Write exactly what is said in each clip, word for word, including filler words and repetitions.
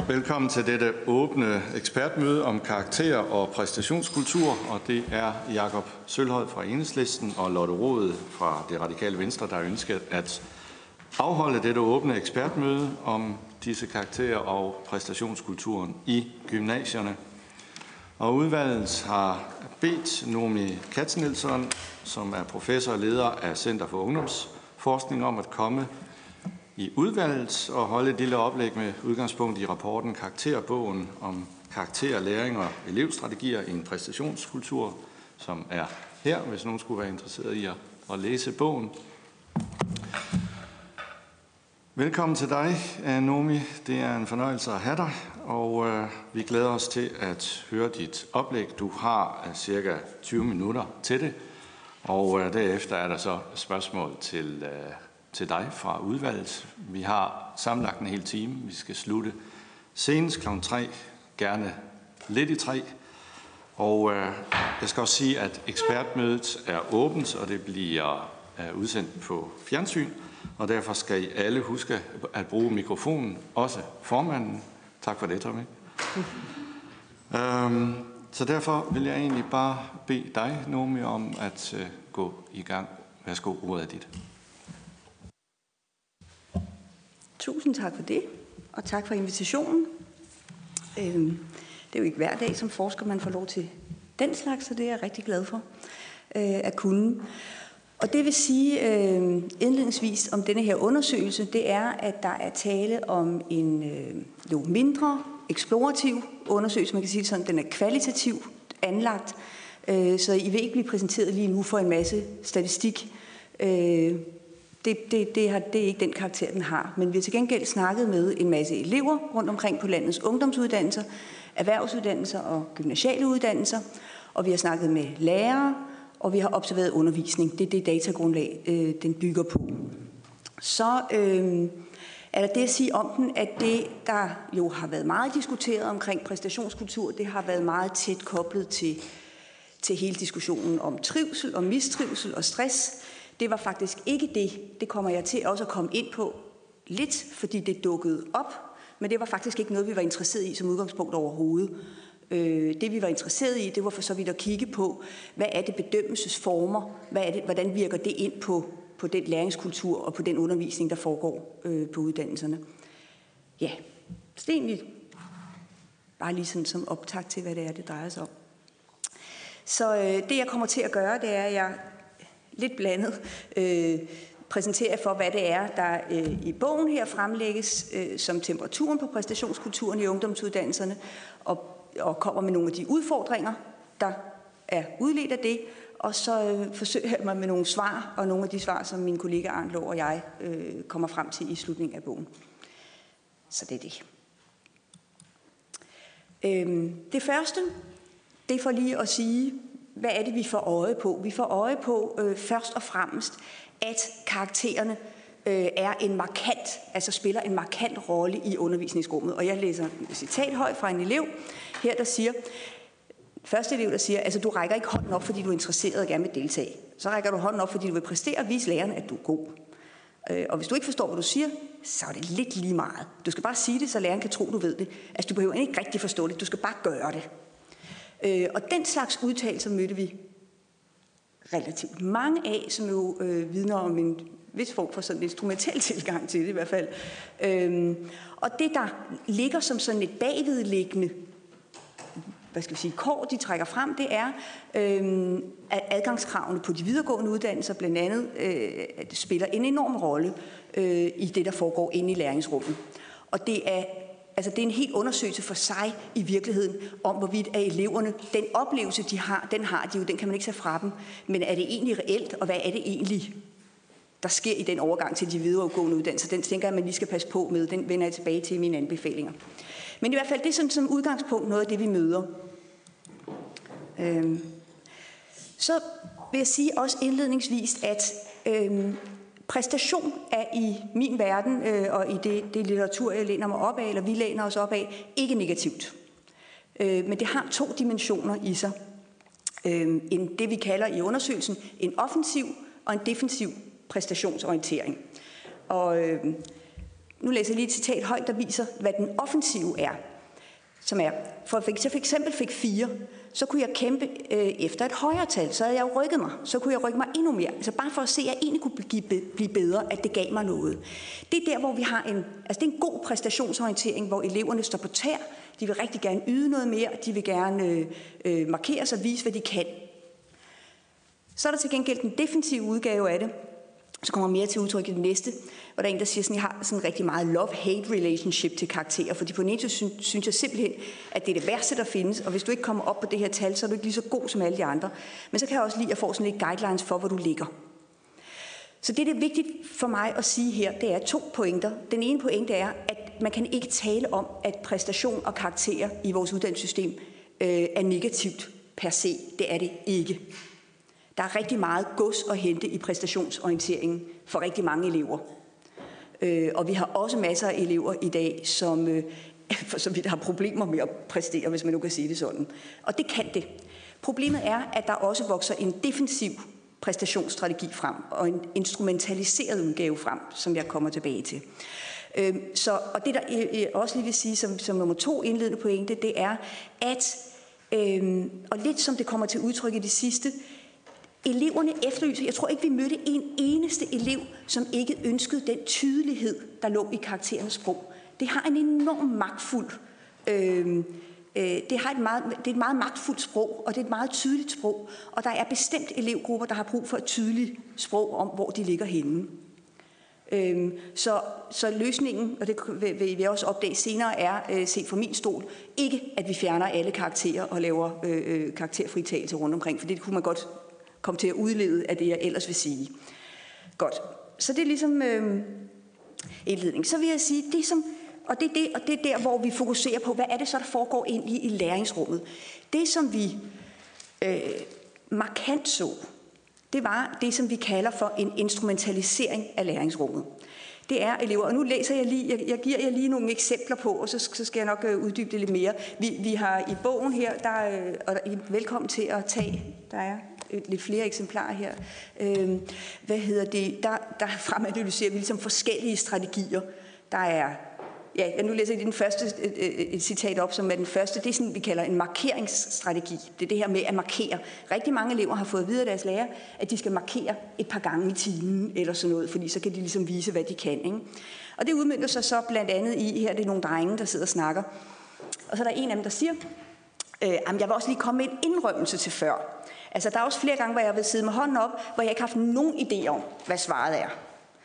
Velkommen til dette åbne ekspertmøde om karakter og præstationskultur, og det er Jakob Sølhøj fra Enhedslisten og Lotte Rod fra Det Radikale Venstre, der ønsker at afholde dette åbne ekspertmøde om disse karakterer og præstationskulturen i gymnasierne. Og udvalget har bedt Nomi Katznelson, som er professor og leder af Center for Ungdomsforskning, om at komme i udvalget og holde et lille oplæg med udgangspunkt i rapporten Karakterbogen om karakter, læring og elevstrategier i en præstationskultur, som er her, hvis nogen skulle være interesseret i at læse bogen. Velkommen til dig, Nomi. Det er en fornøjelse at have dig, og øh, vi glæder os til at høre dit oplæg. Du har øh, cirka tyve minutter til det, og øh, derefter er der så spørgsmål til, øh, til dig fra udvalget. Vi har sammenlagt en hel time. Vi skal slutte senest klokken tre, gerne lidt i tre. Og øh, jeg skal også sige, at ekspertmødet er åbent, og det bliver øh, udsendt på fjernsyn. Og derfor skal I alle huske at bruge mikrofonen, også formanden. Tak for det, Tommy. øhm, så derfor vil jeg egentlig bare bede dig, Nomi, om at uh, gå i gang. Værsgo, ordet er dit. Tusind tak for det, og tak for invitationen. Øhm, det er jo ikke hver dag som forsker, man får lov til den slags, så det er jeg rigtig glad for øh, at kunne. Og det vil sige øh, indledningsvis om denne her undersøgelse, det er, at der er tale om en øh, jo mindre eksplorativ undersøgelse, man kan sige det sådan, den er kvalitativt anlagt, øh, så I vil ikke blive præsenteret lige nu for en masse statistik. Øh, det, det, det, har, det er ikke den karakter, den har, men vi har til gengæld snakket med en masse elever rundt omkring på landets ungdomsuddannelser, erhvervsuddannelser og gymnasiale uddannelser, og vi har snakket med lærere, og vi har observeret undervisning. Det er det datagrundlag, øh, den bygger på. Så øh, er der det at sige om den, at det, der jo har været meget diskuteret omkring præstationskultur, det har været meget tæt koblet til, til hele diskussionen om trivsel og mistrivsel og stress. Det var faktisk ikke det. Det kommer jeg til også at komme ind på lidt, fordi det dukkede op, men det var faktisk ikke noget, vi var interesseret i som udgangspunkt overhovedet. Det vi var interesseret i, det var for så vidt at kigge på, hvad er det bedømmelsesformer, hvad er det, hvordan virker det ind på, på den læringskultur og på den undervisning, der foregår øh, på uddannelserne. Ja, så det er egentlig bare lige sådan som optakt til, hvad det er, det drejer sig om. Så øh, det jeg kommer til at gøre, det er, at jeg lidt blandet øh, præsenterer for, hvad det er, der øh, i bogen her fremlægges øh, som temperaturen på præstationskulturen i ungdomsuddannelserne, og og kommer med nogle af de udfordringer, der er udledt af det, og så øh, forsøger jeg mig med nogle svar, og nogle af de svar, som min kollega Arnlo og jeg øh, kommer frem til i slutningen af bogen. Så det er det. Øhm, det første, det er for lige at sige, hvad er det, vi får øje på? Vi får øje på øh, først og fremmest, at karaktererne øh, er en markant, altså spiller en markant rolle i undervisningsrummet. Og jeg læser et citat højt fra en elev, her der siger, første elev der siger, altså du rækker ikke hånden op, fordi du er interesseret og gerne vil deltage. Så rækker du hånden op, fordi du vil præstere og vise læreren, at du er god. Øh, og hvis du ikke forstår, hvad du siger, så er det lidt lige meget. Du skal bare sige det, så læreren kan tro, du ved det. Altså du behøver ikke rigtig forstå det, du skal bare gøre det. Øh, og den slags udtalelser mødte vi relativt mange af, som jo øh, vidner om en vis form for sådan en instrumentel tilgang til det i hvert fald. Øhm, og det, der ligger som sådan et bagvedliggende, hvad skal vi sige, kår, de trækker frem, det er, øhm, at adgangskravene på de videregående uddannelser blandt andet øh, spiller en enorm rolle øh, i det, der foregår inde i læringsrummet. Og det er, altså, det er en helt undersøgelse for sig i virkeligheden, om hvorvidt af eleverne, den oplevelse, de har, den har de jo, den kan man ikke tage fra dem. Men er det egentlig reelt, og hvad er det egentlig, der sker i den overgang til de videregående uddannelser? Den tænker jeg, at man lige skal passe på med. Den vender jeg tilbage til i mine anbefalinger. Men i hvert fald, det er sådan som udgangspunkt noget af det, vi møder. Øhm. Så vil jeg sige også indledningsvis, at øhm, præstation er i min verden, øh, og i det, det litteratur, jeg læner mig op af, eller vi læner os op af, ikke negativt. Øh, men det har to dimensioner i sig. Øh, en, det vi kalder i undersøgelsen en offensiv og en defensiv præstationsorientering. Og øh, nu læser jeg lige et citat højt, der viser, hvad den offensive er. Som er, for hvis jeg for eksempel fik fire, så kunne jeg kæmpe øh, efter et højere tal, så havde jeg jo rykket mig, så kunne jeg rykke mig endnu mere. Altså bare for at se, at jeg egentlig kunne blive bedre, at det gav mig noget. Det er der, hvor vi har en, altså det er en god præstationsorientering, hvor eleverne står på tær, de vil rigtig gerne yde noget mere, de vil gerne øh, øh, markere sig og vise, hvad de kan. Så er der til gengæld den defensive udgave af det, så kommer mere til udtryk i det næste, hvor der er en, der siger, at jeg har sådan rigtig meget love-hate relationship til karakterer, fordi på den ene side synes jeg simpelthen, at det er det værste, der findes, og hvis du ikke kommer op på det her tal, så er du ikke lige så god som alle de andre. Men så kan jeg også lide at få sådan lidt guidelines for, hvor du ligger. Så det, der er vigtigt for mig at sige her, det er to pointer. Den ene pointe er, at man kan ikke tale om, at præstation og karakterer i vores uddannelsessystem øh, er negativt per se. Det er det ikke. Der er rigtig meget gods at hente i præstationsorienteringen for rigtig mange elever. Øh, og vi har også masser af elever i dag, som øh, for så vidt har problemer med at præstere, hvis man nu kan sige det sådan. Og det kan det. Problemet er, at der også vokser en defensiv præstationsstrategi frem, og en instrumentaliseret udgave frem, som jeg kommer tilbage til. Øh, så, og det, der jeg også lige vil sige som, som nummer to indledende pointe, det er, at, øh, og lidt som det kommer til udtryk i det sidste, eleverne efterlyser, jeg tror ikke, vi mødte en eneste elev, som ikke ønskede den tydelighed, der lå i karakterernes sprog. Det har en enorm magtfuld, øh, øh, det, har et meget, det er et meget magtfuldt sprog, og det er et meget tydeligt sprog, og der er bestemt elevgrupper, der har brug for et tydeligt sprog om, hvor de ligger henne. Øh, så, så løsningen, og det vil vi også opdage senere, er, øh, set fra min stol, ikke at vi fjerner alle karakterer og laver øh, karakterfritagelse rundt omkring, for det kunne man godt komme til at udlede af det, jeg ellers vil sige. Godt. Så det er ligesom øh, indledning. Så vil jeg sige, det som, og det er det, og det er der, hvor vi fokuserer på, hvad er det så, der foregår egentlig i læringsrummet. Det, som vi øh, markant så, det var det, som vi kalder for en instrumentalisering af læringsrummet. Det er elever, og nu læser jeg lige, jeg, jeg giver jer lige nogle eksempler på, og så, så skal jeg nok øh, uddybe det lidt mere. Vi, vi har i bogen her, der, øh, og der, I er velkommen til at tage, der er lidt flere eksemplarer her. Øh, hvad hedder det? Der, der fremanalyserer vi ligesom forskellige strategier. Der er, ja, nu læser jeg den første et, et citat op, som er den første. Det er sådan, vi kalder en markeringsstrategi. Det er det her med at markere. Rigtig mange elever har fået at vide af deres lærer, at de skal markere et par gange i timen eller sådan noget, fordi så kan de ligesom vise, hvad de kan. Ikke? Og det udmønter sig så blandt andet i, her det er nogle drenge, der sidder og snakker. Og så er der en af dem, der siger, øh, jeg vil også lige komme med en indrømmelse til før. Altså, der er også flere gange, hvor jeg vil sidde med hånden op, hvor jeg ikke har haft nogen idé om, hvad svaret er.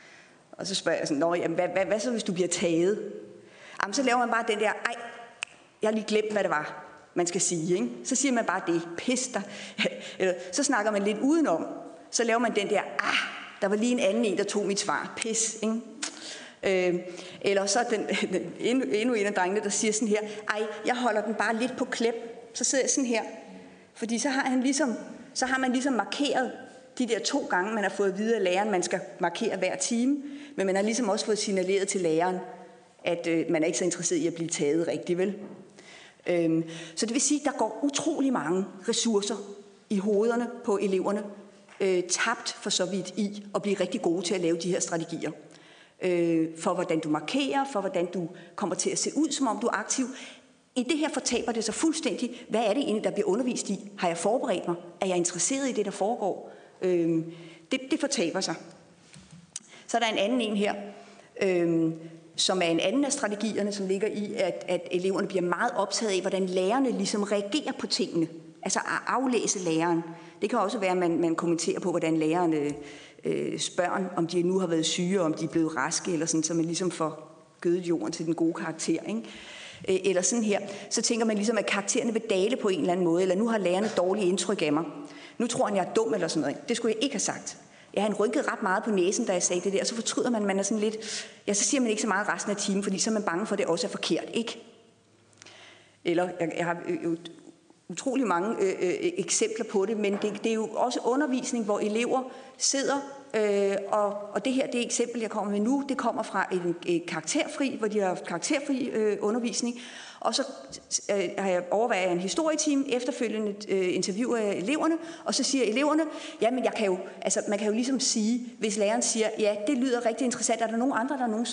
Og så spørger jeg sådan, Nå, jamen, hvad, hvad, hvad så, hvis du bliver taget? Jamen, så laver man bare den der, ej, jeg har lige glemt, hvad det var, man skal sige, ikke? Så siger man bare det, pis dig. Eller, så snakker man lidt udenom. Så laver man den der, ah, der var lige en anden en, der tog mit svar, pis, ikke? Øh, eller så den, den, endnu, endnu en af drengene, der siger sådan her, ej, jeg holder den bare lidt på klem. Så sidder jeg sådan her. Fordi så har, han ligesom, så har man ligesom markeret de der to gange, man har fået at vide af læreren, man skal markere hver time, men man har ligesom også fået signaleret til læreren, at øh, man er ikke så interesseret i at blive taget rigtigt, vel? Øhm, så det vil sige, at der går utrolig mange ressourcer i hovederne på eleverne, øh, tabt for så vidt i at blive rigtig gode til at lave de her strategier. Øh, for hvordan du markerer, for hvordan du kommer til at se ud, som om du er aktiv. I det her fortaber det så fuldstændig, hvad er det egentlig, der bliver undervist i? Har jeg forberedt mig? Er jeg interesseret i det, der foregår? Øhm, det, det fortaber sig. Så er der en anden en her, øhm, som er en anden af strategierne, som ligger i, at, at eleverne bliver meget optaget af, hvordan lærerne ligesom reagerer på tingene. Altså at aflæse læreren. Det kan også være, at man, man kommenterer på, hvordan lærerne øh, spørger, om de nu har været syge, om de er blevet raske, eller sådan, så man ligesom får gødet jorden til den gode karakter, ikke? Eller sådan her, så tænker man ligesom, at karaktererne vil dale på en eller anden måde, eller nu har lærerne dårlige indtryk af mig. Nu tror han, jeg er dum eller sådan noget. Det skulle jeg ikke have sagt. Jeg har rynket ret meget på næsen, da jeg sagde det der, og så fortryder man, man er sådan lidt, ja, så siger man ikke så meget resten af timen, fordi så er man bange for, at det også er forkert, ikke? Eller, jeg, jeg har jo utrolig mange øh, øh, eksempler på det, men det, det er jo også undervisning, hvor elever sidder, øh, og, og det her, det eksempel, jeg kommer med nu, det kommer fra en, en karakterfri, hvor de har karakterfri øh, undervisning, og så øh, har jeg overvejet en historietime, efterfølgende øh, interviewer jeg eleverne, og så siger eleverne, ja, men jeg kan jo, altså, man kan jo ligesom sige, hvis læreren siger, ja, det lyder rigtig interessant, er der nogen andre, der har nogen svar?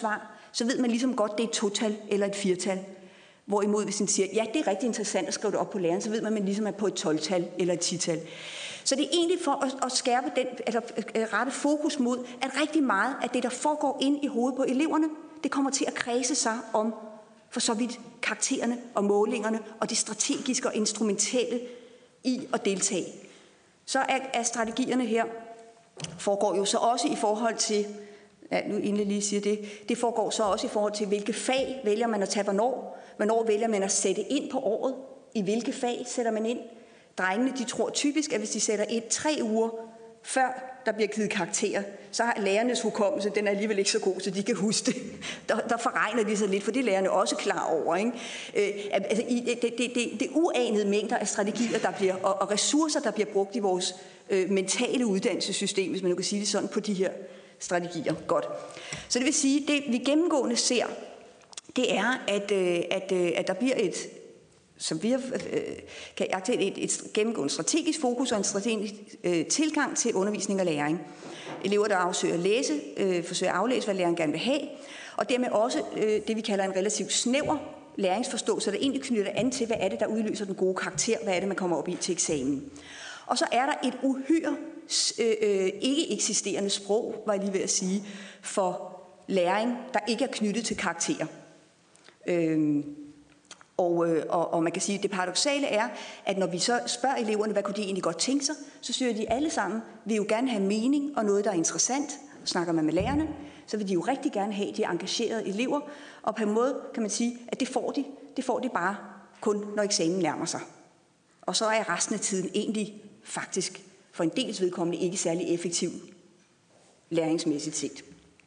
så ved man ligesom godt, det er et total eller et firtal. Hvorimod hvis man siger, ja, det er rigtig interessant at skrive det op på læreren, så ved man, at man ligesom er på et tolv-tal eller et ti-tal. Så det er egentlig for at, at skærpe den, eller rette fokus mod, at rigtig meget af det, der foregår ind i hovedet på eleverne, det kommer til at kredse sig om for så vidt karaktererne og målingerne og det strategiske og instrumentelle i at deltage. Så er, er strategierne her foregår jo så også i forhold til, ja, nu inden jeg lige siger det, det foregår så også i forhold til, hvilke fag vælger man at tage hvornår, hvornår vælger man at sætte ind på året, i hvilke fag sætter man ind. Drengene, de tror typisk, at hvis de sætter ind tre uger før der bliver givet karakterer, så har lærernes hukommelse, den er alligevel ikke så god, så de kan huske det. Der, der forregner de sig lidt, for det er lærerne også klar over. Ikke? Øh, altså, det, det, det, det er uanede mængder af strategier der bliver, og, og ressourcer, der bliver brugt i vores øh, mentale uddannelsessystem, hvis man nu kan sige det sådan, på de her strategier. Godt. Så det vil sige, det vi gennemgående ser, det er, at, øh, at, øh, at der bliver et, som vi har, øh, kan aktivere et, et gennemgående strategisk fokus og en strategisk øh, tilgang til undervisning og læring. Elever, der afsøger at læse, øh, forsøger at aflæse, hvad læreren gerne vil have, og dermed også øh, det, vi kalder en relativt snæver læringsforståelse, der egentlig knytter an til, hvad er det, der udløser den gode karakter, hvad er det, man kommer op i til eksamen. Og så er der et uhyre øh, øh, ikke eksisterende sprog, var jeg lige ved at sige, for læring, der ikke er knyttet til karakterer. Øh, Og, og, og man kan sige, at det paradoksale er, at når vi så spørger eleverne, hvad kunne de egentlig godt tænke sig, så siger de alle sammen, vil jo gerne have mening og noget, der er interessant. Snakker man med lærerne, så vil de jo rigtig gerne have de engagerede elever, og på en måde kan man sige, at det får de. Det får de bare kun, når eksamen nærmer sig. Og så er resten af tiden egentlig faktisk for en dels vedkommende ikke særlig effektiv læringsmæssigt set.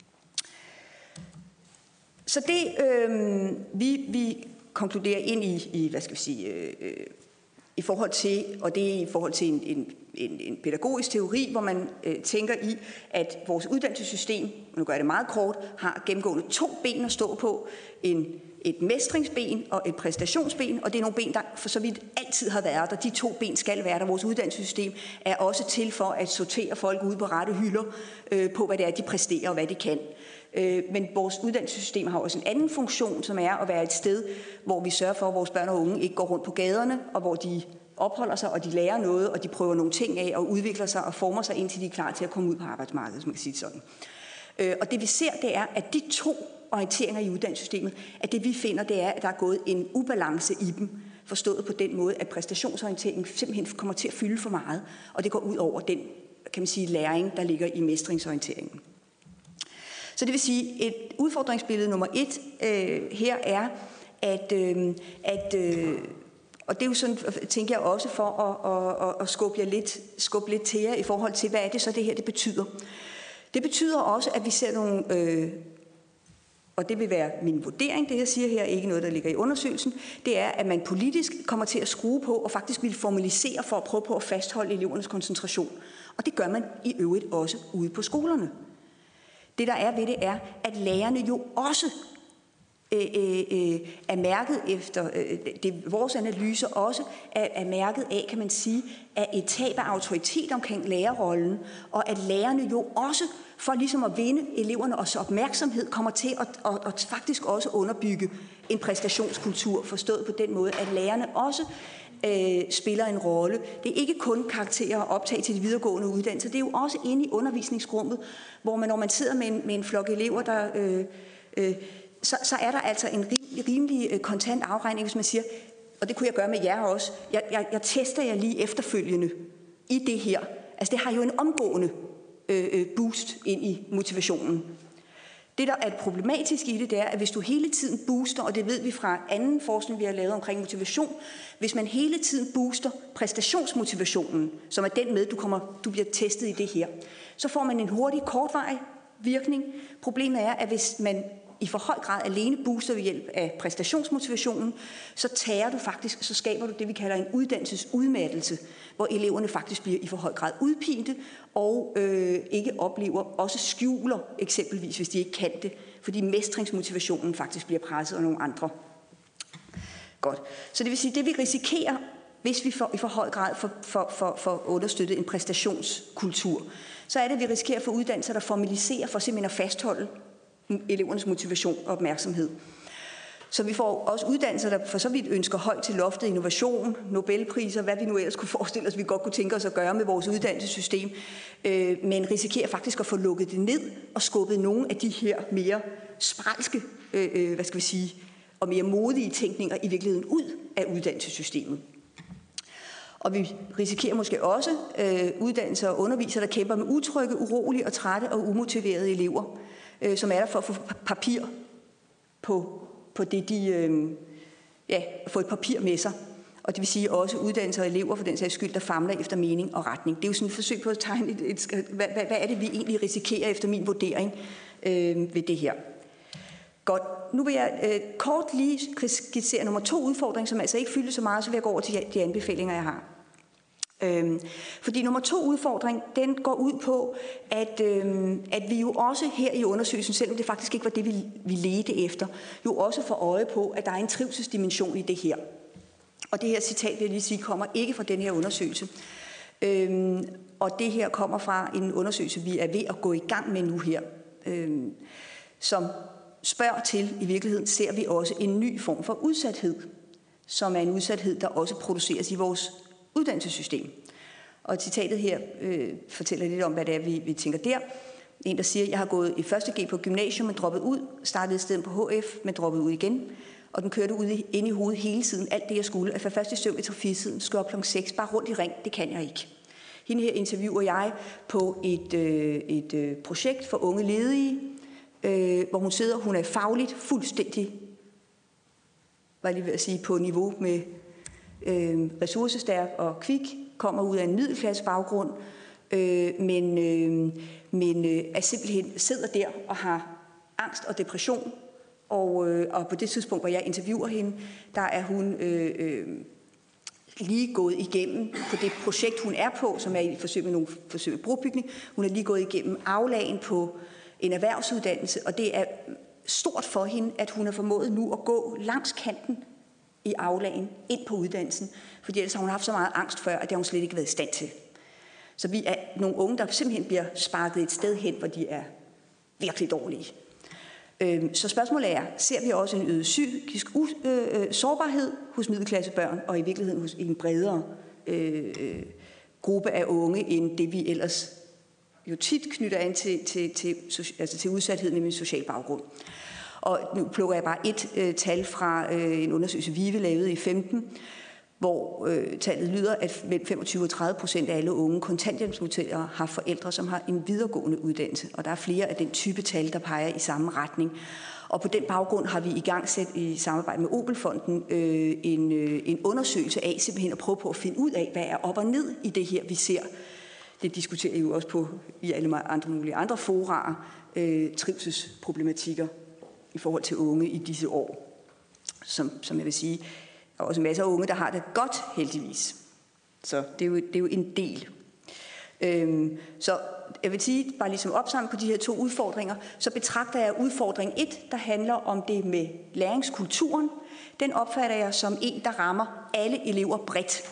Så det øh, vi... vi konkluderer ind i, i hvad skal vi sige, øh, i forhold til, og det er i forhold til en, en, en, en pædagogisk teori, hvor man øh, tænker i, at vores uddannelsessystem, nu gør jeg det meget kort, har gennemgående to ben at stå på, en, et mestringsben og et præstationsben, og det er nogle ben, der for så vidt altid har været der. De to ben skal være der. Vores uddannelsessystem er også til for at sortere folk ude på rette hylder øh, på, hvad det er, de præsterer og hvad de kan. Men vores uddannelsessystem har også en anden funktion, som er at være et sted, hvor vi sørger for, at vores børn og unge ikke går rundt på gaderne, og hvor de opholder sig, og de lærer noget, og de prøver nogle ting af, og udvikler sig og former sig, indtil de er klar til at komme ud på arbejdsmarkedet, hvis man kan sige det sådan. Og det vi ser, det er, at de to orienteringer i uddannelsessystemet, at det vi finder, det er, at der er gået en ubalance i dem, forstået på den måde, at præstationsorienteringen simpelthen kommer til at fylde for meget, og det går ud over den, kan man sige, læring, der ligger i mestringsorienteringen. Så det vil sige, et udfordringsbillede nummer et øh, her er, at, øh, at øh, og det er jo sådan, tænker jeg også for at, at, at skubbe, jer lidt, skubbe lidt til jer i forhold til, hvad er det så det her, det betyder. Det betyder også, at vi ser nogle, øh, og det vil være min vurdering, det jeg siger her, ikke noget, der ligger i undersøgelsen, det er, at man politisk kommer til at skrue på og faktisk vil formalisere for at prøve på at fastholde elevernes koncentration. Og det gør man i øvrigt også ude på skolerne. Det, der er ved det, er, at lærerne jo også øh, øh, er mærket efter, øh, det vores analyse også er, er mærket af, kan man sige, af et tab af autoritet omkring lærerrollen, og at lærerne jo også, for ligesom at vinde eleverne også opmærksomhed, kommer til at, at, at faktisk også underbygge en præstationskultur, forstået på den måde, at lærerne også øh, spiller en rolle. Det er ikke kun karakterer og optag til de videregående uddannelser, det er jo også inde i undervisningsrummet, hvor man, når man sidder med en, med en flok elever, der, øh, øh, så, så er der altså en rim, rimelig øh, kontant afregning, hvis man siger, og det kunne jeg gøre med jer også, jeg, jeg, jeg tester jer lige efterfølgende i det her. Altså det har jo en omgående øh, boost ind i motivationen. Det, der er problematisk i det, det er, at hvis du hele tiden booster, og det ved vi fra anden forskning, vi har lavet omkring motivation, hvis man hele tiden booster præstationsmotivationen, som er den med, du, kommer, du bliver testet i det her, så får man en hurtig, kortvarig virkning. Problemet er, at hvis man i for høj grad alene booster ved hjælp af præstationsmotivationen, så tager du faktisk, så skaber du det, vi kalder en uddannelsesudmattelse, hvor eleverne faktisk bliver i for høj grad udpinte, og øh, ikke oplever, også skjuler eksempelvis, hvis de ikke kan det, fordi mestringsmotivationen faktisk bliver presset af nogle andre. Godt. Så det vil sige, det vi risikerer, hvis vi for, i for høj grad får for, for, for understøttet en præstationskultur, så er det, at vi risikerer at få uddannelser, der formaliserer for simpelthen at fastholde elevernes motivation og opmærksomhed. Så vi får også uddannelser, der for så vidt ønsker højt til loftet, innovation, Nobelpriser, hvad vi nu ellers kunne forestille os, vi godt kunne tænke os at gøre med vores uddannelsessystem, øh, men risikerer faktisk at få lukket det ned og skubbet nogle af de her mere spralske, øh, hvad skal vi sige, og mere modige tænkninger i virkeligheden ud af uddannelsessystemet. Og vi risikerer måske også øh, uddannelser og undervisere, der kæmper med utrygge, urolige og trætte og umotiverede elever, øh, som er der for at få papir på på det, de øh, ja, få et papir med sig. Og det vil sige også uddannelser og elever for den sags skyld, der famler efter mening og retning. Det er jo sådan et forsøg på at tegne, et, et, hvad, hvad, hvad er det, vi egentlig risikerer efter min vurdering øh, ved det her. Godt, nu vil jeg øh, kort lige skitsere nummer to udfordring, som altså ikke fylder så meget, så vil jeg gå over til de anbefalinger, jeg har. Øhm, fordi nummer to udfordring, den går ud på, at, øhm, at vi jo også her i undersøgelsen, selvom det faktisk ikke var det, vi, vi ledte efter, jo også får øje på, at der er en trivselsdimension i det her. Og det her citat, vil jeg lige sige, kommer ikke fra den her undersøgelse. Øhm, og det her kommer fra en undersøgelse, vi er ved at gå i gang med nu her, øhm, som spørger til, i virkeligheden ser vi også en ny form for udsathed, som er en udsathed, der også produceres i vores uddannelsessystem. Og citatet her øh, fortæller lidt om, hvad det er, vi, vi tænker der. En, der siger, jeg har gået i første G på gymnasium, men droppet ud, startede et sted på H F, men droppet ud igen. Og den kørte ud i, ind i hovedet hele tiden, alt det jeg skulle. At få først i søvn i trafiksiden, skal op klokken seks, bare rundt i ring, det kan jeg ikke. Hende her interviewer jeg på et, øh, et øh, projekt for unge ledige, øh, hvor hun sidder, hun er fagligt fuldstændig, var jeg lige ved at sige, på niveau med øh, ressourcestærk og kvik, kommer ud af en middelklasse baggrund, øh, men, øh, men øh, er simpelthen sidder der og har angst og depression, og, øh, og på det tidspunkt, hvor jeg interviewer hende, der er hun øh, øh, lige gået igennem på det projekt, hun er på, som er i forsøg med nogle forsøg med brobygning. Hun er lige gået igennem aflagen på en erhvervsuddannelse, og det er stort for hende, at hun har formået nu at gå langs kanten i aflagen ind på uddannelsen, fordi ellers har hun haft så meget angst før, at det har hun slet ikke været i stand til. Så vi er nogle unge, der simpelthen bliver sparket et sted hen, hvor de er virkelig dårlige. Så spørgsmålet er, ser vi også en øget psykisk uh, øh, sårbarhed hos middelklassebørn, og i virkeligheden hos en bredere øh, gruppe af unge, end det vi ellers jo tit knytter an til, til, til, altså til udsathed, nemlig social baggrund. Og nu plukker jeg bare et øh, tal fra øh, en undersøgelse, VIVE lavede i femten, hvor øh, tallet lyder, at mellem femogtyve og tredive procent af alle unge kontanthjælpsmodtagere har forældre, som har en videregående uddannelse. Og der er flere af den type tal, der peger i samme retning. Og på den baggrund har vi i gang sat i samarbejde med Obelfonden øh, en, øh, en undersøgelse af simpelthen at prøve på at finde ud af, hvad er op og ned i det her, vi ser. Det diskuterer I jo også på i alle andre mulige andre forarer, øh, trivselsproblematikker i forhold til unge i disse år, som, som jeg vil sige, der er også masser af unge, der har det godt, heldigvis. Så det er jo, det er jo en del. Øhm, så jeg vil sige, bare ligesom opsamling på de her to udfordringer, så betragter jeg udfordring et, der handler om det med læringskulturen. Den opfatter jeg som en, der rammer alle elever bredt.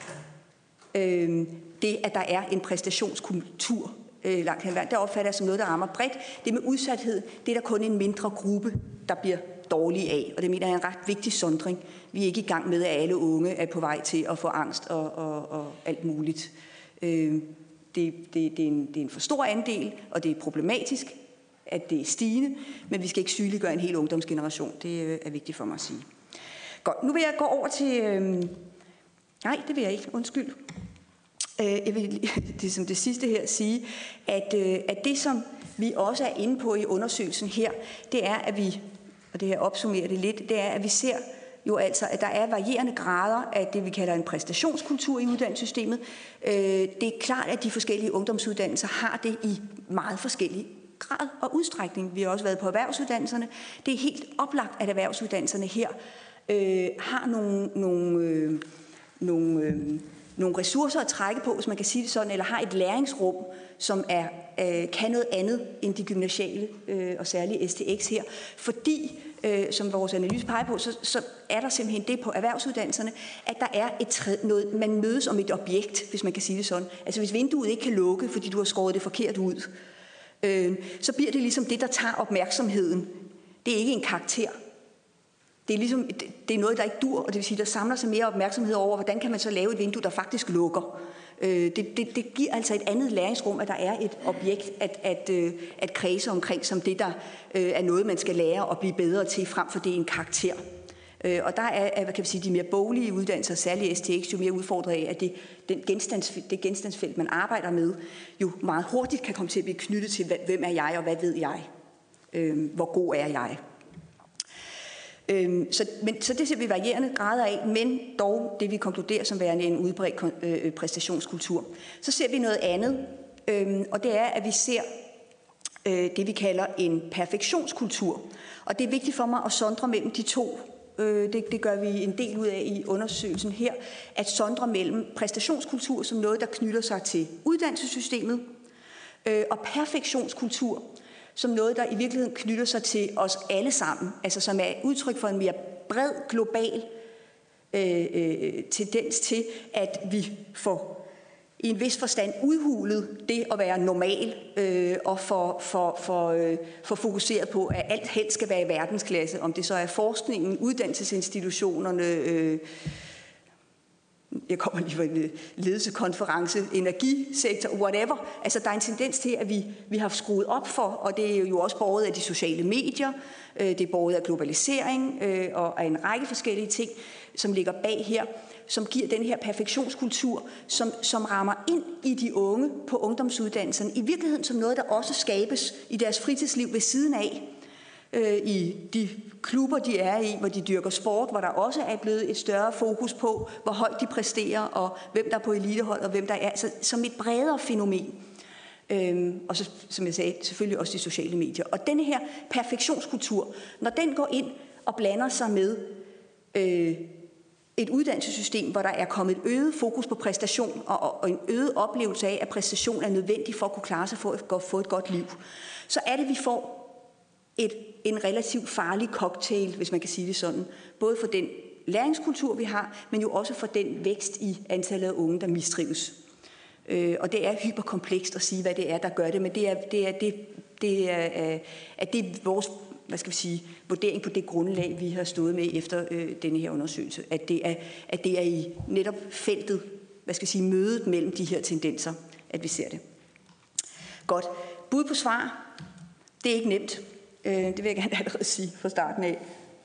Øhm, det, at der er en præstationskultur øh, langt hen ad vejen, det opfatter jeg som noget, der rammer bredt. Det med udsathed, det er der kun en mindre gruppe, der bliver dårlige af, og det mener jeg er en ret vigtig sondring. Vi er ikke i gang med, at alle unge er på vej til at få angst og, og, og alt muligt. Øh, det, det, det, er en, det er en for stor andel, og det er problematisk, at det er stigende, men vi skal ikke sygeliggøre en hel ungdomsgeneration. Det er vigtigt for mig at sige. Godt, nu vil jeg gå over til... Øh, nej, det vil jeg ikke, undskyld. Øh, jeg vil det, som det sidste her sige, at, øh, at det, som vi også er inde på i undersøgelsen her, det er, at vi... og det her opsummerer det lidt, det er, at vi ser jo altså, at der er varierende grader af det, vi kalder en præstationskultur i uddannelsessystemet. Det er klart, at de forskellige ungdomsuddannelser har det i meget forskellig grad og udstrækning. Vi har også været på erhvervsuddannelserne. Det er helt oplagt, at erhvervsuddannelserne her øh, har nogle, nogle, øh, nogle, øh, nogle ressourcer at trække på, hvis man kan sige det sådan, eller har et læringsrum, som er, øh, kan noget andet end de gymnasiale øh, og særligt S T X her. Fordi, øh, som vores analyse peger på, så, så er der simpelthen det på erhvervsuddannelserne, at der er et træ, noget, man mødes om et objekt, hvis man kan sige det sådan. Altså hvis vinduet ikke kan lukke, fordi du har skåret det forkert ud, øh, så bliver det ligesom det, der tager opmærksomheden. Det er ikke en karakter. Det er, ligesom, det er noget, der ikke dur, og det vil sige, der samler sig mere opmærksomhed over, hvordan kan man så lave et vindue, der faktisk lukker. Det, det, det giver altså et andet læringsrum, at der er et objekt at, at, at kredse omkring, som det, der er noget, man skal lære og blive bedre til, frem for det er en karakter. Og der er, hvad kan vi sige, de mere boglige uddannelser, særligt S T X, jo mere udfordret af, at det, den genstands, det genstandsfelt, man arbejder med, jo meget hurtigt kan komme til at blive knyttet til, hvem er jeg, og hvad ved jeg? Hvor god er jeg? Så, men, så det ser vi varierende grader af, men dog det, vi konkluderer som værende en udbredt øh, præstationskultur. Så ser vi noget andet, øh, og det er, at vi ser øh, det, vi kalder en perfektionskultur. Og det er vigtigt for mig at sondre mellem de to. Øh, det, det gør vi en del ud af i undersøgelsen her, at sondre mellem præstationskultur som noget, der knytter sig til uddannelsessystemet, øh, og perfektionskultur som noget, der i virkeligheden knytter sig til os alle sammen, altså som er udtryk for en mere bred, global øh, øh, tendens til, at vi får i en vis forstand udhulet det at være normal, øh, og for, for, for, øh, for fokuseret på, at alt helst skal være i verdensklasse, om det så er forskningen, uddannelsesinstitutionerne, øh, jeg kommer lige fra en ledelseskonference, energisektor, whatever. Altså, der er en tendens til, at vi, vi har skruet op for, og det er jo også båret af de sociale medier, øh, det er båret af globalisering øh, og af en række forskellige ting, som ligger bag her, som giver den her perfektionskultur, som, som rammer ind i de unge på ungdomsuddannelserne. I virkeligheden som noget, der også skabes i deres fritidsliv ved siden af, i de klubber, de er i, hvor de dyrker sport, hvor der også er blevet et større fokus på, hvor højt de præsterer, og hvem der er på elitehold, og hvem der er, altså, som et bredere fænomen. Øhm, og så, som jeg sagde, selvfølgelig også de sociale medier. Og denne her perfektionskultur, når den går ind og blander sig med øh, et uddannelsessystem, hvor der er kommet et øget fokus på præstation, og, og, og en øget oplevelse af, at præstation er nødvendig for at kunne klare sig for at få et godt liv, så er det, vi får Et, en relativt farlig cocktail, hvis man kan sige det sådan. Både for den læringskultur, vi har, men jo også for den vækst i antallet af unge, der mistrives. Øh, og det er hyperkomplekst at sige, hvad det er, der gør det, men det er, det er, det, det er, at det er vores, hvad skal vi sige, vurdering på det grundlag, vi har stået med efter øh, denne her undersøgelse. At det, er, at det er i netop feltet, hvad skal vi sige, mødet mellem de her tendenser, at vi ser det. Godt. Bud på svar. Det er ikke nemt. Det vil jeg gerne allerede sige fra starten af.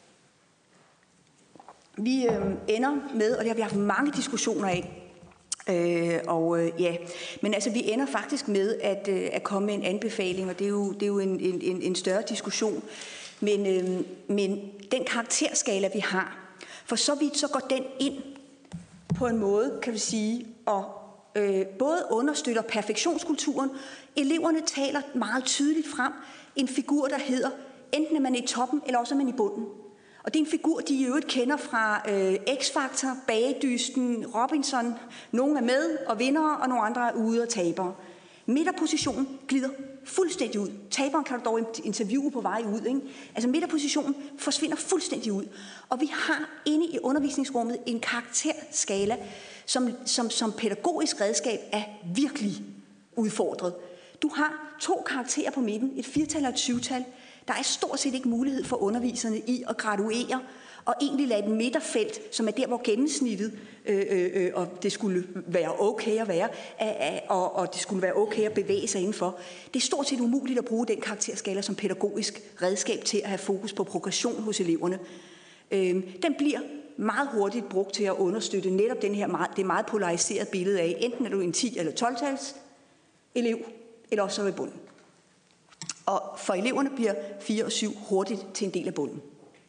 Vi øh, ender med, og det har vi haft mange diskussioner af, øh, og øh, ja, men altså vi ender faktisk med at, øh, at komme med en anbefaling, og det er jo, det er jo en, en, en større diskussion, men, øh, men den karakterskala, vi har, for så vidt så går den ind på en måde, kan vi sige, og øh, både understøtter perfektionskulturen. Eleverne taler meget tydeligt frem, en figur, der hedder, enten er man i toppen, eller også er man i bunden. Og det er en figur, de i øvrigt kender fra øh, X-Factor, Bagedysten, Robinson. Nogle er med og vindere, og nogle andre er ude og tabere. Midterpositionen glider fuldstændig ud. Taberen kan du dog interviewe på vej ud. Ikke? Altså midterpositionen forsvinder fuldstændig ud. Og vi har inde i undervisningsrummet en karakterskala, som, som, som pædagogisk redskab er virkelig udfordret. Du har to karakterer på midten, et firtal og et syvtal. Der er stort set ikke mulighed for underviserne i at graduere og egentlig lade et midterfelt, som er der, hvor gennemsnittet, øh, øh, og det skulle være okay at være, øh, og, og det skulle være okay at bevæge sig indenfor. Det er stort set umuligt at bruge den karakterskala som pædagogisk redskab til at have fokus på progression hos eleverne. Øh, den bliver meget hurtigt brugt til at understøtte netop den her meget, det meget polariserede billede af, enten er du en ti- eller tolv-tals elev, eller også så i bunden. Og for eleverne bliver fire og syv hurtigt til en del af bunden.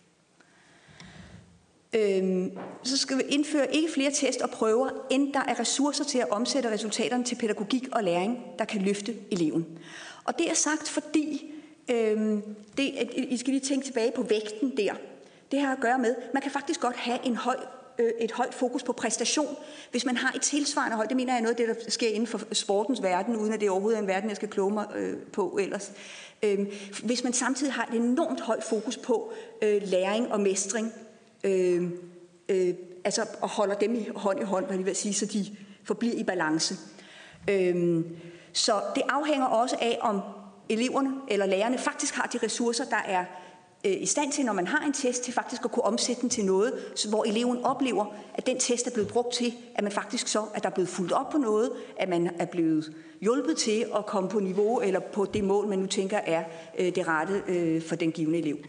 Øhm, så skal vi indføre ikke flere test og prøver, end der er ressourcer til at omsætte resultaterne til pædagogik og læring, der kan løfte eleven. Og det er sagt, fordi øhm, det, I skal lige tænke tilbage på vægten der. Det har at gøre med, man kan faktisk godt have en høj et højt fokus på præstation, hvis man har et tilsvarende højt. Det mener jeg er noget af det, der sker inden for sportens verden, uden at det overhovedet er en verden, jeg skal kloge mig øh, på ellers. Øhm, hvis man samtidig har et enormt højt fokus på øh, læring og mestring, øh, øh, altså og holder dem i hånd i hånd, hvad jeg vil sige, så de forbliver i balance. Øhm, så det afhænger også af, om eleverne eller lærerne faktisk har de ressourcer, der er i stand til, når man har en test, til faktisk at kunne omsætte den til noget, hvor eleven oplever, at den test er blevet brugt til, at man faktisk så, at der er blevet fulgt op på noget, at man er blevet hjulpet til at komme på niveau eller på det mål, man nu tænker er det rette for den givne elev.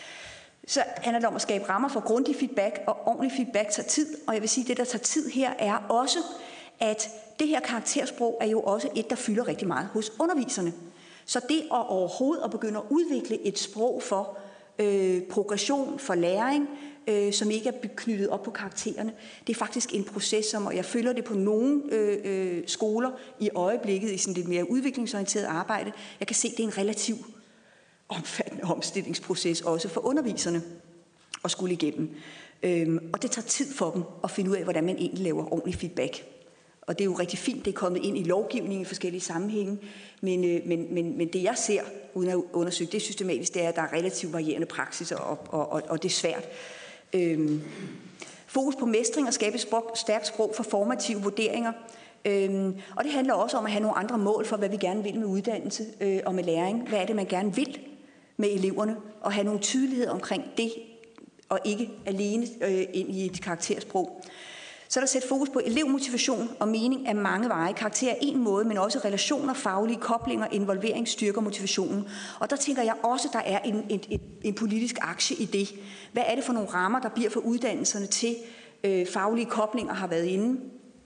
Så handler det om at skabe rammer for grundig feedback, og ordentlig feedback tager tid, og jeg vil sige, at det, der tager tid her, er også, at det her karaktersprog er jo også et, der fylder rigtig meget hos underviserne. Så det at overhovedet at begynde at udvikle et sprog for øh, progression, for læring, øh, som ikke er knyttet op på karaktererne, det er faktisk en proces, som, og jeg følger det på nogle øh, øh, skoler i øjeblikket i sådan lidt mere udviklingsorienteret arbejde. Jeg kan se, at det er en relativt omfattende omstillingsproces også for underviserne at skulle igennem. Øhm, og det tager tid for dem at finde ud af, hvordan man egentlig laver ordentlig feedback. Og det er jo rigtig fint, det er kommet ind i lovgivningen i forskellige sammenhænge, men, øh, men, men, men det jeg ser, uden at undersøge det systematisk, det er, at der er relativt varierende praksis, og, og, og, og det er svært. Øhm, fokus på mestring og skabe et sprog, stærkt sprog for formative vurderinger. Øhm, og det handler også om at have nogle andre mål for, hvad vi gerne vil med uddannelse øh, og med læring. Hvad er det, man gerne vil med eleverne, og have nogle tydelighed omkring det, og ikke alene øh, ind i et karaktersprog. Så er der sat fokus på elevmotivation og mening af mange veje. Karakter er en måde, men også relationer, faglige koblinger, involvering, styrker motivationen. Og der tænker jeg også, der er en, en, en, en politisk aktie i det. Hvad er det for nogle rammer, der bliver for uddannelserne til øh, faglige koblinger har været inde?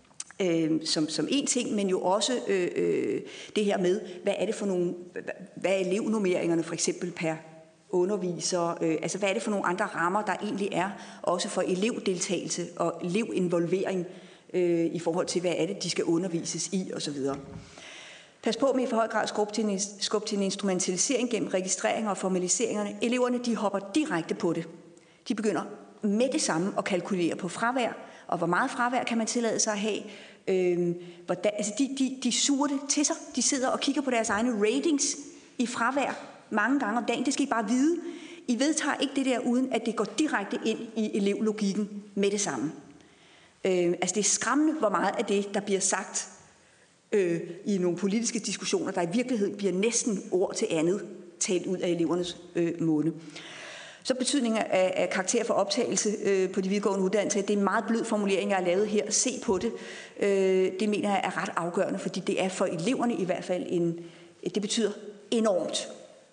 Øh, som, som en ting, men jo også øh, øh, det her med, hvad er det for nogle, hvad er elevnormeringerne for eksempel per underviser, øh, altså hvad er det for nogle andre rammer, der egentlig er, også for elevdeltagelse og elevinvolvering øh, i forhold til, hvad er det, de skal undervises i osv. Pas på med i for høj grad skub til, en, skub til en instrumentalisering gennem registreringer og formaliseringerne. Eleverne, de hopper direkte på det. De begynder med det samme at kalkulere på fravær, og hvor meget fravær kan man tillade sig at have. Øhm, hvordan, altså de, de, de suger det til sig. De sidder og kigger på deres egne ratings i fravær mange gange om dagen. Det skal I bare vide. I vedtager ikke det der, uden at det går direkte ind i elevlogikken med det samme. Øhm, altså det er skræmmende, hvor meget af det, der bliver sagt øh, i nogle politiske diskussioner, der i virkeligheden bliver næsten ord til andet talt ud af elevernes øh, måne. Så betydningen af, af karakter for optagelse øh, på de videregående uddannelser, det er en meget blød formulering, jeg har lavet her. Se på det. Øh, det mener jeg er ret afgørende, fordi det er for eleverne i hvert fald en, det betyder enormt.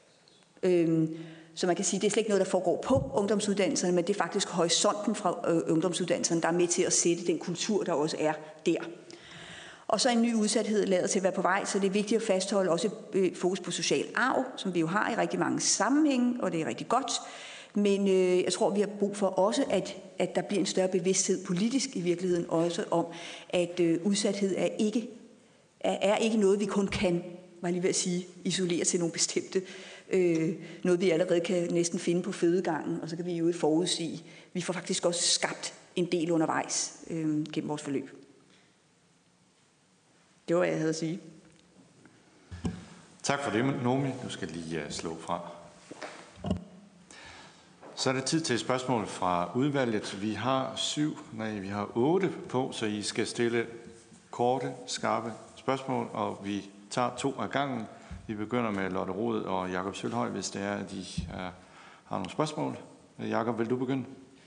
Øh, så man kan sige, det er slet ikke noget, der foregår på ungdomsuddannelserne, men det er faktisk horisonten fra øh, ungdomsuddannelserne, der er med til at sætte den kultur, der også er der. Og så en ny udsathed lader til at være på vej, så det er vigtigt at fastholde også øh, fokus på social arv, som vi jo har i rigtig mange sammenhænge, og det er rigtig godt. Men øh, jeg tror, vi har brug for også, at, at der bliver en større bevidsthed politisk i virkeligheden også om, at øh, udsathed er ikke, er, er ikke noget, vi kun kan, var lige ved at sige, isolere til nogle bestemte. Øh, noget, vi allerede kan næsten finde på fødegangen, og så kan vi jo forudsige. Vi får faktisk også skabt en del undervejs øh, gennem vores forløb. Det var, hvad jeg havde at sige. Tak for det, Nomi. Du skal lige slå fra. Så er det tid til et spørgsmål fra udvalget. Vi har syv, nej, vi har otte på, så I skal stille korte, skarpe spørgsmål, og vi tager to af gangen. Vi begynder med Lotte Rod og Jakob Sølhøj, hvis det er, at de er, har nogle spørgsmål. Jakob, vil du begynde?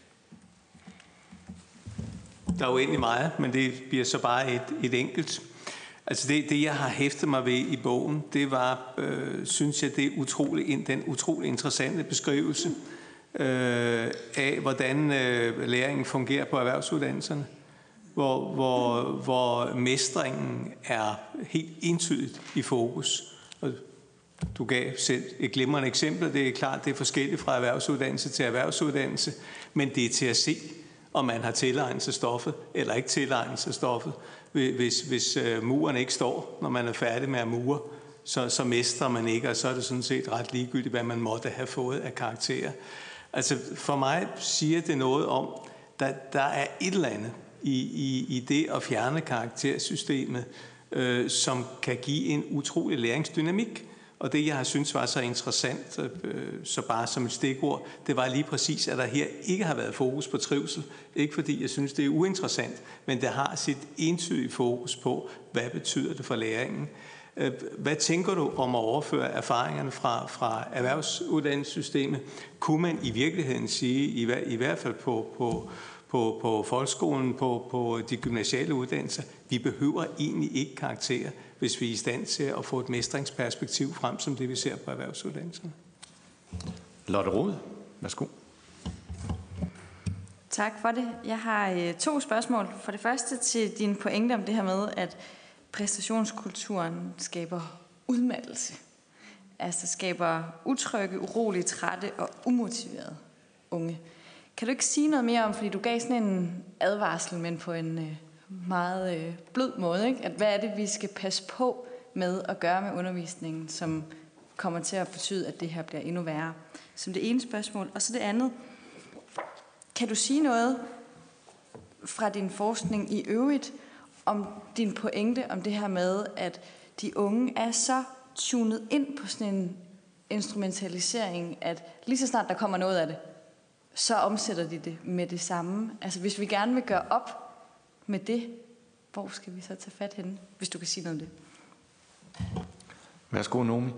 Der er jo egentlig meget, men det bliver så bare et, et enkelt. Altså det, det, jeg har hæftet mig ved i bogen, det var, øh, synes jeg, det er utrolig, den utrolig interessante beskrivelse øh, af, hvordan øh, læringen fungerer på erhvervsuddannelserne, hvor, hvor, hvor mestringen er helt entydigt i fokus. Og du gav selv et glimrende eksempel, det er klart, det er forskelligt fra erhvervsuddannelse til erhvervsuddannelse, men det er til at se, om man har tilegnet sig stoffet eller ikke tilegnet sig stoffet. Hvis, hvis uh, muren ikke står, når man er færdig med at mure, så, så mestrer man ikke, og så er det sådan set ret ligegyldigt, hvad man måtte have fået af karakterer. Altså for mig siger det noget om, at der er et eller andet i, i, i det at fjerne karaktersystemet, øh, som kan give en utrolig læringsdynamik. Og det, jeg har syntes var så interessant, øh, så bare som et stikord, det var lige præcis, at der her ikke har været fokus på trivsel. Ikke fordi jeg synes, det er uinteressant, men det har sit entydige fokus på, hvad betyder det for læringen. Hvad tænker du om at overføre erfaringerne fra, fra erhvervsuddannelsessystemet? Kunne man i virkeligheden sige, i, hver, i hvert fald på, på, på, på folkeskolen, på, på de gymnasiale uddannelser, vi behøver egentlig ikke karakterer, hvis vi er i stand til at få et mestringsperspektiv frem, som det vi ser på erhvervsuddannelserne? Lotte Rod, værsgo. Tak for det. Jeg har øh, to spørgsmål. For det første til din pointe om det her med, at præstationskulturen skaber udmattelse. Altså skaber utrygge, urolige, trætte og umotiverede unge. Kan du ikke sige noget mere om, fordi du gav sådan en advarsel, men på en øh, meget øh, blød måde, ikke? At hvad er det, vi skal passe på med at gøre med undervisningen, som kommer til at betyde, at det her bliver endnu værre? Som det ene spørgsmål. Og så det andet. Kan du sige noget fra din forskning i øvrigt om din pointe om det her med, at de unge er så tunet ind på sådan en instrumentalisering, at lige så snart der kommer noget af det, så omsætter de det med det samme. Altså hvis vi gerne vil gøre op med det, hvor skal vi så tage fat henne, hvis du kan sige noget om det? Værsgo, Nomi.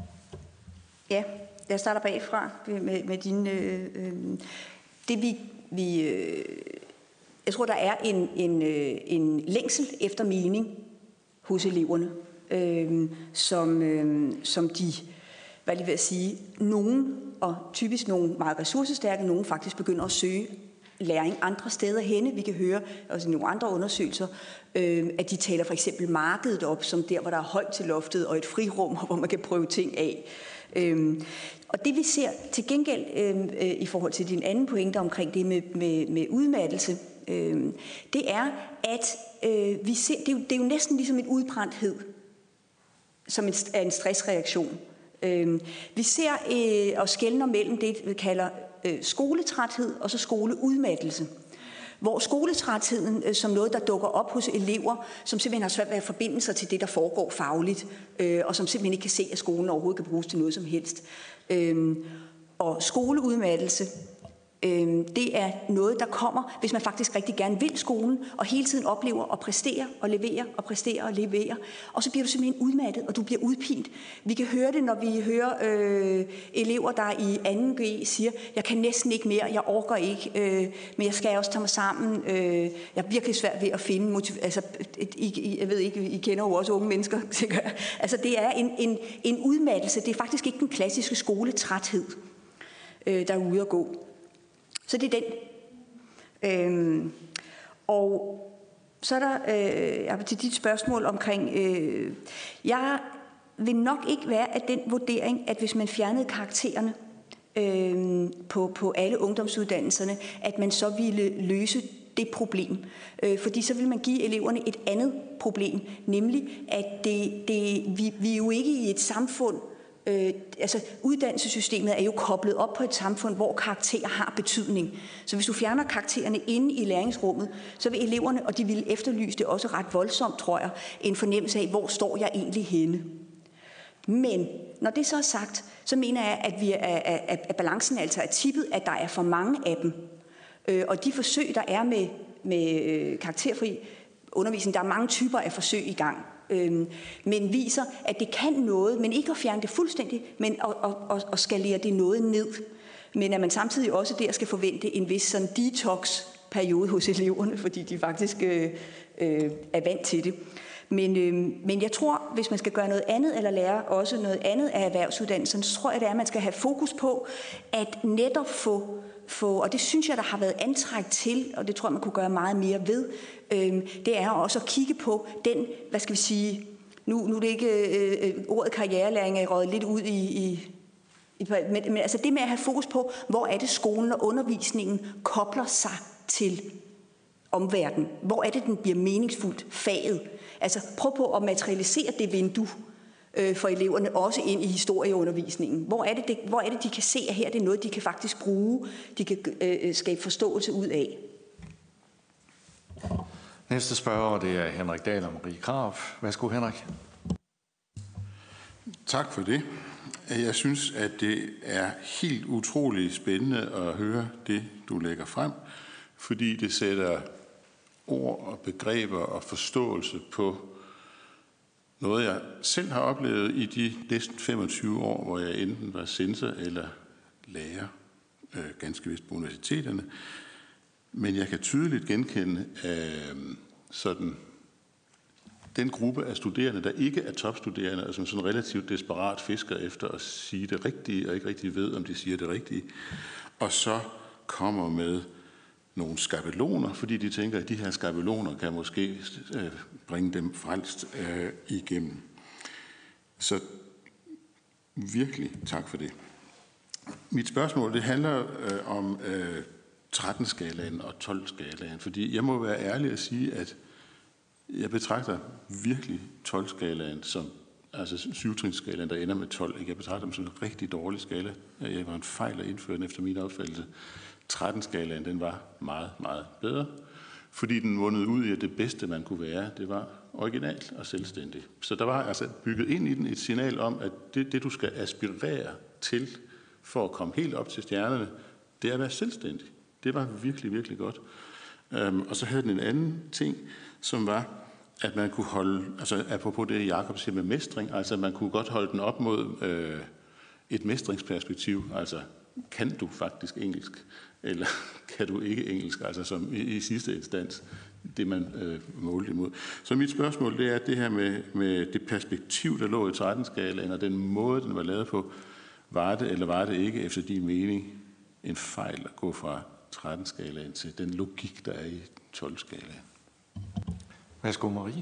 Ja, jeg starter bagfra med, med dine... Øh, øh, det vi... vi øh, jeg tror, der er en, en, øh, en længsel efter mening hos eleverne, øh, som, øh, som de, hvad jeg vil sige, nogen, og typisk nogle meget ressourcestærke, nogen faktisk begynder at søge læring andre steder henne. Vi kan høre også nogle andre undersøgelser, øh, at de taler for eksempel markedet op, som der, hvor der er højt til loftet, og et frirum, hvor man kan prøve ting af. Øhm, og det vi ser til gengæld øhm, øh, i forhold til din anden pointe omkring det med, med, med udmattelse, øhm, det er, at øh, vi ser, det, er jo, det er jo næsten ligesom en udbrændthed, som en, er en stressreaktion. Øhm, vi ser øh, og skelner mellem det, vi kalder øh, skoletræthed og så skoleudmattelse. Hvor skoletrætheden øh, som noget, der dukker op hos elever, som simpelthen har svært ved at forbinde sig til det, der foregår fagligt, øh, og som simpelthen ikke kan se, at skolen overhovedet kan bruges til noget som helst. Øh, og skoleudmattelse, øh, det er noget, der kommer, hvis man faktisk rigtig gerne vil skolen, og hele tiden oplever at præstere og levere og præstere og levere. Og så bliver du simpelthen udmattet, og du bliver udpint. Vi kan høre det, når vi hører øh, elever, der i anden G siger, jeg kan næsten ikke mere, jeg orker ikke, øh, men jeg skal også tage mig sammen. Øh, jeg er virkelig svært ved at finde motiv- altså, I, jeg ved ikke, I kender jo også unge mennesker. Altså det er en, en, en udmattelse, det er faktisk ikke den klassiske skoletræthed, øh, der er ude at gå. Så det er den. Øhm, og så er der øh, til dit spørgsmål omkring, øh, jeg vil nok ikke være af den vurdering, at hvis man fjernede karaktererne øh, på, på alle ungdomsuddannelserne, at man så ville løse det problem. Øh, fordi så vil man give eleverne et andet problem, nemlig at det, det, vi, vi er jo ikke i et samfund. Øh, altså uddannelsessystemet er jo koblet op på et samfund, hvor karakterer har betydning. Så hvis du fjerner karaktererne inde i læringsrummet, så vil eleverne, og de vil efterlyse det også ret voldsomt, tror jeg, en fornemmelse af, hvor står jeg egentlig henne. Men når det så er sagt, så mener jeg, at, vi er, at, at balancen altså er tippet, at der er for mange af dem. Øh, og de forsøg, der er med, med øh, karakterfri undervisning, der er mange typer af forsøg i gang. Øhm, men viser, at det kan noget, men ikke at fjerne det fuldstændig, men at, at, at, at skalere det noget ned. Men at man samtidig også der skal forvente en vis sådan detox-periode hos eleverne, fordi de faktisk øh, øh, er vant til det. Men, øh, men jeg tror, hvis man skal gøre noget andet, eller lære også noget andet af erhvervsuddannelsen, så tror jeg, det er, at man skal have fokus på at netop få, få og det synes jeg, der har været antræk til, og det tror jeg, man kunne gøre meget mere ved, øh, det er også at kigge på den, hvad skal vi sige, nu, nu er det ikke øh, ordet karrierelæring, er røget lidt ud i, i, i men, men altså det med at have fokus på, hvor er det skolen og undervisningen kobler sig til omverdenen. Hvor er det, den bliver meningsfuldt faget? Altså prøv på at materialisere det vindue øh, for eleverne, også ind i historieundervisningen. Hvor er, det, det, hvor er det, de kan se, at her det er noget, de kan faktisk bruge, de kan øh, skabe forståelse ud af. Næste spørger, det er Henrik Dahl og Marie Krav. Værsgo, Henrik. Tak for det. Jeg synes, at det er helt utroligt spændende at høre det, du lægger frem, fordi det sætter ord og begreber og forståelse på noget, jeg selv har oplevet i de næsten femogtyve år, hvor jeg enten var censor eller lærer, øh, ganske vist på universiteterne. Men jeg kan tydeligt genkende øh, sådan den gruppe af studerende, der ikke er topstuderende, og som sådan relativt desperat fisker efter at sige det rigtige, og ikke rigtig ved, om de siger det rigtige, og så kommer med nogle skabeloner, fordi de tænker, at de her skabeloner kan måske øh, bringe dem frelst øh, igennem. Så virkelig tak for det. Mit spørgsmål, det handler øh, om øh, tretten-skalaen og tolv-skalaen, fordi jeg må være ærlig at sige, at jeg betragter virkelig tolv-skalaen som, altså syv-trinsskalaen, der ender med tolv. Jeg betragter dem som en rigtig dårlig skala. Jeg var en fejl at indføre den efter min opfattelse. tretten-skalaen, den var meget, meget bedre, fordi den vundede ud i, at det bedste, man kunne være, det var original og selvstændig. Så der var altså bygget ind i den et signal om, at det, det du skal aspirere til for at komme helt op til stjernerne, det er at være selvstændig. Det var virkelig, virkelig godt. Um, og så havde den en anden ting, som var, at man kunne holde, altså apropos det, Jacob siger med mestring, altså man kunne godt holde den op mod øh, et mestringsperspektiv, altså kan du faktisk engelsk, eller kan du ikke engelsk, altså som i, i sidste instans, det man øh, målte imod. Så mit spørgsmål, det er det her med, med det perspektiv, der lå i tretten-skalaen, og den måde, den var lavet på, var det eller var det ikke, efter din mening, en fejl at gå fra tretten-skalaen til den logik, der er i tolv-skalaen? Værsgo, Marie.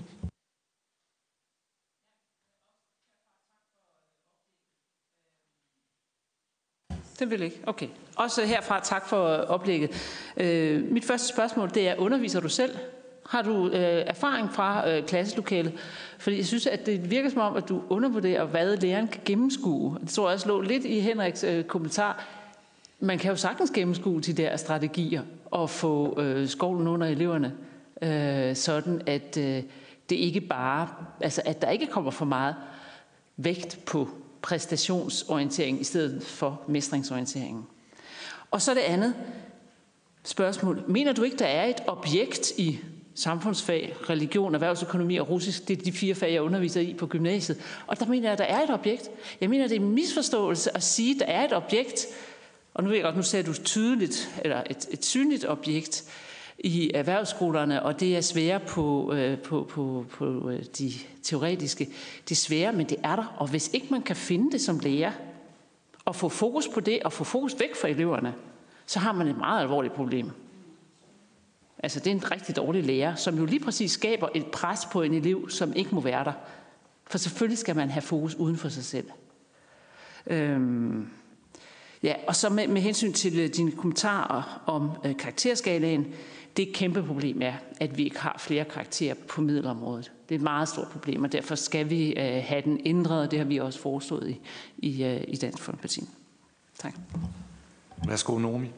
Det vil ikke. Okay. Også herfra tak for oplægget. Øh, mit første spørgsmål, det er, underviser du selv? Har du øh, erfaring fra øh, klasselokalet? Fordi jeg synes, at det virker som om, at du undervurderer, hvad læreren kan gennemskue. Det tror jeg også lå lidt i Henriks øh, kommentar. Man kan jo sagtens gennemskue de der strategier og få øh, skovlen under eleverne, øh, sådan at øh, det ikke bare, altså at der ikke kommer for meget vægt på præstationsorientering i stedet for mestringsorienteringen. Og så det andet spørgsmål. Mener du ikke, der er et objekt i samfundsfag, religion, erhvervsøkonomi og russisk? Det er de fire fag, jeg underviser i på gymnasiet. Og der mener jeg, at der er et objekt. Jeg mener, det er en misforståelse at sige, at der er et objekt, og nu ved jeg godt, nu ser du tydeligt, eller et, et synligt objekt i erhvervsskolerne, og det er svære på, øh, på, på, på de teoretiske. Det er svære, men det er der. Og hvis ikke man kan finde det som lærer, og få fokus på det, og få fokus væk fra eleverne, så har man et meget alvorligt problem. Altså, det er en rigtig dårlig lærer, som jo lige præcis skaber et pres på en elev, som ikke må være der. For selvfølgelig skal man have fokus uden for sig selv. Øhm Ja, og så med, med hensyn til uh, dine kommentarer om uh, karakterskalaen, det er et kæmpe problem er, at vi ikke har flere karakterer på middelområdet. Det er et meget stort problem, og derfor skal vi uh, have den ændret, og det har vi også foreslået i, i, uh, i Dansk Folkeparti. Tak. Værsgo, Nomi.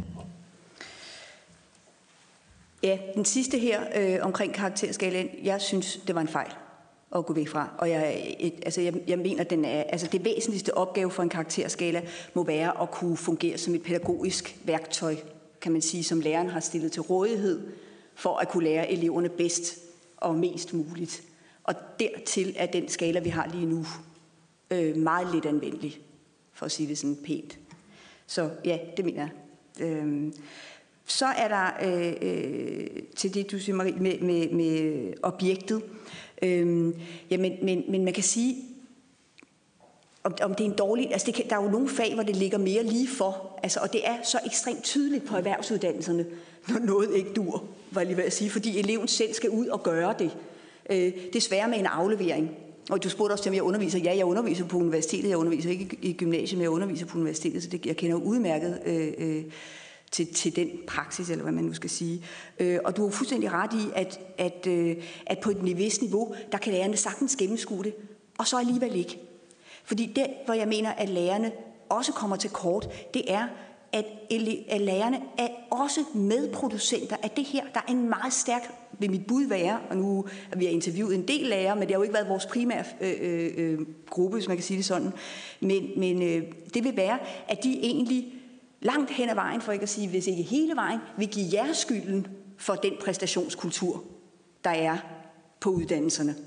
Ja, den sidste her øh, omkring karakterskalaen, jeg synes, det var en fejl at gå væk fra. Og jeg, et, altså jeg, jeg mener, den er, altså det væsentligste opgave for en karakterskala må være at kunne fungere som et pædagogisk værktøj, kan man sige, som læreren har stillet til rådighed for at kunne lære eleverne bedst og mest muligt. Og dertil er den skala, vi har lige nu, øh, meget lidt anvendelig, for at sige det sådan pænt. Så ja, det mener jeg. Øh, så er der øh, øh, til det, du siger, Marie, med, med, med objektet. Øhm, ja, men, men, men man kan sige, om, om det er en dårlig, altså det kan, der er jo nogle fag, hvor det ligger mere lige for, altså, og det er så ekstremt tydeligt på erhvervsuddannelserne, når noget ikke dur, var jeg lige ved at sige, fordi eleven selv skal ud og gøre det. Øh, det er svært med en aflevering. Og du spurgte også til, om jeg underviser. Ja, jeg underviser på universitetet, jeg underviser ikke i gymnasiet, men jeg underviser på universitetet, så det, jeg kender udmærket øh, øh, Til, til den praksis, eller hvad man nu skal sige. Øh, og du har fuldstændig ret i, at, at, øh, at på et vist niveau, der kan lærerne sagtens gennemskue det, og så alligevel ikke. Fordi det, hvor jeg mener, at lærerne også kommer til kort, det er, at, at lærerne er også medproducenter af det her. Der er en meget stærk, vil mit bud være, og nu har vi interviewet en del lærere, men det har jo ikke været vores primære øh, øh, gruppe, hvis man kan sige det sådan. Men, men øh, det vil være, at de egentlig langt hen ad vejen, for ikke at sige, hvis ikke hele vejen, vil give jer skylden for den præstationskultur, der er på uddannelserne.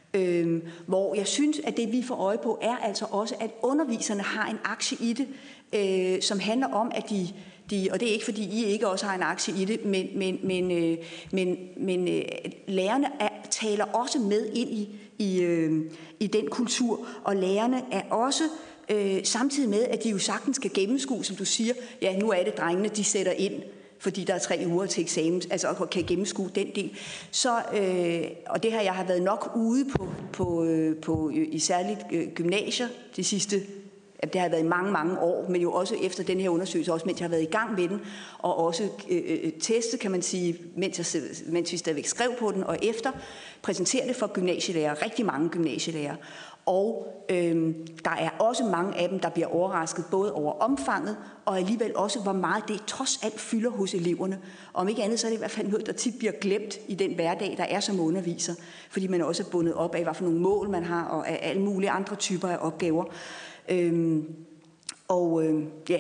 Øh, hvor jeg synes, at det vi får øje på, er altså også, at underviserne har en aktie i det, øh, som handler om, at de, de, og det er ikke fordi I ikke også har en aktie i det, men, men, men, øh, men, men øh, lærerne er, taler også med ind i, i, øh, i den kultur, og lærerne er også øh, samtidig med, at de jo sagtens skal gennemskue, som du siger, ja, nu er det drengene, de sætter ind, fordi der er tre uger til eksamen, altså og kan gennemskue den del. Så, øh, og det har jeg har været nok ude på, på, øh, på i særligt øh, gymnasier de sidste, det har været i mange, mange år, men jo også efter den her undersøgelse, også mens jeg har været i gang med den, og også øh, testet, kan man sige, mens, jeg, mens vi stadigvæk skrev på den, og efter præsentere det for gymnasielærer, rigtig mange gymnasielærer. Og øh, der er også mange af dem, der bliver overrasket både over omfanget, og alligevel også, hvor meget det trods alt fylder hos eleverne. Om ikke andet, så er det i hvert fald noget, der tit bliver glemt i den hverdag, der er som underviser, fordi man også er bundet op af, hvad for nogle mål man har, og af alle mulige andre typer af opgaver. Øh, og øh, ja,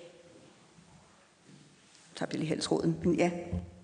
så tager vi lige halsråden, men ja.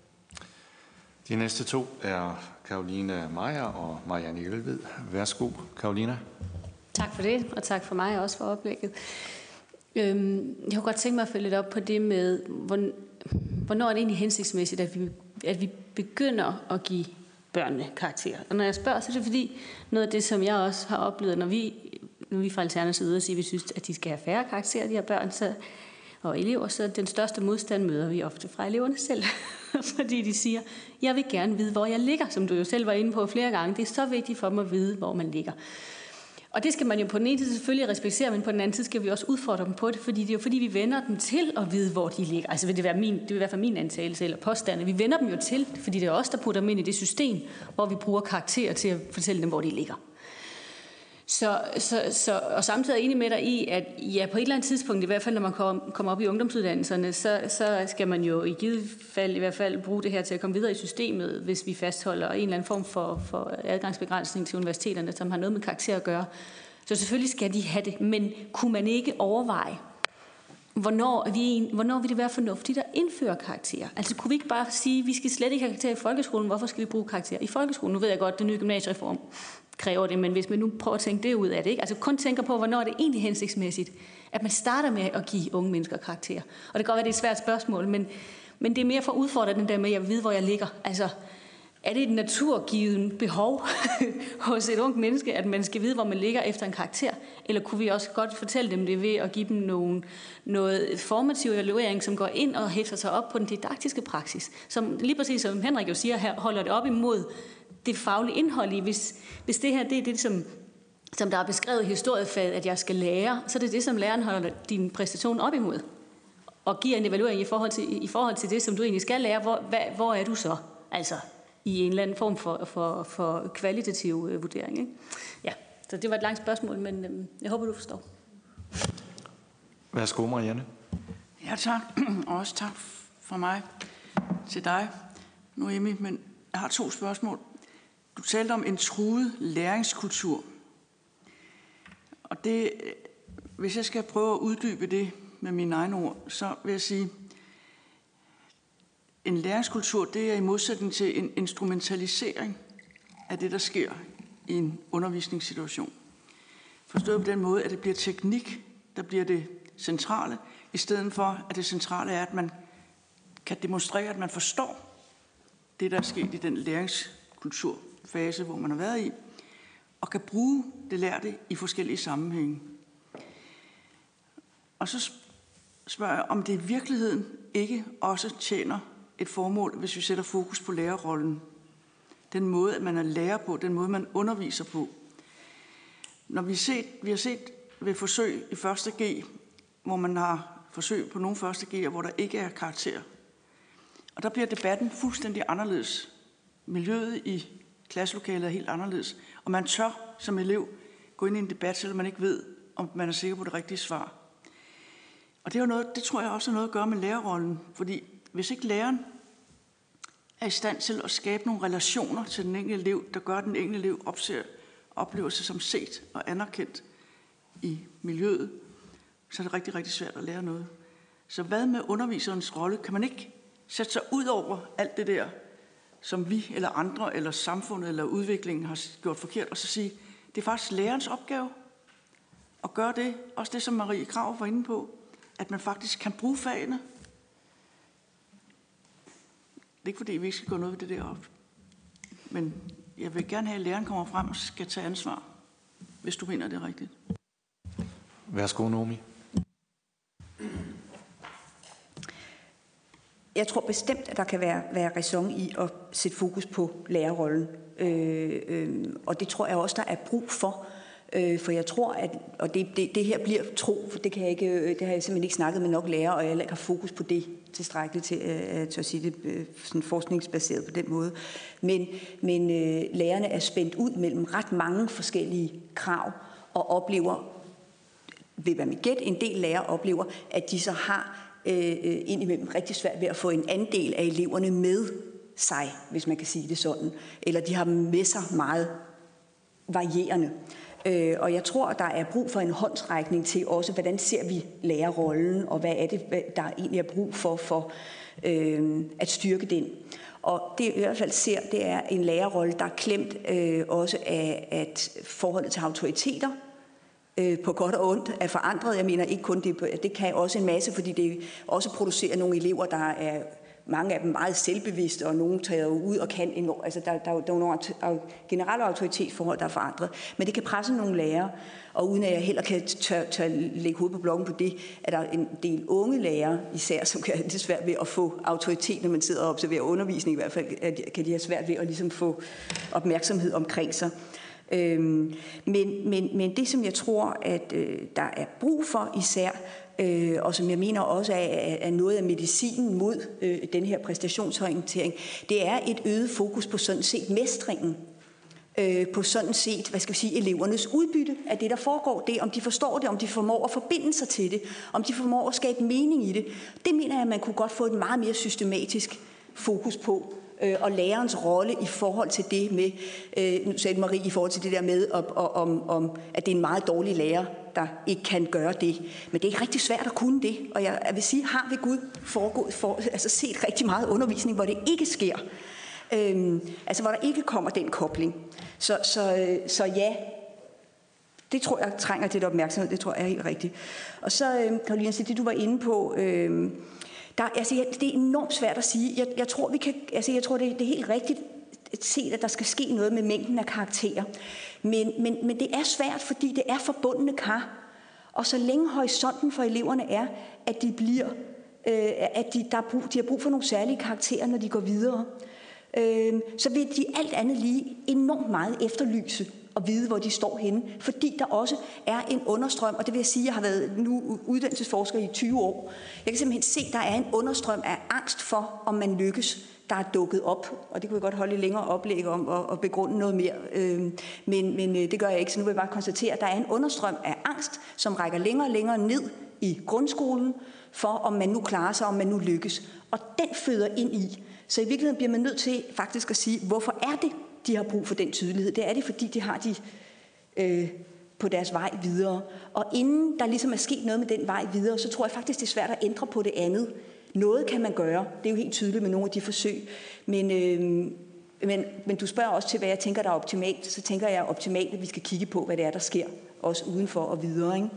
De næste to er Caroline Meyer og Marianne Jelved. Værsgo, Caroline. Tak for det, og tak for mig også for oplægget. Øhm, jeg kunne godt tænke mig at følge lidt op på det med, hvornår er det egentlig hensigtsmæssigt, at vi, at vi begynder at give børnene karakterer. Og når jeg spørger, så er det fordi, noget af det, som jeg også har oplevet, når vi, når vi fra Alternativet ude og siger, at vi synes, at de skal have færre karakterer, de her børn, så, og elever, så den største modstand møder vi ofte fra eleverne selv. Fordi de siger, jeg vil gerne vide, hvor jeg ligger, som du jo selv var inde på flere gange. Det er så vigtigt for dem at vide, hvor man ligger. Og det skal man jo på den ene side selvfølgelig respektere, men på den anden side skal vi også udfordre dem på det, fordi det er jo fordi, vi vender dem til at vide, hvor de ligger. Altså vil det være min, det vil i hvert fald min antagelse eller påstande. Vi vender dem jo til, fordi det er os, der putter dem ind i det system, hvor vi bruger karakterer til at fortælle dem, hvor de ligger. Så, så, så, og samtidig er jeg enig med dig i, at ja, på et eller andet tidspunkt, i hvert fald når man kommer op i ungdomsuddannelserne, så, så skal man jo i givet fald i hvert fald bruge det her til at komme videre i systemet, hvis vi fastholder en eller anden form for, for adgangsbegrænsning til universiteterne, som har noget med karakter at gøre. Så selvfølgelig skal de have det, men kunne man ikke overveje, hvornår, vi, hvornår vil det være fornuftigt at indføre karakterer? Altså kunne vi ikke bare sige, at vi skal slet ikke have karakterer i folkeskolen, hvorfor skal vi bruge karakterer i folkeskolen? Nu ved jeg godt, at den nye gymnasiereform kræver det, men hvis man nu prøver at tænke det ud af det, ikke? Altså kun tænker på, hvornår er det egentlig hensigtsmæssigt, at man starter med at give unge mennesker karakterer. Og det kan godt være, det er et svært spørgsmål, men, men det er mere for at udfordre den der med, at jeg ved, hvor jeg ligger. Altså, er det et naturgivet behov hos et ungt menneske, at man skal vide, hvor man ligger efter en karakter? Eller kunne vi også godt fortælle dem det ved at give dem nogle, noget formativ evaluering, som går ind og hæfter sig op på den didaktiske praksis? Som lige præcis som Henrik jo siger her, holder det op imod det faglige indhold i. Hvis, hvis det her det er det, som, som der er beskrevet i historiefaget, at jeg skal lære, så er det det, som læreren holder din præstation op imod. Og giver en evaluering i forhold til, i forhold til det, som du egentlig skal lære. Hvor, hvad, hvor er du så? Altså i en eller anden form for, for, for kvalitativ øh, vurdering. Ikke? Ja, så det var et langt spørgsmål, men øh, jeg håber, du forstår. Værsgo, Marianne. Ja, tak. Og også tak fra mig til dig, Noemi, men jeg har to spørgsmål. Du talte om en truet læringskultur. Og det, hvis jeg skal prøve at uddybe det med mine egne ord, så vil jeg sige, en læringskultur, det er i modsætning til en instrumentalisering af det, der sker i en undervisningssituation. Forstået på den måde, at det bliver teknik, der bliver det centrale, i stedet for, at det centrale er, at man kan demonstrere, at man forstår det, der er sket i den læringskulturfase, hvor man har været i, og kan bruge det lærte i forskellige sammenhænge. Og så spørger jeg, om det i virkeligheden ikke også tjener et formål, hvis vi sætter fokus på lærerrollen. Den måde, at man er lærer på, den måde, man underviser på. Når vi, set, vi har set ved forsøg i første G, hvor man har forsøg på nogle første G'er, hvor der ikke er karakter. Og der bliver debatten fuldstændig anderledes. Miljøet i klasselokalet er helt anderledes. Og man tør som elev gå ind i en debat, selvom man ikke ved, om man er sikker på det rigtige svar. Og det, er jo noget, det tror jeg også har noget at gøre med lærerrollen. Fordi hvis ikke læreren er i stand til at skabe nogle relationer til den enkelte elev, der gør, at den enkelte elev opser, oplever sig som set og anerkendt i miljøet, så er det rigtig, rigtig svært at lære noget. Så hvad med underviserens rolle? Kan man ikke sætte sig ud over alt det der som vi eller andre eller samfundet eller udviklingen har gjort forkert, og så sige, det er faktisk lærerens opgave at gøre det, også det som Marie Krarup var inde på, at man faktisk kan bruge fagene. Det er ikke fordi, vi ikke skal gå noget ved det deroppe. Men jeg vil gerne have, at læreren kommer frem og skal tage ansvar, hvis du mener, det er rigtigt. Værsgo, Nomi. Jeg tror bestemt, at der kan være, være ræson i at sætte fokus på lærerrollen. Øh, øh, og det tror jeg også, der er brug for. Øh, for jeg tror, at og det, det, det her bliver tro, for det, kan jeg ikke, det har jeg simpelthen ikke snakket med nok lærere, og jeg ikke har fokus på det tilstrækkeligt til at, at sige det sådan forskningsbaseret på den måde. Men, men øh, lærerne er spændt ud mellem ret mange forskellige krav, og oplever, ved hvad mit gæt, en del lærere oplever, at de så har øh, indimellem rigtig svært ved at få en andel af eleverne med sig, hvis man kan sige det sådan. Eller de har med sig meget varierende. Øh, og jeg tror, at der er brug for en håndsrækning til også, hvordan ser vi lærerrollen, og hvad er det, der egentlig er brug for, for øh, at styrke den. Og det jeg i hvert fald ser, det er en lærerrolle, der er klemt øh, også af, at forholdet til autoriteter, øh, på godt og ondt, er forandret. Jeg mener ikke kun det, det kan også en masse, fordi det også producerer nogle elever, der er mange af dem meget selvbevidste, og nogen tager ud og kan enormt. Altså, der, der, der er nogle generelle autoritetsforhold, der er forandret. Men det kan presse nogle lærere, og uden at jeg heller kan tør, tør lægge hovedet på blokken på det, er der en del unge lærere, især, som kan have det svært ved at få autoritet, når man sidder og observerer undervisning. I hvert fald kan de have svært ved at ligesom få opmærksomhed omkring sig. Øhm, men, men, men det, som jeg tror, at øh, der er brug for især, øh, og som jeg mener også er, er noget af medicinen mod øh, den her præstationsorientering, det er et øget fokus på sådan set mestringen. Øh, på sådan set, hvad skal vi sige, elevernes udbytte af det, der foregår. Det, om de forstår det, om de formår at forbinde sig til det, om de formår at skabe mening i det. Det mener jeg, at man kunne godt få et meget mere systematisk fokus på. Og lærerens rolle i forhold til det med, øh, nu sagde Marie, i forhold til det der med, op, og, om, om, at det er en meget dårlig lærer, der ikke kan gøre det. Men det er rigtig svært at kunne det. Og jeg, jeg vil sige, har ved Gud foregået, for, altså set rigtig meget undervisning, hvor det ikke sker. Øhm, altså hvor der ikke kommer den kobling. Så, så, så ja, det tror jeg trænger til et opmærksomhed. Det tror jeg er helt rigtigt. Og så, øh, Karoline, det du var inde på... Øh, Der, altså, det er enormt svært at sige. Jeg, jeg tror, vi kan, altså, jeg tror det, det er helt rigtigt set, at der skal ske noget med mængden af karakterer. Men, men, men det er svært, fordi det er forbundne kar. Og så længe horisonten for eleverne er, at de bliver, øh, at de, der er brug, de har brug for nogle særlige karakterer, når de går videre, øh, så vil de alt andet lige enormt meget efterlyse og vide, hvor de står henne, fordi der også er en understrøm, og det vil jeg sige, jeg har været nu uddannelsesforsker i tyve år. Jeg kan simpelthen se, at der er en understrøm af angst for, om man lykkes, der er dukket op, og det kunne jeg godt holde et længere oplæg om og, og begrunde noget mere, men, men det gør jeg ikke, så nu vil jeg bare konstatere, at der er en understrøm af angst, som rækker længere og længere ned i grundskolen, for om man nu klarer sig, om man nu lykkes, og den føder ind i. Så i virkeligheden bliver man nødt til faktisk at sige, hvorfor er det, de har brug for den tydelighed. Det er det, fordi de har de øh, på deres vej videre. Og inden der ligesom er sket noget med den vej videre, så tror jeg faktisk, det er svært at ændre på det andet. Noget kan man gøre. Det er jo helt tydeligt med nogle af de forsøg. Men, øh, men, men du spørger også til, hvad jeg tænker, der er optimalt. Så tænker jeg optimalt, at vi skal kigge på, hvad det er, der sker. Også udenfor og videre. Ikke?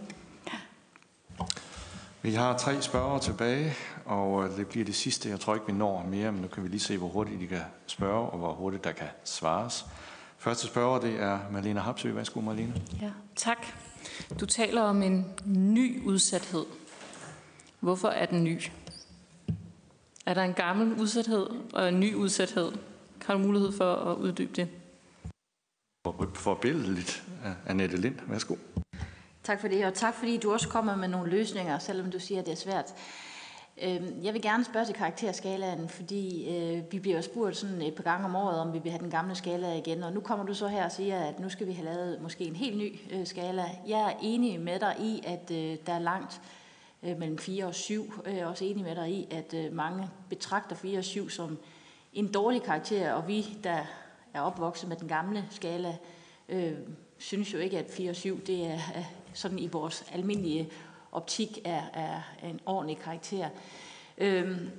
Vi har tre spørgere tilbage, og det bliver det sidste. Jeg tror ikke, vi når mere, men nu kan vi lige se, hvor hurtigt de kan spørge, og hvor hurtigt der kan svares. Første spørger, det er Marlene Harpsøe. Værsgo, Marlene. Ja, tak. Du taler om en ny udsathed. Hvorfor er den ny? Er der en gammel udsathed og en ny udsathed? Har du mulighed for at uddybe det? Forbilledeligt. Annette Lind, værsgo. Tak for det, og tak fordi du også kommer med nogle løsninger, selvom du siger, at det er svært. Jeg vil gerne spørge til karakterskalaen, fordi vi bliver spurgt sådan et par gange om året, om vi vil have den gamle skala igen, og nu kommer du så her og siger, at nu skal vi have lavet måske en helt ny skala. Jeg er enig med dig i, at der er langt mellem fire og syv. Jeg er også enig med dig i, at mange betragter fire og syv som en dårlig karakter, og vi, der er opvokset med den gamle skala, øh, synes jo ikke, at fire og syv, det er sådan i vores almindelige optik er, er en ordentlig karakter. Øhm,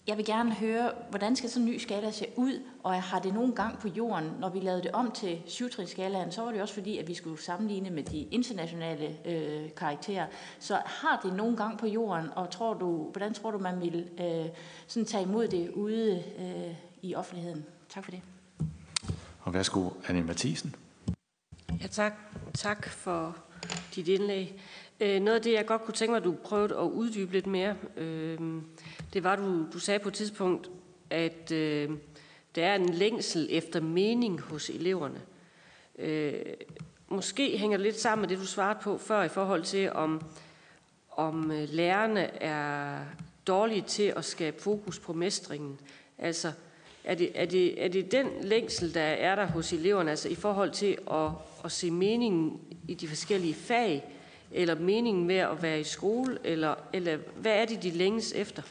Jeg vil gerne høre, hvordan skal sådan en ny skala se ud, og har det nogen gang på jorden? Når vi lavede det om til syv-trinsskalaen, så var det også fordi, at vi skulle sammenligne med de internationale øh, karakterer. Så har det nogen gang på jorden, og tror du, hvordan tror du, man vil øh, sådan tage imod det ude øh, i offentligheden? Tak for det. Og værsgo, Anne Matthiesen. Ja, tak. Tak for dit indlæg. Noget af det, jeg godt kunne tænke mig, at du prøvede at uddybe lidt mere, øh, det var, du, du sagde på et tidspunkt, at øh, der er en længsel efter mening hos eleverne. Øh, måske hænger det lidt sammen med det, du svarede på før, i forhold til, om, om lærerne er dårlige til at skabe fokus på mestringen. Altså, er det, er det, er det den længsel, der er der hos eleverne, altså i forhold til at, at se meningen i de forskellige fag, eller meningen med at være i skole, eller, eller hvad er det, de længes efter?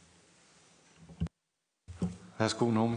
Værsgo, Naomi.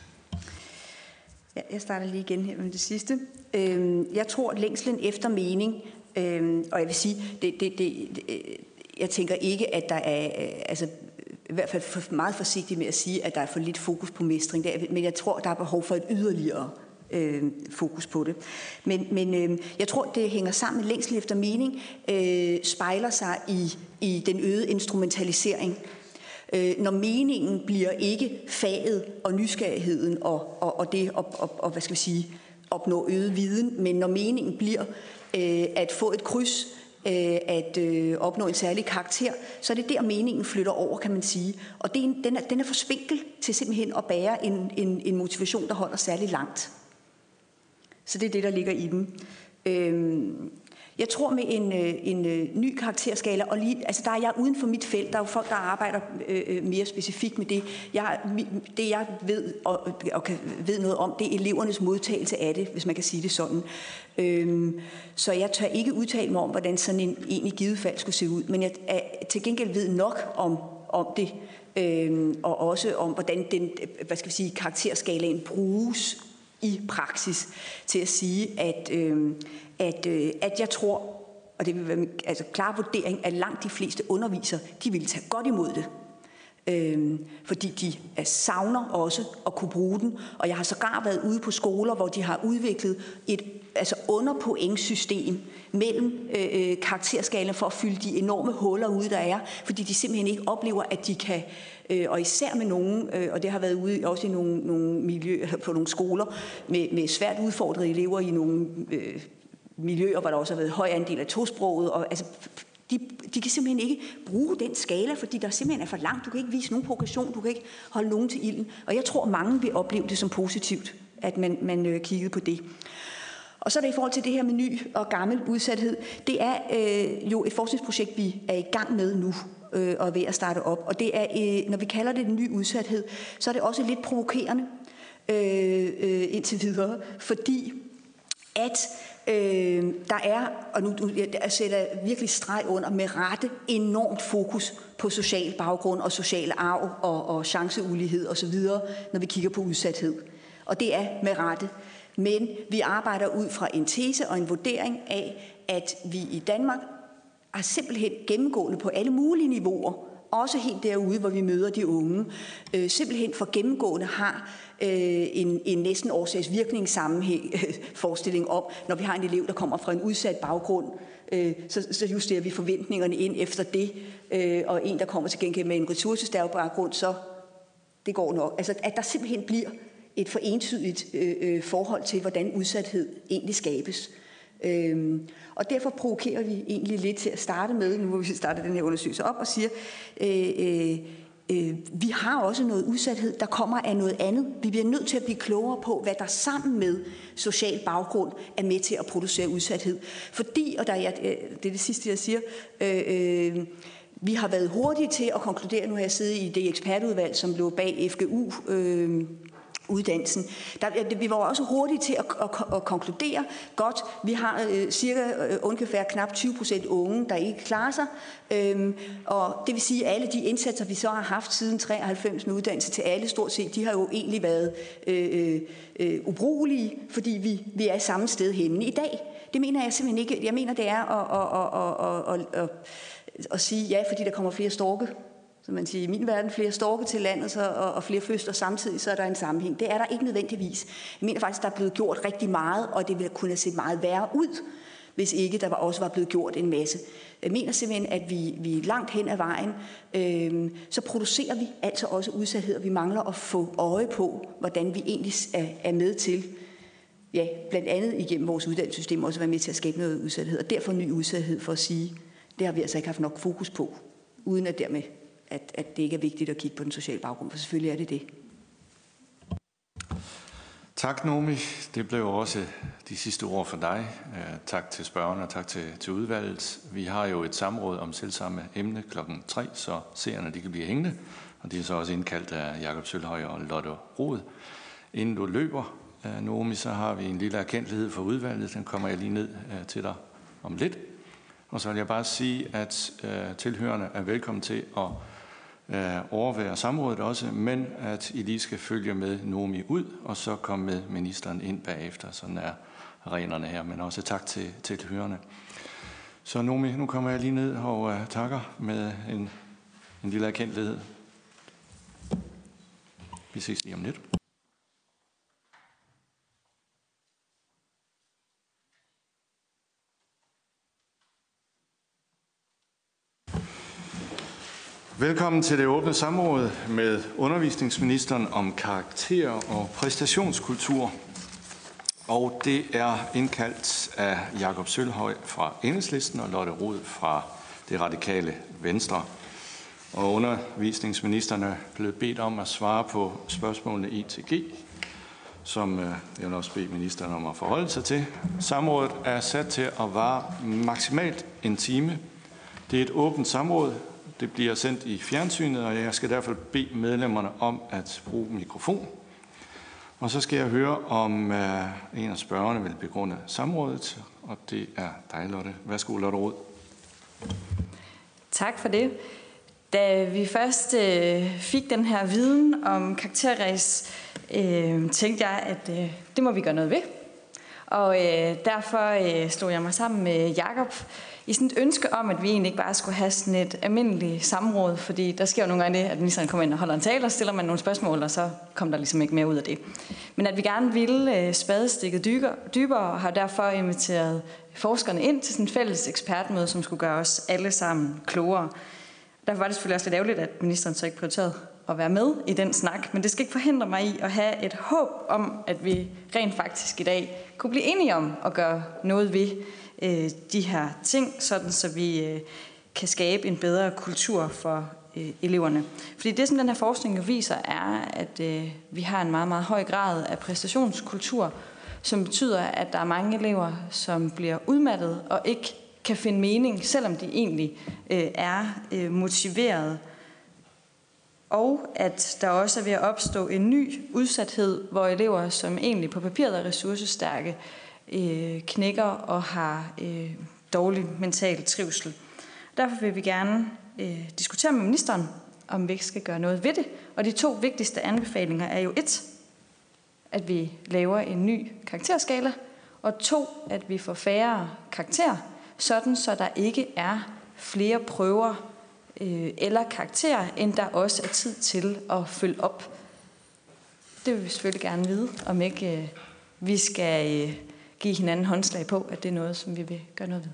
Ja, jeg starter lige igen her med det sidste. Jeg tror, at længslen efter mening, og jeg vil sige, det, det, det, jeg tænker ikke, at der er, altså i hvert fald for meget forsigtig med at sige, at der er for lidt fokus på mestring, men jeg tror, der er behov for et yderligere Øh, fokus på det. Men, men øh, jeg tror, det hænger sammen med længsel efter mening, øh, spejler sig i, i den øgede instrumentalisering. Øh, når meningen bliver ikke faget og nysgerrigheden og, og, og det og, og, og, hvad skal vi sige, opnå øget viden, men når meningen bliver øh, at få et kryds, øh, at øh, opnå en særlig karakter, så er det der, meningen flytter over, kan man sige. Og det er en, den, er, den er for spinkel til simpelthen at bære en, en, en motivation, der holder særlig langt. Så det er det, der ligger i dem. Øhm, jeg tror med en, en, en ny karakterskala, og lige, altså der er jeg uden for mit felt, der er jo folk, der arbejder øh, mere specifikt med det. Jeg, det jeg ved og, og kan, ved noget om, det er elevernes modtagelse af det, hvis man kan sige det sådan. Øhm, så jeg tør ikke udtale mig om, hvordan sådan en, en i givet fald skulle se ud, men jeg er, til gengæld ved nok om, om det, øhm, og også om, hvordan den, hvad skal vi sige, karakterskalaen bruges i praksis, til at sige, at, øh, at, øh, at jeg tror, og det vil være altså klar vurdering, at langt de fleste undervisere, de vil tage godt imod det. Øh, fordi de er, savner også at kunne bruge den, og jeg har sågar været ude på skoler, hvor de har udviklet et altså underpointsystem mellem øh, karakterskalaen for at fylde de enorme huller ude, der er, fordi de simpelthen ikke oplever, at de kan, øh, og især med nogen, øh, og det har været ude også i nogle, nogle miljøer, på nogle skoler, med, med svært udfordrede elever i nogle øh, miljøer, hvor der også har været høj andel af tosproget, og altså de, de kan simpelthen ikke bruge den skala, fordi der simpelthen er for langt. Du kan ikke vise nogen progression, du kan ikke holde nogen til ilden, og jeg tror, mange vil opleve det som positivt, at man, man øh, kiggede på det. Og så er det i forhold til det her med ny og gammel udsathed. Det er øh, jo et forskningsprojekt, vi er i gang med nu øh, og er ved at starte op. Og det er, øh, når vi kalder det en ny udsathed, så er det også lidt provokerende øh, øh, indtil videre, fordi at øh, der er, og nu jeg sætter virkelig streg under, med rette enormt fokus på social baggrund og social arv og, og chanceulighed osv., når vi kigger på udsathed. Og det er med rette. Men vi arbejder ud fra en tese og en vurdering af, at vi i Danmark har simpelthen gennemgående på alle mulige niveauer, også helt derude, hvor vi møder de unge, øh, simpelthen for gennemgående har øh, en, en næsten årsagsvirkningssammenhæng forestilling om, når vi har en elev, der kommer fra en udsat baggrund, øh, så, så justerer vi forventningerne ind efter det, øh, og en, der kommer til gengæld med en ressourcestærk baggrund, så det går nok. Altså, at der simpelthen bliver et for entydigt øh, forhold til, hvordan udsathed egentlig skabes. Øhm, og derfor provokerer vi egentlig lidt til at starte med, nu hvor vi starter den her undersøgelse op, og siger, øh, øh, øh, vi har også noget udsathed, der kommer af noget andet. Vi bliver nødt til at blive klogere på, hvad der sammen med social baggrund er med til at producere udsathed. Fordi, og der er, det er det sidste, jeg siger, øh, øh, vi har været hurtige til at konkludere, nu har jeg siddet i det ekspertudvalg, som lå bag F G U, øh, uddannelsen. Der, vi var også hurtige til at, at, at konkludere, godt, vi har øh, cirka øh, ungefær knap tyve procent unge, der ikke klarer sig, øhm, og det vil sige, at alle de indsatser, vi så har haft siden treoghalvfems med uddannelse til alle stort set, de har jo egentlig været øh, øh, ubrugelige, fordi vi, vi er samme sted henne i dag. Det mener jeg simpelthen ikke. Jeg mener, det er at, at, at, at, at, at, at sige ja, fordi der kommer flere storke Så man siger, i min verden flere storke til landet så, og, og flere fødsler samtidig, så er der en sammenhæng. Det er der ikke nødvendigvis. Jeg mener faktisk, der er blevet gjort rigtig meget, og det ville kunne have set meget værre ud, hvis ikke der var, også var blevet gjort en masse. Jeg mener simpelthen, at vi, vi er langt hen ad vejen, øh, så producerer vi altså også udsathed, og vi mangler at få øje på, hvordan vi egentlig er, er med til, ja, blandt andet igennem vores uddannelsessystem, også være med til at skabe noget udsathed, og derfor ny udsathed for at sige, det har vi altså ikke haft nok fokus på, uden at dermed, at, at det ikke er vigtigt at kigge på den sociale baggrund, for selvfølgelig er det det. Tak, Nomi. Det blev også de sidste ord for dig. Tak til spørgerne og tak til, til udvalget. Vi har jo et samråd om selvsamme emne klokken tre, så seerne de kan blive hængende. Og det er så også indkaldt af Jakob Sølhøj og Lotte Rod. Inden du løber, Nomi, så har vi en lille erkendelighed for udvalget. Den kommer jeg lige ned til dig om lidt. Og så vil jeg bare sige, at tilhørende er velkommen til at overvære samrådet også, men at I lige skal følge med Nomi ud, og så komme med ministeren ind bagefter. Sådan er reglerne her, men også tak til tilhørende. Så Nomi, nu kommer jeg lige ned og uh, takker med en, en lille erkendelighed. Vi ses lige om lidt. Velkommen til det åbne samråd med undervisningsministeren om karakter og præstationskultur. Og det er indkaldt af Jakob Sølhøj fra Enhedslisten og Lotte Rod fra det radikale Venstre. Og undervisningsministeren er blevet bedt om at svare på spørgsmålene E til G, som jeg vil også bede ministeren om at forholde sig til. Samrådet er sat til at vare maksimalt en time. Det er et åbent samråd. Det bliver sendt i fjernsynet, og jeg skal derfor bede medlemmerne om at bruge mikrofon. Og så skal jeg høre, om uh, en af spørgerne vil begrunde samrådet, og det er dig, Lotte. Værsgo, Lotte Rod. Tak for det. Da vi først øh, fik den her viden om karakterræs, øh, tænkte jeg, at øh, det må vi gøre noget ved. Og øh, derfor øh, slog jeg mig sammen med Jakob i sådan et ønske om, at vi egentlig ikke bare skulle have sådan et almindeligt samråd, fordi der sker jo nogle gange det, at ministeren kommer ind og holder en tale, og stiller man nogle spørgsmål, og så kommer der ligesom ikke mere ud af det. Men at vi gerne ville øh, spadestikket dybere, dybere, og har derfor inviteret forskerne ind til sådan et fælles ekspertmøde, som skulle gøre os alle sammen klogere. Derfor var det selvfølgelig også lidt ærgerligt, at ministeren så ikke prioriterede at være med i den snak, men det skal ikke forhindre mig i at have et håb om, at vi rent faktisk i dag kunne blive enige om at gøre noget ved øh, de her ting, sådan så vi øh, kan skabe en bedre kultur for øh, eleverne. Fordi det, som den her forskning jo viser, er, at øh, vi har en meget, meget høj grad af præstationskultur, som betyder, at der er mange elever, som bliver udmattet og ikke kan finde mening, selvom de egentlig øh, er øh, motiveret. Og at der også er ved at opstå en ny udsathed, hvor elever, som egentlig på papiret er ressourcestærke, øh, knækker og har øh, dårlig mental trivsel. Derfor vil vi gerne øh, diskutere med ministeren, om vi ikke skal gøre noget ved det. Og de to vigtigste anbefalinger er jo et, at vi laver en ny karakterskala, og to, at vi får færre karakterer, sådan så der ikke er flere prøver øh, eller karakterer, end der også er tid til at følge op. Det vil vi selvfølgelig gerne vide, om ikke øh, vi skal øh, give hinanden håndslag på, at det er noget, som vi vil gøre noget ved.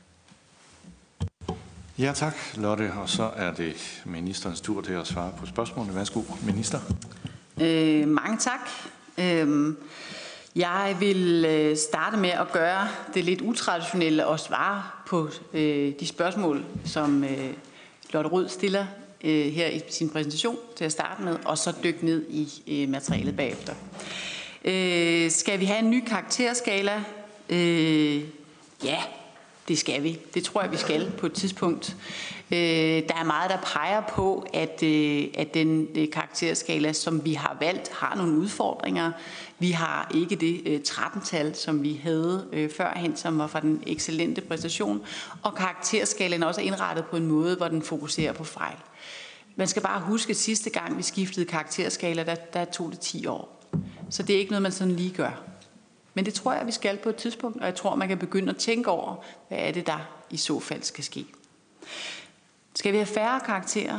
Ja, tak, Lotte. Og så er det ministerens tur til at svare på spørgsmålene. Værsgo, minister. Øh, mange tak. Øh, jeg vil øh, starte med at gøre det lidt utraditionelle og svare på øh, de spørgsmål, som øh, Lotte Rod stiller øh, her i sin præsentation til at starte med, og så dykke ned i øh, materialet bagefter. Øh, skal vi have en ny karakterskala? Øh, ja, det skal vi. Det tror jeg, vi skal på et tidspunkt. Øh, der er meget, der peger på, at, øh, at den øh, karakterskala, som vi har valgt, har nogle udfordringer. Vi har ikke det øh, tretten-tal, som vi havde øh, førhen, som var fra den excellente præstation. Og karakterskalaen også er indrettet på en måde, hvor den fokuserer på fejl. Man skal bare huske, at sidste gang vi skiftede karakterskala, der, der tog det ti år. Så det er ikke noget, man sådan lige gør. Men det tror jeg, vi skal på et tidspunkt, og jeg tror, man kan begynde at tænke over, hvad er det, der i så fald skal ske. Skal vi have færre karakterer?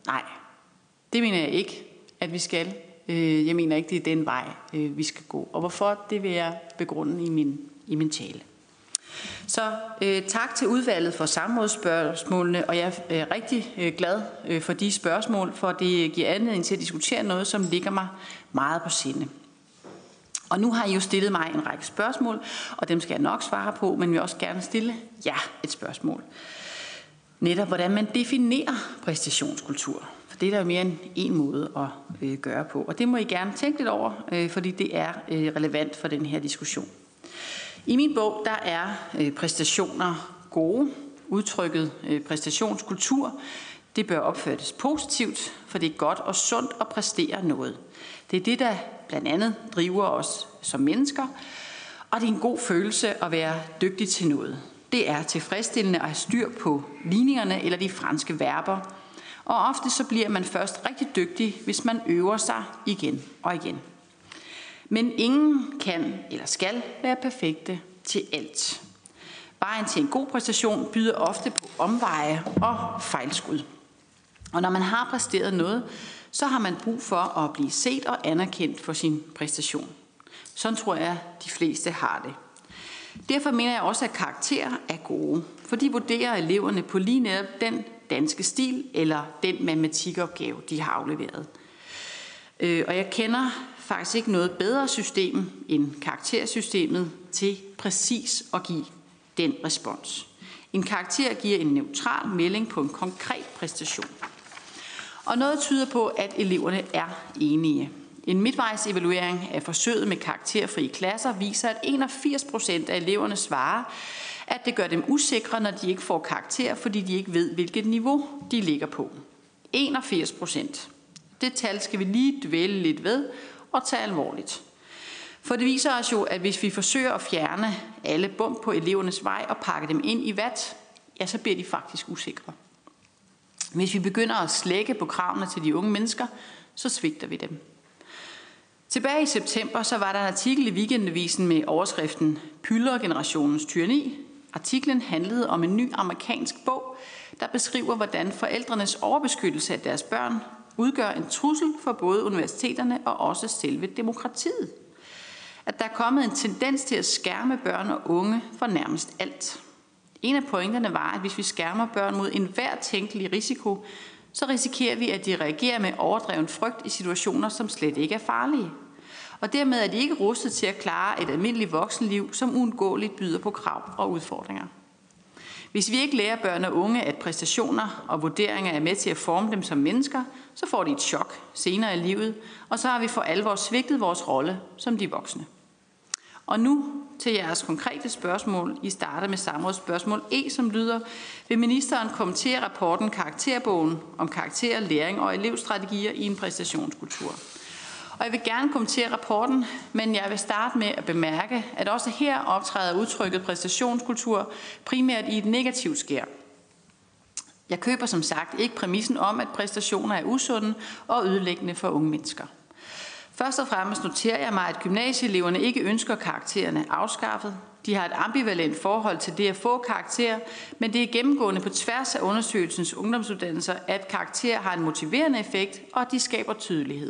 Nej, det mener jeg ikke, at vi skal. Jeg mener ikke, det er den vej, vi skal gå. Og hvorfor, det vil jeg begrunde i min, i min tale. Så øh, tak til udvalget for samrådsspørgsmålene, og jeg er rigtig øh, glad øh, for de spørgsmål, for det giver anledning til at diskutere noget, som ligger mig meget på sinde. Og nu har I jo stillet mig en række spørgsmål, og dem skal jeg nok svare på, men jeg vil også gerne stille jer et spørgsmål. Netop hvordan man definerer præstationskultur. For det er der jo mere end en måde at øh, gøre på, og det må I gerne tænke lidt over, øh, fordi det er øh, relevant for den her diskussion. I min bog, der er øh, præstationer gode. Udtrykket øh, præstationskultur, det bør opfattes positivt, for det er godt og sundt at præstere noget. Det er det, der blandt andet driver os som mennesker, og det er en god følelse at være dygtig til noget. Det er tilfredsstillende at have styr på ligningerne eller de franske verber, og ofte så bliver man først rigtig dygtig, hvis man øver sig igen og igen. Men ingen kan eller skal være perfekte til alt. Vejen til en god præstation byder ofte på omveje og fejlskud. Og når man har præsteret noget, så har man brug for at blive set og anerkendt for sin præstation. Sådan tror jeg, de fleste har det. Derfor mener jeg også, at karakterer er gode, for de vurderer eleverne på lige netop den danske stil eller den matematikopgave, de har afleveret. Og jeg kender faktisk ikke noget bedre system end karaktersystemet til præcis at give den respons. En karakter giver en neutral melding på en konkret præstation. Og noget tyder på, at eleverne er enige. En midtvejsevaluering af forsøget med karakterfrie klasser viser, at enogfirs procent af eleverne svarer, at det gør dem usikre, når de ikke får karakter, fordi de ikke ved, hvilket niveau de ligger på. enogfirs procent. Det tal skal vi lige dvæle lidt ved og tage alvorligt. For det viser os jo, at hvis vi forsøger at fjerne alle bump på elevernes vej og pakke dem ind i vat, ja, så bliver de faktisk usikre. Hvis vi begynder at slække på kravene til de unge mennesker, så svigter vi dem. Tilbage i september så var der en artikel i Weekendavisen med overskriften Pylder-generationens tyranni. Artiklen handlede om en ny amerikansk bog, der beskriver, hvordan forældrenes overbeskyttelse af deres børn udgør en trussel for både universiteterne og også selve demokratiet. At der er kommet en tendens til at skærme børn og unge for nærmest alt. En af pointerne var, at hvis vi skærmer børn mod enhver tænkelig risiko, så risikerer vi, at de reagerer med overdreven frygt i situationer, som slet ikke er farlige. Og dermed er de ikke rustet til at klare et almindeligt voksenliv, som uundgåeligt byder på krav og udfordringer. Hvis vi ikke lærer børn og unge, at præstationer og vurderinger er med til at forme dem som mennesker, så får de et chok senere i livet, og så har vi for alvor svigtet vores rolle som de voksne. Og nu til jeres konkrete spørgsmål. I starter med samrådsspørgsmål E, som lyder: Vil ministeren kommentere rapporten Karakterbogen om karakter, læring og elevstrategier i en præstationskultur? Og jeg vil gerne kommentere rapporten, men jeg vil starte med at bemærke, at også her optræder udtrykket præstationskultur primært i et negativt skær. Jeg køber som sagt ikke præmissen om, at præstationer er usunde og ødelæggende for unge mennesker. Først og fremmest noterer jeg mig, at gymnasieeleverne ikke ønsker karaktererne afskaffet. De har et ambivalent forhold til det at få karakterer, men det er gennemgående på tværs af undersøgelsens ungdomsuddannelser, at karakterer har en motiverende effekt, og at de skaber tydelighed.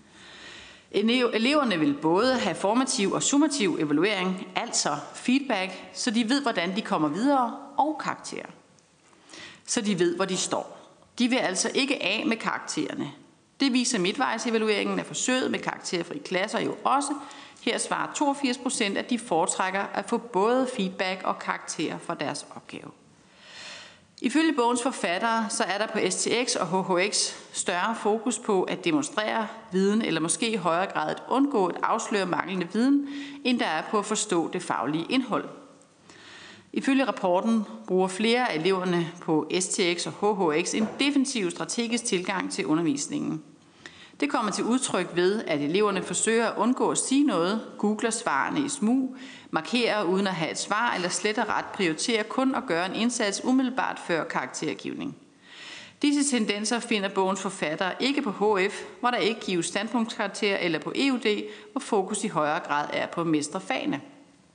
Eleverne vil både have formativ og summativ evaluering, altså feedback, så de ved, hvordan de kommer videre, og karakterer. Så de ved, hvor de står. De vil altså ikke af med karaktererne. Det viser midtvejsevalueringen af forsøget med karakterfri klasser jo også. Her svarer toogfirs procent, at de foretrækker at få både feedback og karakterer for deres opgave. Ifølge bogens forfattere, så er der på S T X og H H X større fokus på at demonstrere viden, eller måske i højere grad at undgå at afsløre manglende viden, end der er på at forstå det faglige indhold. Ifølge rapporten bruger flere af eleverne på S T X og H H X en defensiv strategisk tilgang til undervisningen. Det kommer til udtryk ved, at eleverne forsøger at undgå at sige noget, googler svarene i smug, markerer uden at have et svar eller slet og ret prioriterer kun at gøre en indsats umiddelbart før karaktergivning. Disse tendenser finder bogens forfattere ikke på H F, hvor der ikke gives standpunktskarakter, eller på E U D, hvor fokus i højere grad er på mestrefagene.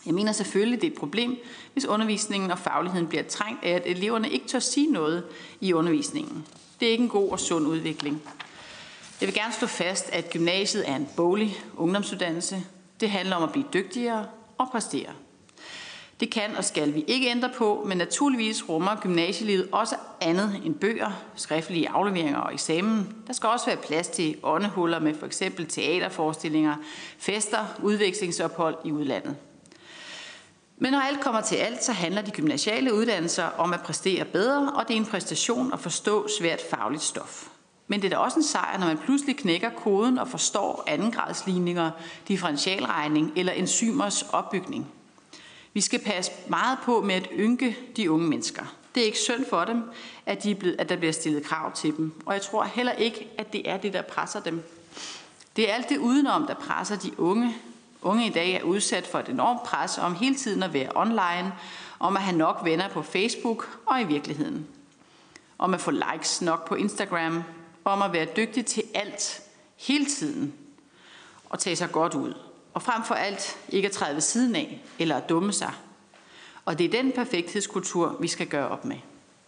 Jeg mener selvfølgelig, det er et problem, hvis undervisningen og fagligheden bliver trængt af, at eleverne ikke tør sige noget i undervisningen. Det er ikke en god og sund udvikling. Jeg vil gerne slå fast, at gymnasiet er en boglig ungdomsuddannelse. Det handler om at blive dygtigere og præstere. Det kan og skal vi ikke ændre på, men naturligvis rummer gymnasielivet også andet end bøger, skriftlige afleveringer og eksamen. Der skal også være plads til åndehuller med for eksempel teaterforestillinger, fester, udvekslingsophold i udlandet. Men når alt kommer til alt, så handler de gymnasiale uddannelser om at præstere bedre, og det er en præstation at forstå svært fagligt stof. Men det er da også en sejr, når man pludselig knækker koden og forstår andengradsligninger, differentialregning eller enzymers opbygning. Vi skal passe meget på med at ynke de unge mennesker. Det er ikke synd for dem, at, de er blevet, at der bliver stillet krav til dem. Og jeg tror heller ikke, at det er det, der presser dem. Det er alt det udenom, der presser de unge. Unge i dag er udsat for et enormt pres om hele tiden at være online, om at have nok venner på Facebook og i virkeligheden. Om at få likes nok på Instagram, om at være dygtig til alt hele tiden og tage sig godt ud. Og frem for alt ikke at træde ved siden af eller at dumme sig. Og det er den perfekthedskultur, vi skal gøre op med.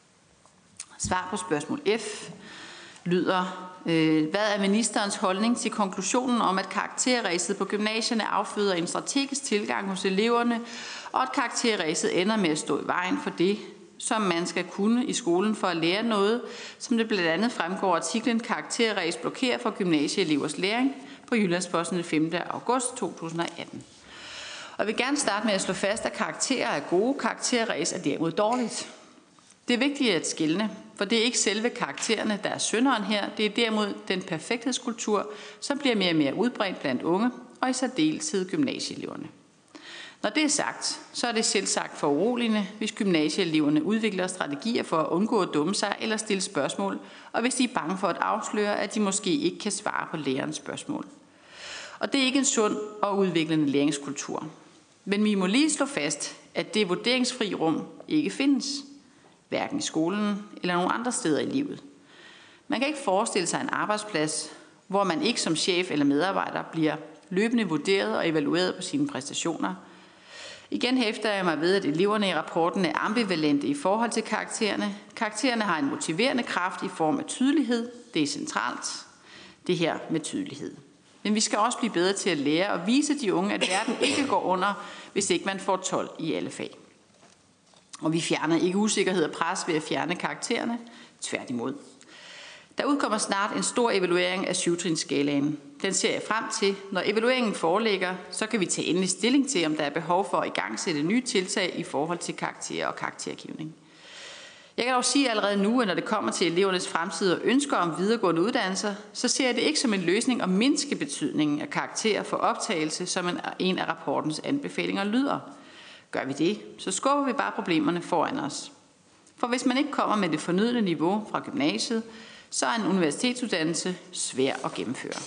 Svar på spørgsmål F lyder, øh, hvad er ministerens holdning til konklusionen om, at karakterræset på gymnasierne afføder en strategisk tilgang hos eleverne, og at karakterræset ender med at stå i vejen for det, som man skal kunne i skolen for at lære noget, som det blandt andet fremgår af artiklen Karakterræs blokerer for gymnasieelevers læring på Jyllandsposten den femte august to tusind og atten. Og jeg vil gerne starte med at slå fast, at karakterer er gode, karakterræs er derimod dårligt. Det er vigtigt at skelne, for det er ikke selve karaktererne, der er synderen her. Det er derimod den perfekthedskultur, som bliver mere og mere udbredt blandt unge, og i særdeleshed gymnasieeleverne. Når det er sagt, så er det selvsagt for uroligende, hvis gymnasieeleverne udvikler strategier for at undgå at dumme sig eller stille spørgsmål, og hvis de er bange for at afsløre, at de måske ikke kan svare på lærerens spørgsmål. Og det er ikke en sund og udviklende læringskultur. Men vi må lige slå fast, at det vurderingsfri rum ikke findes, hverken i skolen eller nogen andre steder i livet. Man kan ikke forestille sig en arbejdsplads, hvor man ikke som chef eller medarbejder bliver løbende vurderet og evalueret på sine præstationer. Igen hæfter jeg mig ved, at eleverne i rapporten er ambivalente i forhold til karaktererne. Karaktererne har en motiverende kraft i form af tydelighed. Det er centralt, det her med tydelighed. Men vi skal også blive bedre til at lære og vise de unge, at verden ikke går under, hvis ikke man får tolv i alle fag. Og vi fjerner ikke usikkerhed og pres ved at fjerne karaktererne. Tværtimod. Der udkommer snart en stor evaluering af syvtrinsskalaen. Den ser jeg frem til. Når evalueringen foreligger, så kan vi tage endelig stilling til, om der er behov for at igangsætte nye tiltag i forhold til karakterer og karaktergivning. Jeg kan dog sige allerede nu, at når det kommer til elevernes fremtid og ønsker om videregående uddannelser, så ser jeg det ikke som en løsning at mindske betydningen af karakterer for optagelse, som en af rapportens anbefalinger lyder. Gør vi det, så skubber vi bare problemerne foran os. For hvis man ikke kommer med det fornødne niveau fra gymnasiet, så er en universitetsuddannelse svær at gennemføre.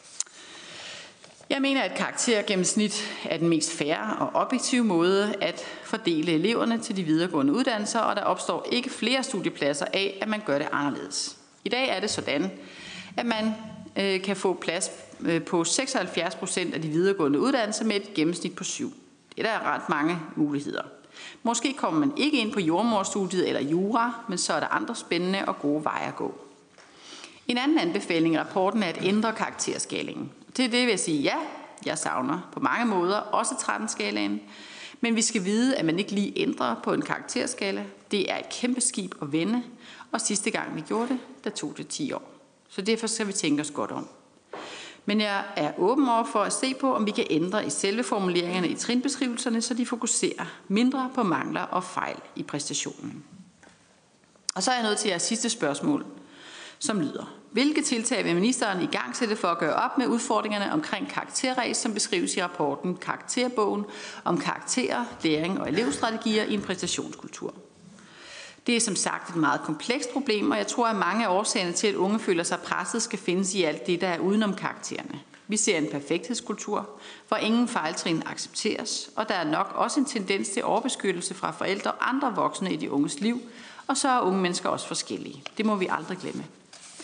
Jeg mener, at karaktergennemsnit er den mest fair og objektive måde at fordele eleverne til de videregående uddannelser, og der opstår ikke flere studiepladser af, at man gør det anderledes. I dag er det sådan, at man øh, kan få plads øh, på seksoghalvfjerds procent af de videregående uddannelser med et gennemsnit på syv. Det er der ret mange muligheder. Måske kommer man ikke ind på jordmoderstudiet eller jura, men så er der andre spændende og gode veje at gå. En anden anbefaling i rapporten er at ændre karakterskalingen. Til det vil jeg sige ja, jeg savner på mange måder også tretten-skalaen, men vi skal vide, at man ikke lige ændrer på en karakterskala. Det er et kæmpe skib at vende, og sidste gang vi gjorde det, der tog det ti år. Så derfor skal vi tænke os godt om. Men jeg er åben over for at se på, om vi kan ændre i selve formuleringerne i trinbeskrivelserne, så de fokuserer mindre på mangler og fejl i præstationen. Og så er jeg nødt til jeres sidste spørgsmål, som lyder: hvilke tiltag vil ministeren i gang sætte for at gøre op med udfordringerne omkring karakterræs, som beskrives i rapporten Karakterbogen om karakterer, læring og elevstrategier i en præstationskultur? Det er som sagt et meget komplekst problem, og jeg tror, at mange af årsagerne til, at unge føler sig presset, skal findes i alt det, der er udenom karaktererne. Vi ser en perfekthedskultur, hvor ingen fejltrin accepteres, og der er nok også en tendens til overbeskyttelse fra forældre og andre voksne i de unges liv, og så er unge mennesker også forskellige. Det må vi aldrig glemme.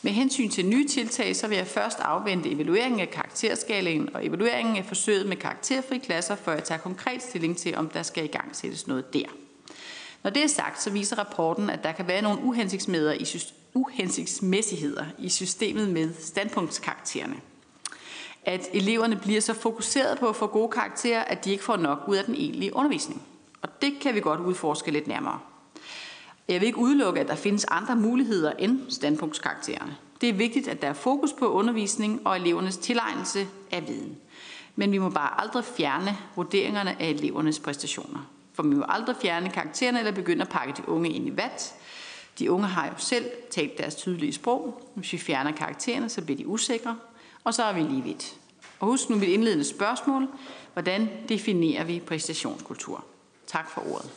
Med hensyn til nye tiltag, så vil jeg først afvente evalueringen af karakterskalaen og evalueringen af forsøget med karakterfri klasser, før jeg tager konkret stilling til, om der skal i gang sættes noget der. Når det er sagt, så viser rapporten, at der kan være nogle uhensigtsmæssigheder i systemet med standpunktskaraktererne. At eleverne bliver så fokuseret på at få gode karakterer, at de ikke får nok ud af den egentlige undervisning. Og det kan vi godt udforske lidt nærmere. Jeg vil ikke udelukke, at der findes andre muligheder end standpunktskaraktererne. Det er vigtigt, at der er fokus på undervisning og elevernes tilegnelse af viden. Men vi må bare aldrig fjerne vurderingerne af elevernes præstationer. For vi må aldrig fjerne karaktererne eller begynde at pakke de unge ind i vat. De unge har jo selv talt deres tydelige sprog. Hvis vi fjerner karaktererne, så bliver de usikre. Og så er vi lige vidt. Og husk nu mit indledende spørgsmål. Hvordan definerer vi præstationskultur? Tak for ordet.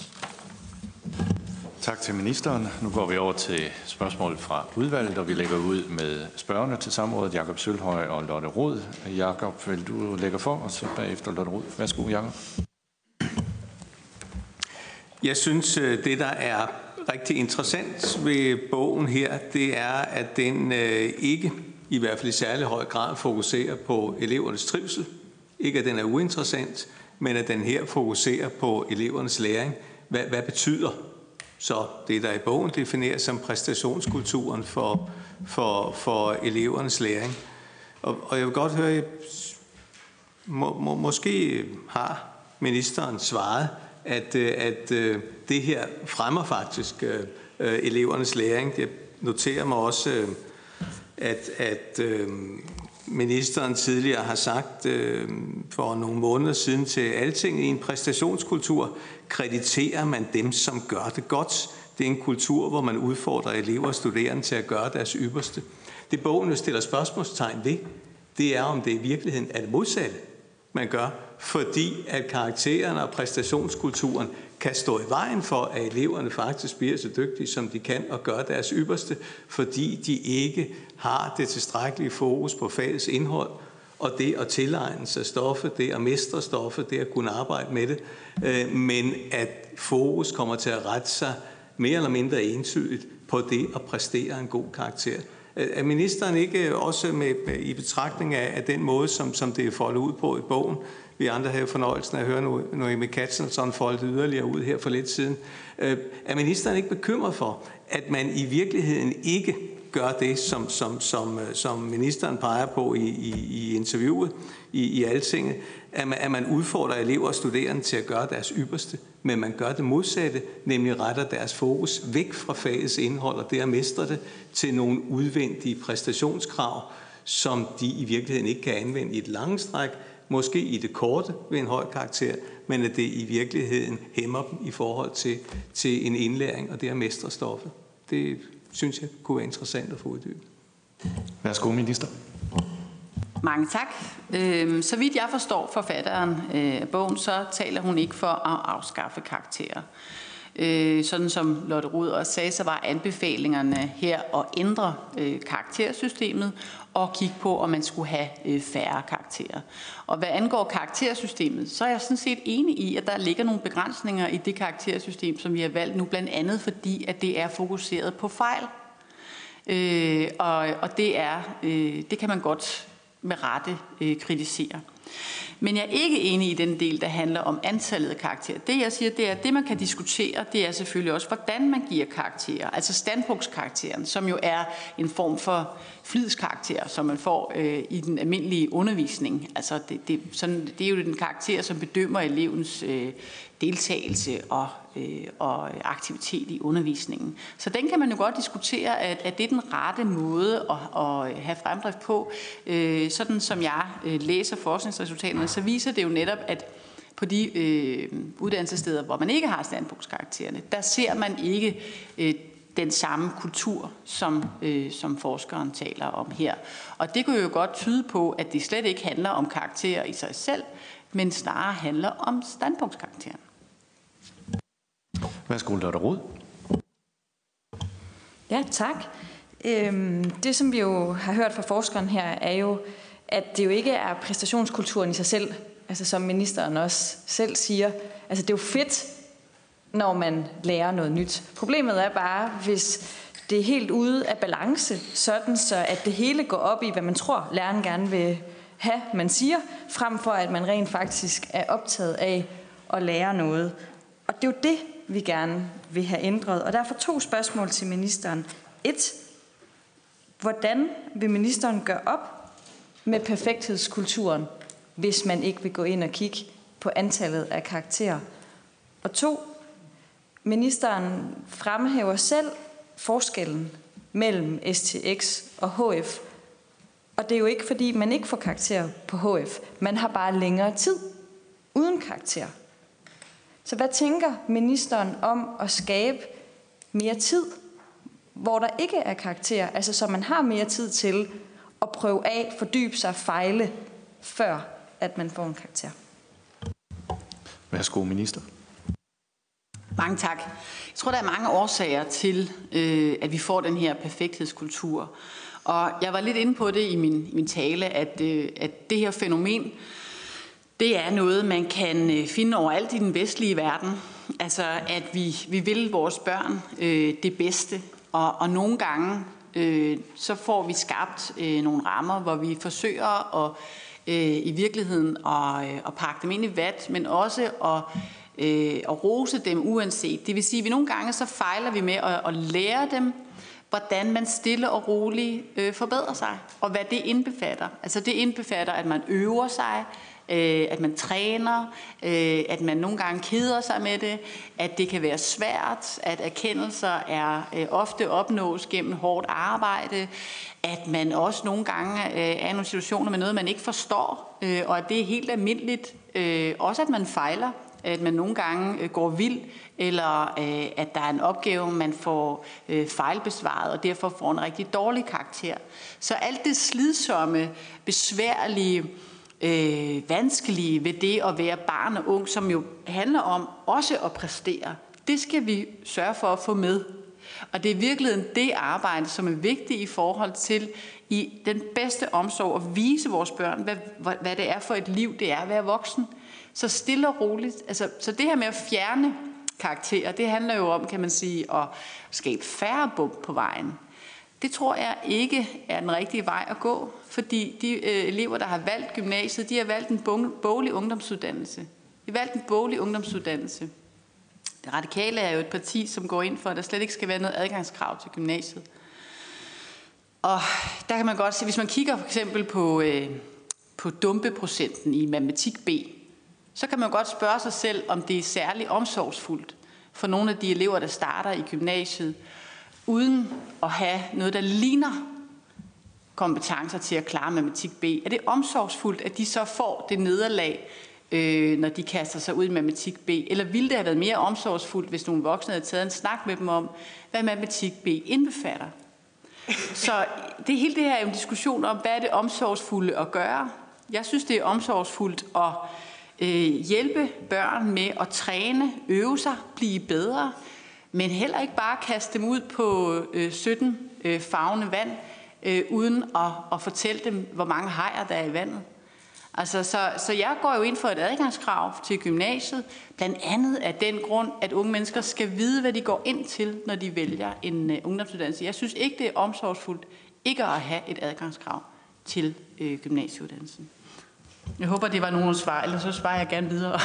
Tak til ministeren. Nu går vi over til spørgsmål fra udvalget, og vi lægger ud med spørgerne til samrådet, Jakob Sølhøj og Lotte Rod. Jakob, vil du lægge for, og så bagefter Lotte Rod. Værsgo, Jakob. Jeg synes, det der er rigtig interessant ved bogen her, det er, at den ikke, i hvert fald i særlig høj grad, fokuserer på elevernes trivsel. Ikke at den er uinteressant, men at den her fokuserer på elevernes læring. Hvad, hvad betyder så det, der i bogen defineres som præstationskulturen for, for, for elevernes læring? Og, og jeg vil godt høre, må, må, måske har ministeren svaret, at, at det her fremmer faktisk elevernes læring. Jeg noterer mig også, at, at ministeren tidligere har sagt for nogle måneder siden til Altinget, i en præstationskultur krediterer man dem, som gør det godt. Det er en kultur, hvor man udfordrer elever og studerende til at gøre deres ypperste. Det bogen jo stiller spørgsmålstegn ved, det er, om det i virkeligheden er det modsatte, man gør, fordi at karaktererne og præstationskulturen kan stå i vejen for, at eleverne faktisk bliver så dygtige, som de kan, og gøre deres ypperste, fordi de ikke har det tilstrækkelige fokus på fagets indhold, og det at tilegne sig stoffet, det at mestre stoffet, det at kunne arbejde med det, men at fokus kommer til at rette sig mere eller mindre entydigt på det at præstere en god karakter. Er ministeren ikke også med, med i betragtning af, af den måde, som, som det er foldet ud på i bogen? Vi andre havde fornøjelsen af at høre Noemi Katzenson foldet yderligere ud her for lidt siden. Er ministeren ikke bekymret for, at man i virkeligheden ikke gør det, som, som, som, som ministeren peger på i, i, i interviewet i, i Altinget, at man, at man udfordrer elever og studerende til at gøre deres ypperste, men man gør det modsatte, nemlig retter deres fokus væk fra fagets indhold og det at mestre det til nogle udvendige præstationskrav, som de i virkeligheden ikke kan anvende i et langt stræk, måske i det korte ved en høj karakter, men at det i virkeligheden hæmmer dem i forhold til, til en indlæring og det at mestre stoffet. Det synes jeg kunne være interessant at få uddybet. Værsgo, minister. Mange tak. Øh, så vidt jeg forstår forfatteren af øh, bogen, så taler hun ikke for at afskaffe karakterer. Øh, sådan som Lotte Rod også sagde, så var anbefalingerne her at ændre øh, karaktersystemet og kigge på, om man skulle have øh, færre karakterer. Og hvad angår karaktersystemet, så er jeg sådan set enig i, at der ligger nogle begrænsninger i det karaktersystem, som vi har valgt nu, blandt andet fordi, at det er fokuseret på fejl. Øh, og, og det, er, øh, det kan man godt med rette øh, kritisere. Men jeg er ikke enig i den del, der handler om antallet af karakterer. Det jeg siger, det er, at det man kan diskutere, det er selvfølgelig også, hvordan man giver karakterer. Altså standpunktskarakteren, som jo er en form for flidskarakter, som man får øh, i den almindelige undervisning. Altså det, det, sådan, det er jo den karakter, som bedømmer elevens øh, deltagelse og, øh, og aktivitet i undervisningen. Så den kan man jo godt diskutere, at, at det er den rette måde at, at have fremdrift på. Øh, sådan som jeg øh, læser forskningsresultaterne, så viser det jo netop, at på de øh, uddannelsessteder, hvor man ikke har standpunktskaraktererne, der ser man ikke øh, den samme kultur, som, øh, som forskeren taler om her. Og det kunne jo godt tyde på, at det slet ikke handler om karakterer i sig selv, men snarere handler om standpunktskarakteren. Værsgo, Lotte Rod. Ja, tak. Øhm, det, som vi jo har hørt fra forskeren her, er jo, at det jo ikke er præstationskulturen i sig selv, altså som ministeren også selv siger. Altså det er jo fedt, når man lærer noget nyt. Problemet er bare, hvis det er helt ude af balance, sådan så at det hele går op i, hvad man tror, læreren gerne vil have, man siger, frem for at man rent faktisk er optaget af at lære noget. Og det er jo det, vi gerne vil have ændret. Og derfor to spørgsmål til ministeren. Et, hvordan vil ministeren gøre op med perfekthedskulturen, hvis man ikke vil gå ind og kigge på antallet af karakterer? Og to, ministeren fremhæver selv forskellen mellem S T X og H F. Og det er jo ikke, fordi man ikke får karakterer på H F. Man har bare længere tid uden karakter. Så hvad tænker ministeren om at skabe mere tid, hvor der ikke er karakterer? Altså så man har mere tid til at prøve af, fordybe sig, fejle, før at man får en karakter. Værsgo, minister. Mange tak. Jeg tror, der er mange årsager til, øh, at vi får den her perfekthedskultur. Og jeg var lidt inde på det i min, i min tale, at, øh, at det her fænomen, det er noget, man kan øh, finde overalt i den vestlige verden. Altså, at vi, vi vil vores børn øh, det bedste. Og, og nogle gange, øh, så får vi skabt øh, nogle rammer, hvor vi forsøger at, øh, i virkeligheden at, øh, at pakke dem ind i vat, men også at øh, og rose dem uanset. Det vil sige, at vi nogle gange så fejler vi med at, at lære dem, hvordan man stille og roligt øh, forbedrer sig, og hvad det indbefatter. Altså det indbefatter, at man øver sig, øh, at man træner, øh, at man nogle gange keder sig med det, at det kan være svært, at erkendelser er øh, ofte opnås gennem hårdt arbejde, at man også nogle gange øh, er i nogle situationer med noget, man ikke forstår, øh, og at det er helt almindeligt. Øh, også at man fejler, at man nogle gange øh, går vild, eller øh, at der er en opgave, man får øh, fejlbesvaret, og derfor får en rigtig dårlig karakter. Så alt det slidsomme, besværlige, øh, vanskelige ved det at være barn og ung, som jo handler om også at præstere, det skal vi sørge for at få med. Og det er virkelig det arbejde, som er vigtigt i forhold til i den bedste omsorg at vise vores børn, hvad, hvad det er for et liv, det er at være voksen. Så stille og roligt. Altså, så det her med at fjerne karakterer, det handler jo om, kan man sige, at skabe færre bump på vejen. Det tror jeg ikke er den rigtige vej at gå, fordi de øh, elever, der har valgt gymnasiet, de har valgt en boglig ungdomsuddannelse. De har valgt en boglig ungdomsuddannelse. Det Radikale er jo et parti, som går ind for, at der slet ikke skal være noget adgangskrav til gymnasiet. Og der kan man godt se, hvis man kigger for eksempel på, øh, på dumpeprocenten i matematik B, så kan man godt spørge sig selv, om det er særlig omsorgsfuldt for nogle af de elever, der starter i gymnasiet, uden at have noget, der ligner kompetencer til at klare matematik B. Er det omsorgsfuldt, at de så får det nederlag, øh, når de kaster sig ud i matematik B? Eller ville det have været mere omsorgsfuldt, hvis nogle voksne havde taget en snak med dem om, hvad matematik B indbefatter? Så det hele det her er jo en diskussion om, hvad er det omsorgsfulde at gøre? Jeg synes, det er omsorgsfuldt at hjælpe børn med at træne, øve sig, blive bedre, men heller ikke bare kaste dem ud på sytten farvende vand, uden at, at fortælle dem, hvor mange hajer der er i vandet. Altså, så, så jeg går jo ind for et adgangskrav til gymnasiet, blandt andet af den grund, at unge mennesker skal vide, hvad de går ind til, når de vælger en uh, ungdomsuddannelse. Jeg synes ikke, det er omsorgsfuldt ikke at have et adgangskrav til uh, gymnasieuddannelsen. Jeg håber, det var nogle svar, ellers så svarer jeg gerne videre.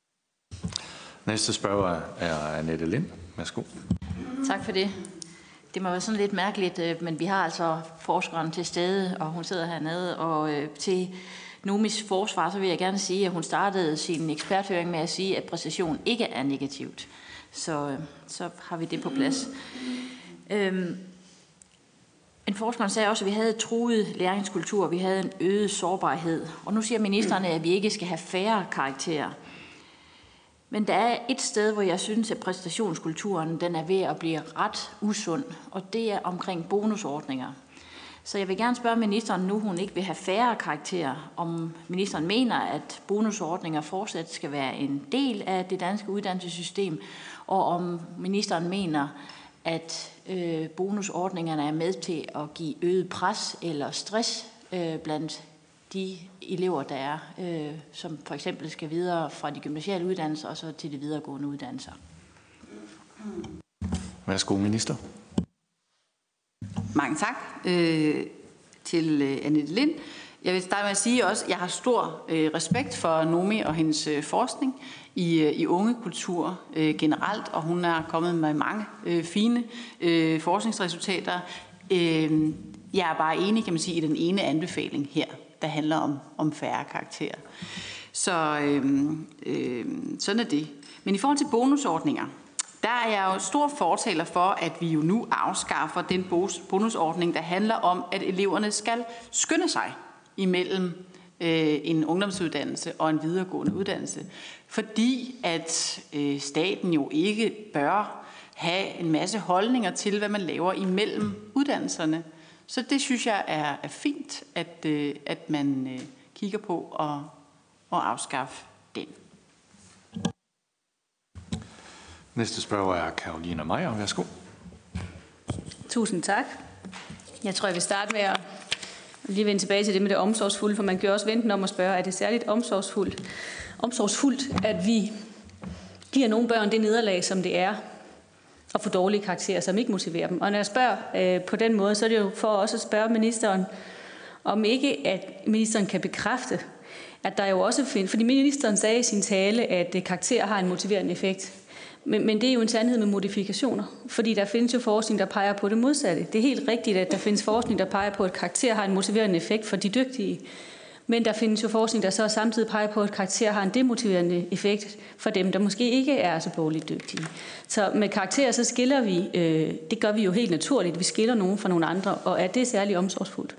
Næste spørger er Annette Lind. Værsgo. Tak for det. Det må være sådan lidt mærkeligt, men vi har altså forskeren til stede, og hun sidder hernede, og øh, til Nomis forsvar, så vil jeg gerne sige, at hun startede sin eksperthøring med at sige, at præstation ikke er negativt. Så, øh, så har vi det på plads. Øhm, En forsker sagde også, at vi havde truet læringskultur, vi havde en øget sårbarhed. Og nu siger ministerne, at vi ikke skal have færre karakterer. Men der er et sted, hvor jeg synes, at præstationskulturen den er ved at blive ret usund, og det er omkring bonusordninger. Så jeg vil gerne spørge ministeren, nu hun ikke vil have færre karakterer, om ministeren mener, at bonusordninger fortsat skal være en del af det danske uddannelsessystem, og om ministeren mener, at øh, bonusordningerne er med til at give øget pres eller stress øh, blandt de elever, der er, øh, som for eksempel skal videre fra de gymnasiale uddannelser og så til de videregående uddannelser. Værsgo, minister. Mange tak øh, til øh, Annette Lind. Jeg vil starte med at sige også, at jeg har stor øh, respekt for Nomi og hendes øh, forskning i, øh, i ungekultur øh, generelt, og hun er kommet med mange øh, fine øh, forskningsresultater. Øh, jeg er bare enig, kan man sige, i den ene anbefaling her, der handler om, om færre karakterer. Så øh, øh, sådan er det. Men i forhold til bonusordninger, der er jeg jo stor fortaler for, at vi jo nu afskaffer den bonusordning, der handler om, at eleverne skal skynde sig imellem øh, en ungdomsuddannelse og en videregående uddannelse. Fordi at øh, staten jo ikke bør have en masse holdninger til, hvad man laver imellem uddannelserne. Så det synes jeg er, er fint, at, øh, at man øh, kigger på og, og afskaffe den. Næste spørger er Carolina Meyer. Værsgo. Tusind tak. Jeg tror, jeg vil starte med at lige vende tilbage til det med det omsorgsfulde, for man kan jo også vente om at spørge, er det særligt omsorgsfuldt, omsorgsfuldt, at vi giver nogle børn det nederlag, som det er at få dårlige karakterer, som ikke motiverer dem. Og når jeg spørger øh, på den måde, så er det jo for også at spørge ministeren, om ikke at ministeren kan bekræfte, at der jo også findes, fordi ministeren sagde i sin tale, at karakterer har en motiverende effekt. Men, men det er jo en sandhed med modifikationer, fordi der findes jo forskning, der peger på det modsatte. Det er helt rigtigt, at der findes forskning, der peger på, at karakter har en motiverende effekt for de dygtige. Men der findes jo forskning, der så samtidig peger på, at karakter har en demotiverende effekt for dem, der måske ikke er så bogligt dygtige. Så med karakterer, så skiller vi, øh, det gør vi jo helt naturligt, vi skiller nogen fra nogle andre, og er det særlig omsorgsfuldt.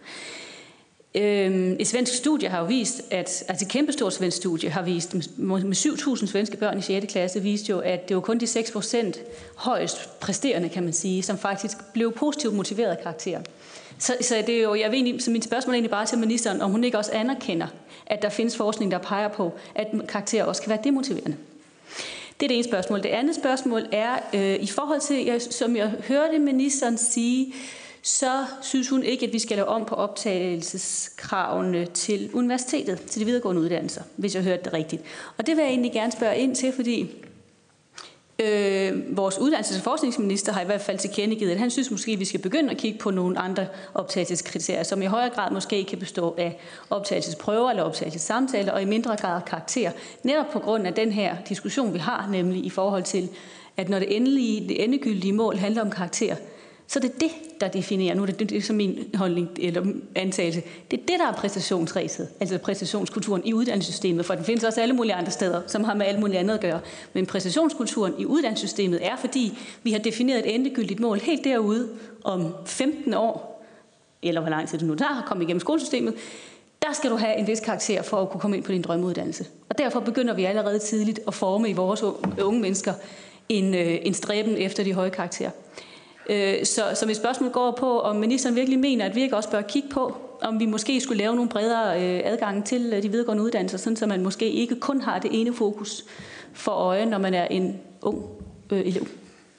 Et svensk studie har jo vist, at, altså et kæmpestort svensk studie har vist, med syv tusind svenske børn i sjette klasse, viste jo, at det var kun de seks procent højst præsterende, kan man sige, som faktisk blev positivt motiveret af karakterer. Så, så det er jo, jeg ved egentlig, så mit spørgsmål er egentlig bare til ministeren, om hun ikke også anerkender, at der findes forskning, der peger på, at karakterer også kan være demotiverende. Det er det ene spørgsmål. Det andet spørgsmål er, øh, i forhold til, jeg, som jeg hørte ministeren sige, så synes hun ikke, at vi skal lave om på optagelseskravene til universitetet, til de videregående uddannelser, hvis jeg hørte det rigtigt. Og det vil jeg egentlig gerne spørge ind til, fordi øh, vores uddannelses- og forskningsminister har i hvert fald tilkendegivet, at han synes måske, at vi skal begynde at kigge på nogle andre optagelseskriterier, som i højere grad måske kan bestå af optagelsesprøver eller optagelsessamtaler, og i mindre grad karakterer. Netop på grund af den her diskussion, vi har, nemlig i forhold til, at når det endelige, det endegyldige mål handler om karakterer, så det er det, der definerer, nu er det, det er som min holdning eller antagelse, det er det, der er præstationsræset, altså præstationskulturen i uddannelsessystemet, for den findes også alle mulige andre steder, som har med alt muligt andet at gøre. Men præstationskulturen i uddannelsessystemet er, fordi vi har defineret et endegyldigt mål helt derude om femten år, eller hvor lang tid det nu tager at komme igennem skolesystemet, der skal du have en vis karakter for at kunne komme ind på din drømmeuddannelse. Og derfor begynder vi allerede tidligt at forme i vores unge mennesker en, en stræben efter de høje karakterer. Så, så mit spørgsmål går på, om ministeren virkelig mener, at vi ikke også bør kigge på, om vi måske skulle lave nogle bredere adgange til de videregående uddannelser, sådan så man måske ikke kun har det ene fokus for øje, når man er en ung øh, elev.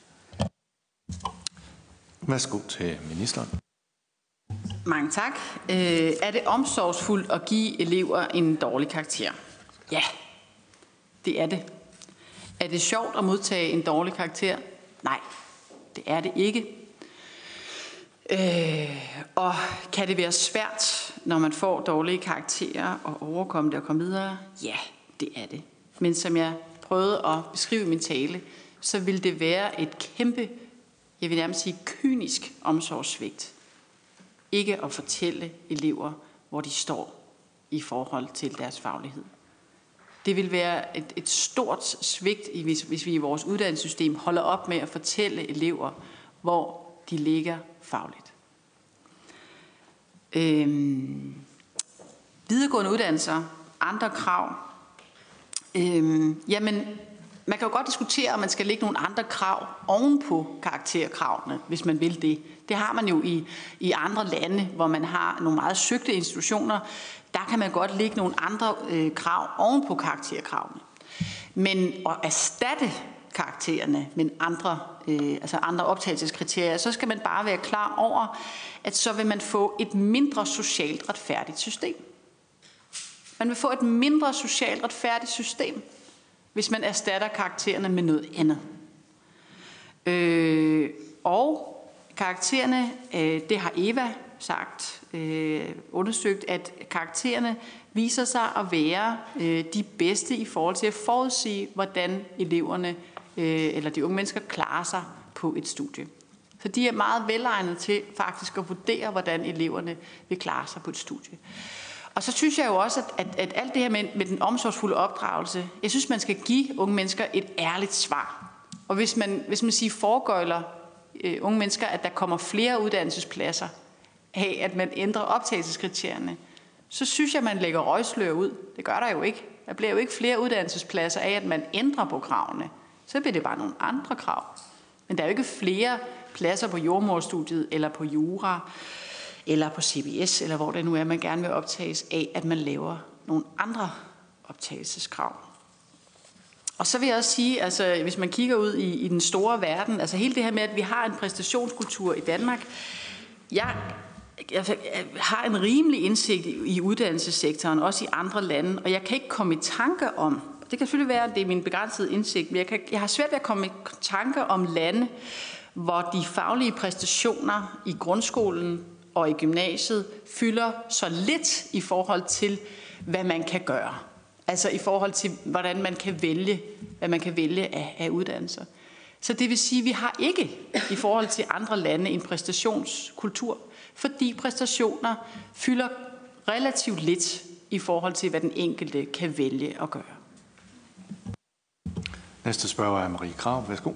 Værsgo til ministeren. Mange tak. Øh, er det omsorgsfuldt at give elever en dårlig karakter? Ja, det er det. Er det sjovt at modtage en dårlig karakter? Nej. Det er det ikke. Øh, og kan det være svært, når man får dårlige karakterer, at overkomme det og komme videre? Ja, det er det. Men som jeg prøvede at beskrive i min tale, så vil det være et kæmpe, jeg vil nærmest sige kynisk omsorgssvigt. Ikke at fortælle elever, hvor de står i forhold til deres faglighed. Det vil være et, et stort svigt, hvis, hvis vi i vores uddannelsessystem holder op med at fortælle elever, hvor de ligger fagligt. Øhm, videregående uddannelser, andre krav. Øhm, jamen, man kan jo godt diskutere, om man skal lægge nogle andre krav ovenpå karakterkravene, hvis man vil det. Det har man jo i, i andre lande, hvor man har nogle meget søgte institutioner. Der kan man godt lægge nogle andre øh, krav ovenpå karakterkravene. Men at erstatte karaktererne med andre, øh, altså andre optagelseskriterier, så skal man bare være klar over, at så vil man få et mindre socialt retfærdigt system. Man vil få et mindre socialt retfærdigt system, hvis man erstatter karaktererne med noget andet. Øh, og karaktererne, øh, det har Eva sagt, øh, undersøgt, at karaktererne viser sig at være øh, de bedste i forhold til at forudsige, hvordan eleverne øh, eller de unge mennesker klarer sig på et studie. Så de er meget velegnet til faktisk at vurdere, hvordan eleverne vil klare sig på et studie. Og så synes jeg jo også, at, at, at alt det her med, med den omsorgsfulde opdragelse, jeg synes, man skal give unge mennesker et ærligt svar. Og hvis man, hvis man siger foregøjler øh, unge mennesker, at der kommer flere uddannelsespladser af, at man ændrer optagelseskriterierne, så synes jeg, man lægger røgslør ud. Det gør der jo ikke. Der bliver jo ikke flere uddannelsespladser af, at man ændrer på kravene. Så bliver det bare nogle andre krav. Men der er jo ikke flere pladser på jordemoderstudiet, eller på jura, eller på C B S, eller hvor det nu er, man gerne vil optages af, at man laver nogle andre optagelseskrav. Og så vil jeg også sige, altså hvis man kigger ud i, i den store verden, altså hele det her med, at vi har en præstationskultur i Danmark. Jeg, jeg har en rimelig indsigt i, i uddannelsessektoren, også i andre lande, og jeg kan ikke komme i tanke om, det kan selvfølgelig være, at det er min begrænsede indsigt, men jeg, kan, jeg har svært ved at komme i tanke om lande, hvor de faglige præstationer i grundskolen og i gymnasiet fylder så lidt i forhold til, hvad man kan gøre. Altså i forhold til, hvordan man kan vælge, hvad man kan vælge af, af uddannelser. Så det vil sige, at vi har ikke i forhold til andre lande en præstationskultur, fordi præstationer fylder relativt lidt i forhold til, hvad den enkelte kan vælge at gøre. Næste spørger er Marie Krav. Værsgo.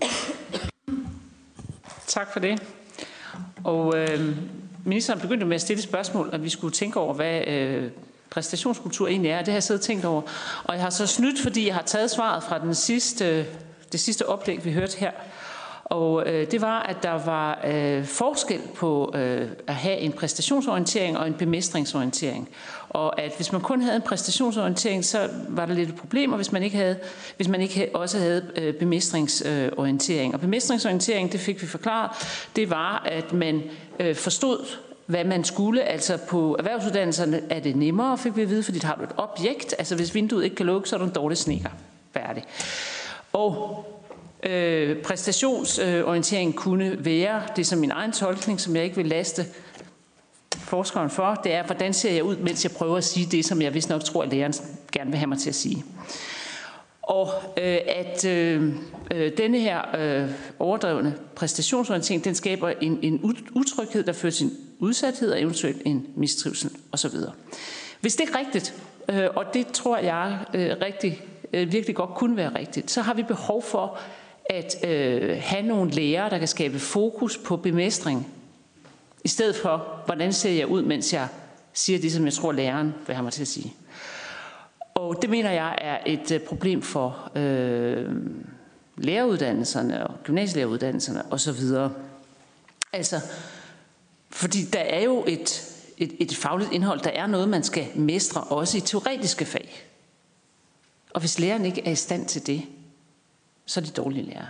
Tak for det. Og øh, ministeren begyndte med at stille spørgsmål, at vi skulle tænke over, hvad øh, præstationskultur egentlig er. Det har jeg siddet og tænkt over. Og jeg har så snydt, fordi jeg har taget svaret fra den sidste, det sidste oplæg, vi hørte her. Og øh, det var, at der var øh, forskel på øh, at have en præstationsorientering og en bemestringsorientering. Og at hvis man kun havde en præstationsorientering, så var der lidt et problem, og hvis man ikke, havde, hvis man ikke også havde øh, bemestringsorientering. Og bemestringsorientering, det fik vi forklaret, det var, at man øh, forstod, hvad man skulle. Altså på erhvervsuddannelserne er det nemmere, fik vi at vide, fordi der har du et objekt. Altså hvis vinduet ikke kan lukke, så er du en dårlig snedker. Færdig. Og Øh, præstationsorientering kunne være, det er som min egen tolkning, som jeg ikke vil laste forskeren for, det er, hvordan ser jeg ud, mens jeg prøver at sige det, som jeg vist nok tror, at læreren gerne vil have mig til at sige. Og øh, at øh, øh, denne her øh, overdrevne præstationsorientering, den skaber en, en utryghed, der fører til en udsathed og eventuelt en mistrivsel osv. Hvis det er rigtigt, øh, og det tror jeg øh, rigtig, øh, virkelig godt kunne være rigtigt, så har vi behov for at øh, have nogle lærere, der kan skabe fokus på bemestring, i stedet for, hvordan ser jeg ud, mens jeg siger det, som jeg tror, læreren vil have mig til at sige. Og det mener jeg er et øh, problem for øh, læreruddannelserne og gymnasielæreruddannelserne osv. Altså, fordi der er jo et, et, et fagligt indhold, der er noget, man skal mestre, også i teoretiske fag. Og hvis læreren ikke er i stand til det, så er de dårlige lærere.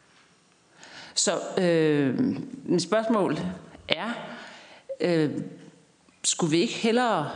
Så øh, mit spørgsmål er, øh, skulle vi ikke hellere,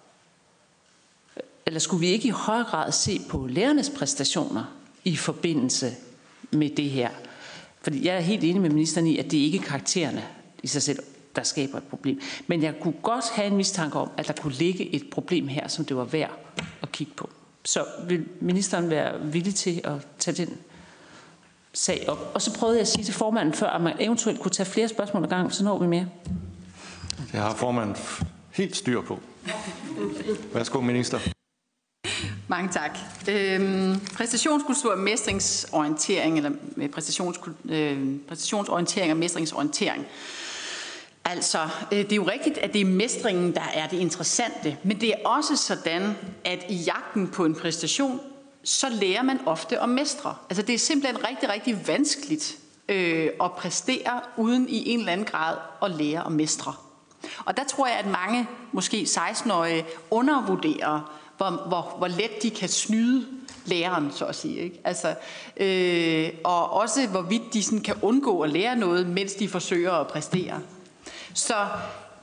eller skulle vi ikke i højere grad se på lærernes præstationer i forbindelse med det her? Fordi jeg er helt enig med ministeren i, at det ikke er karaktererne i sig selv, der skaber et problem. Men jeg kunne godt have en mistanke om, at der kunne ligge et problem her, som det var værd at kigge på. Så vil ministeren være villig til at tage den sag op? Og så prøvede jeg at sige til formanden før, at man eventuelt kunne tage flere spørgsmål ad gangen, så når vi mere. Det har formanden helt styr på. Værsgo, minister. Mange tak. Øhm, præstationskultur og mestringsorientering, eller med præstationskul- øh, præstationsorientering og mestringsorientering. Altså, øh, det er jo rigtigt, at det er mestringen, der er det interessante, men det er også sådan, at i jagten på en præstation, så lærer man ofte at mestre. Altså, det er simpelthen rigtig, rigtig vanskeligt øh, at præstere, uden i en eller anden grad at lære at mestre. Og der tror jeg, at mange, måske seksten-årige, undervurderer, hvor, hvor, hvor let de kan snyde læreren, så at sige. Ikke? Altså, øh, og også hvorvidt de sådan kan undgå at lære noget, mens de forsøger at præstere. Så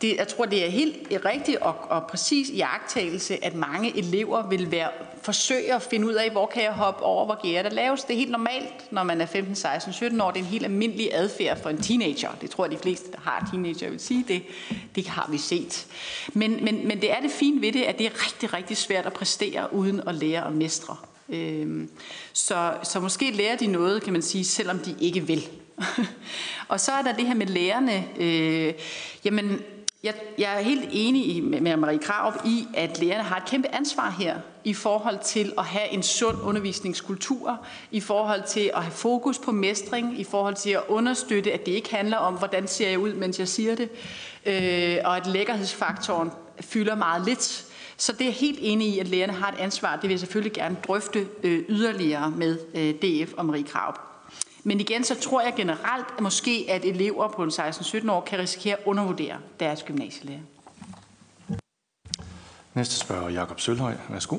det, jeg tror, det er helt rigtigt og, og præcis i iagttagelse, at mange elever vil være, forsøge at finde ud af, hvor kan jeg hoppe over, hvor gærer der laves. Det er helt normalt, når man er femten, seksten, sytten år. Det er en helt almindelig adfærd for en teenager. Det tror jeg, de fleste, der har teenager, vil sige. Det, det har vi set. Men, men, men det er det fine ved det, at det er rigtig, rigtig svært at præstere, uden at lære at mestre. Øhm, så, så måske lærer de noget, kan man sige, selvom de ikke vil. Og så er der det her med lærerne. Øh, jamen, jeg, jeg er helt enig med Marie Krarup i, at lærerne har et kæmpe ansvar her i forhold til at have en sund undervisningskultur, i forhold til at have fokus på mestring, i forhold til at understøtte, at det ikke handler om, hvordan ser jeg ud, mens jeg siger det, øh, og at lækkerhedsfaktoren fylder meget lidt. Så det er helt enig i, at lærerne har et ansvar. Det vil jeg selvfølgelig gerne drøfte øh, yderligere med øh, D F og Marie Krarup. Men igen, så tror jeg generelt, at måske at elever på en seksten sytten år kan risikere at undervurdere deres gymnasielærer. Næste spørger Jakob Sølhøj. Værsgo.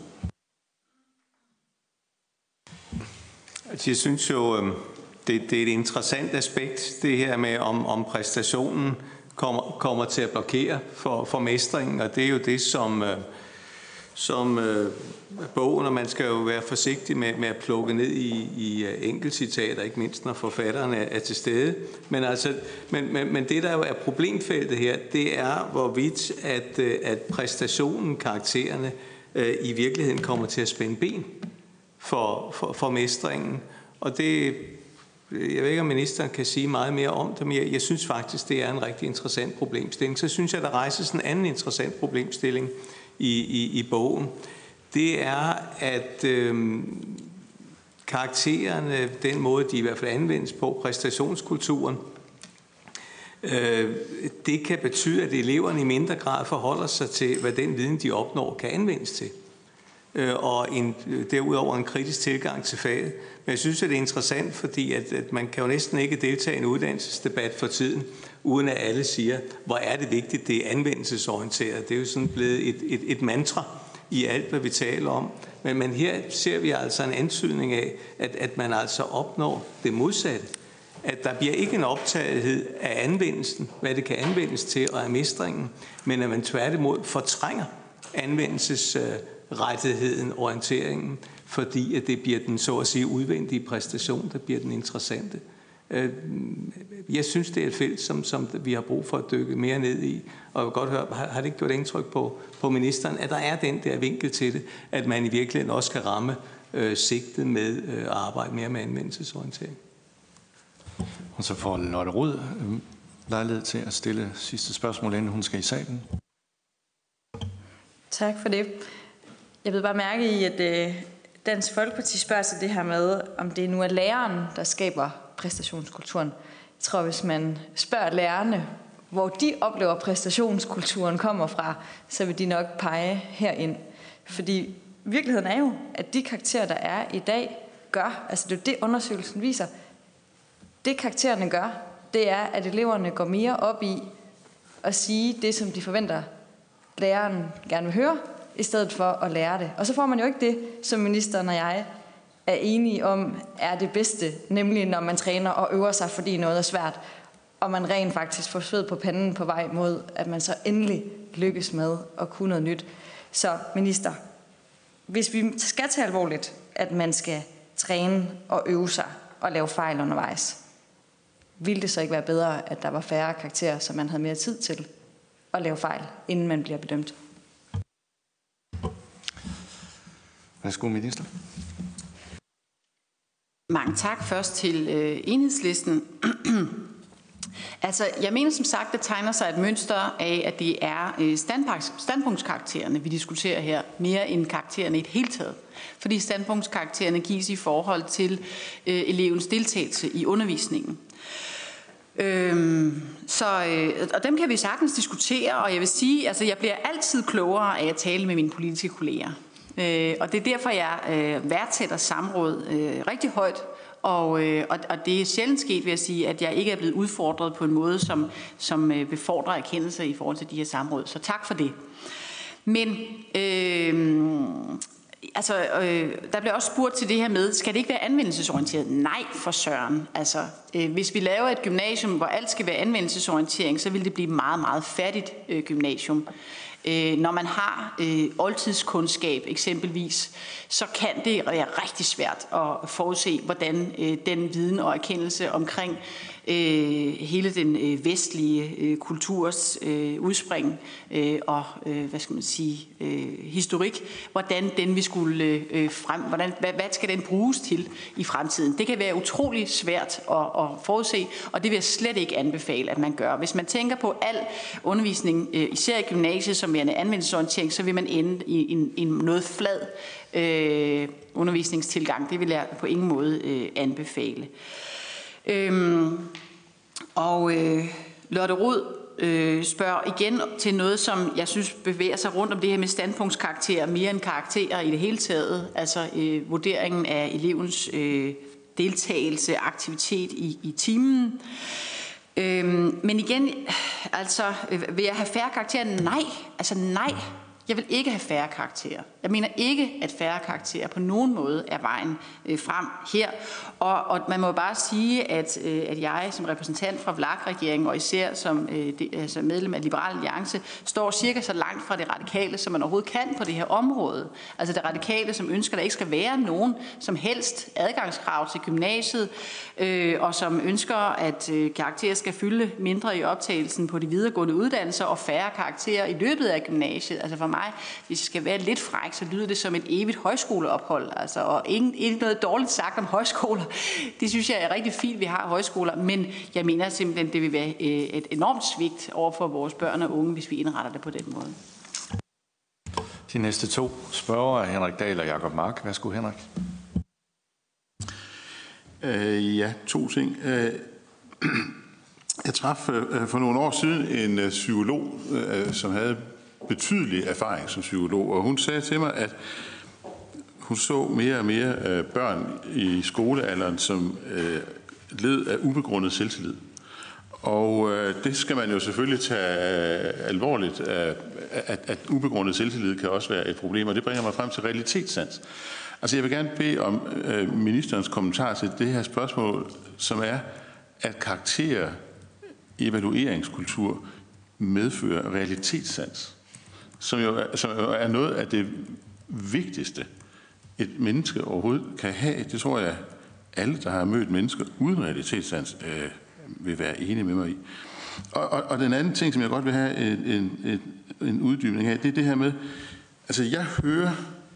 Jeg synes jo, det, det er et interessant aspekt, det her med, om, om præstationen kommer, kommer til at blokere for, for mestringen, og det er jo det, som... som øh, bogen, og man skal jo være forsigtig med, med at plukke ned i, i enkeltcitater, ikke mindst når forfatteren er, er til stede. Men, altså, men, men, men det, der jo er problemfeltet her, det er, hvorvidt at, at præstationen, karaktererne, øh, i virkeligheden kommer til at spænde ben for, for, for mestringen. Og det, jeg ved ikke, om ministeren kan sige meget mere om det, men jeg, jeg synes faktisk, det er en rigtig interessant problemstilling. Så synes jeg, der rejses en anden interessant problemstilling I, i, i bogen. Det er, at øh, karaktererne, den måde, de i hvert fald anvendes på, præstationskulturen, øh, det kan betyde, at eleverne i mindre grad forholder sig til, hvad den viden, de opnår, kan anvendes til. Øh, og en, derudover en kritisk tilgang til faget. Men jeg synes, at det er interessant, fordi at, at man kan jo næsten ikke deltage i en uddannelsesdebat for tiden, uden at alle siger, hvor er det vigtigt, det er anvendelsesorienteret. Det er jo sådan blevet et, et, et mantra i alt, hvad vi taler om. Men, men her ser vi altså en antydning af, at, at man altså opnår det modsatte. At der bliver ikke en optagethed af anvendelsen, hvad det kan anvendes til, og af mestringen, men at man tværtimod fortrænger anvendelsesrettigheden, orienteringen, fordi at det bliver den, så at sige, udvendige præstation, der bliver den interessante. Jeg synes, det er et felt, som, som vi har brug for at dykke mere ned i. Og jeg vil godt høre, har, har det ikke gjort indtryk på, på ministeren, at der er den der vinkel til det, at man i virkeligheden også kan ramme øh, sigtet med øh, at arbejde mere med anvendelsesorientering? Og så får Lotte Rod lejlighed til at stille sidste spørgsmål, inden hun skal i salen. Tak for det. Jeg vil bare mærke i, at øh, Dansk Folkeparti spørger sig det her med, om det nu er læreren, der skaber præstationskulturen. Jeg tror, hvis man spørger lærerne, hvor de oplever præstationskulturen kommer fra, så vil de nok pege herind. Fordi virkeligheden er jo, at de karakterer, der er i dag, gør, altså det er det, undersøgelsen viser, det karaktererne gør, det er, at eleverne går mere op i at sige det, som de forventer, læreren gerne vil høre, i stedet for at lære det. Og så får man jo ikke det, som ministeren og jeg er enige om, er det bedste, nemlig når man træner og øver sig, fordi noget er svært, og man rent faktisk får sved på panden på vej mod, at man så endelig lykkes med at kunne noget nyt. Så minister, hvis vi skal tage alvorligt, at man skal træne og øve sig og lave fejl undervejs, ville det så ikke være bedre, at der var færre karakterer, så man havde mere tid til at lave fejl, inden man bliver bedømt? Værsgo, minister. Mange tak først til øh, Enhedslisten. Altså, jeg mener som sagt, der tegner sig et mønster af, at det er øh, standpunktskaraktererne, vi diskuterer her, mere end karaktererne i et hele taget. Fordi standpunktskaraktererne gives i forhold til øh, elevens deltagelse i undervisningen. Øhm, så, øh, og dem kan vi sagtens diskutere, og jeg vil sige, altså jeg bliver altid klogere af at tale med mine politiske kolleger. Øh, og det er derfor, jeg øh, værdsætter samråd øh, rigtig højt. Og, øh, og, og det er sjældent sket, vil jeg sige, at jeg ikke er blevet udfordret på en måde, som, som øh, befordrer erkendelse i forhold til de her samråd. Så tak for det. Men øh, Altså, øh, der bliver også spurgt til det her med, skal det ikke være anvendelsesorienteret? Nej, for søren. Altså, øh, hvis vi laver et gymnasium, hvor alt skal være anvendelsesorientering, så vil det blive meget, meget fattigt øh, gymnasium. Øh, når man har øh, oldtidskundskab eksempelvis, så kan det være rigtig svært at forudse, hvordan øh, den viden og erkendelse omkring øh, hele den øh, vestlige øh, kulturs øh, udspring øh, og øh, hvad skal man sige øh, historik, hvordan den vi skulle øh, frem, hvordan, hvad, hvad skal den bruges til i fremtiden? Det kan være utrolig svært at, at forudse, og det vil jeg slet ikke anbefale, at man gør. Hvis man tænker på al undervisning, øh, især i gymnasiet, som værende anvendelsesorientering, så vil man ende i en, en noget flad øh, undervisningstilgang. Det vil jeg på ingen måde øh, anbefale. Øhm, og øh, Lotte Rod øh, spørger igen til noget, som jeg synes bevæger sig rundt om det her med standpunktskarakterer, mere end karakterer i det hele taget, altså øh, vurderingen af elevens øh, deltagelse, aktivitet i, i timen. Øhm, men igen, altså, øh, vil jeg have færre karakterer? Nej, altså nej. Jeg vil ikke have færre karakterer. Jeg mener ikke, at færre karakterer på nogen måde er vejen øh, frem her. Og, og man må bare sige, at, øh, at jeg som repræsentant fra V L A K-regeringen, og især som øh, de, altså medlem af Liberal Alliance, står cirka så langt fra det radikale, som man overhovedet kan på det her område. Altså det radikale, som ønsker, at der ikke skal være nogen som helst adgangskrav til gymnasiet, øh, og som ønsker, at øh, karakterer skal fylde mindre i optagelsen på de videregående uddannelser, og færre karakterer i løbet af gymnasiet. Altså for mig, hvis det skal være lidt fræk, så lyder det som et evigt højskoleophold. Altså, og ikke, ikke noget dårligt sagt om højskoler. Det synes jeg er rigtig fint, vi har højskoler, men jeg mener simpelthen, det vil være et enormt svigt over for vores børn og unge, hvis vi indretter det på den måde. De næste to spørgere er Henrik Dahl og Jacob Mark. Værsgo, Henrik. Øh, ja, to ting. Øh, jeg traf øh, for nogle år siden en øh, psykolog, øh, som havde betydelig erfaring som psykolog, og hun sagde til mig, at hun så mere og mere øh, børn i skolealderen, som øh, led af ubegrundet selvtillid. Og øh, det skal man jo selvfølgelig tage øh, alvorligt, øh, at, at ubegrundet selvtillid kan også være et problem, og det bringer mig frem til realitetssans. Altså jeg vil gerne bede om øh, ministerens kommentar til det her spørgsmål, som er, at karakterer, evalueringskultur medfører realitetssans, som jo, er, som jo er noget af det vigtigste, et menneske overhovedet kan have. Det tror jeg, alle, der har mødt mennesker uden realitetssans, øh, vil være enige med mig i. Og, og, og den anden ting, som jeg godt vil have en, en, en, en uddybning af, det er det her med, altså jeg hører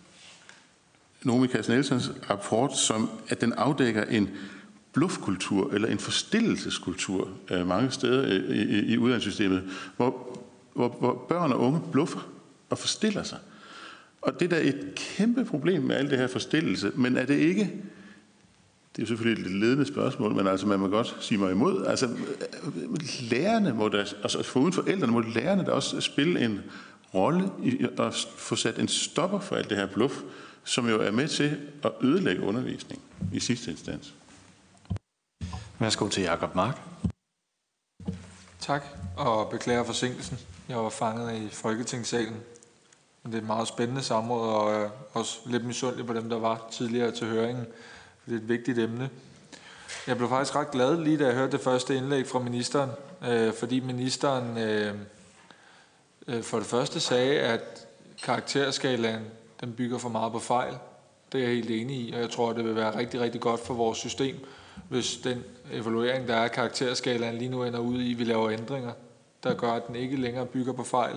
Noomi Kass Nielsens rapport som, at den afdækker en bluffkultur eller en forstillelseskultur øh, mange steder i, i, i uddannelsessystemet, hvor, hvor, hvor børn og unge bluffer og forstiller sig. Og det er da et kæmpe problem med alt det her forstillelse, men er det ikke, det er jo selvfølgelig et lidt ledende spørgsmål, men altså man må godt sige mig imod, altså lærerne må da, altså foruden forældrene må lærerne da også spille en rolle i at få sat en stopper for alt det her bluff, som jo er med til at ødelægge undervisning i sidste instans. Værsgo til Jacob Mark. Tak, og beklager forsinkelsen. Jeg var fanget i Folketingssalen. Det er et meget spændende samråd, og øh, også lidt misundelig på dem, der var tidligere til høringen. Det er et vigtigt emne. Jeg blev faktisk ret glad lige da jeg hørte det første indlæg fra ministeren, øh, fordi ministeren øh, øh, for det første sagde, at karakterskalaen den bygger for meget på fejl. Det er jeg helt enig i, og jeg tror, det vil være rigtig, rigtig godt for vores system, hvis den evaluering, der er af karakterskalaen lige nu ender ud i, vi laver ændringer, der gør, at den ikke længere bygger på fejl.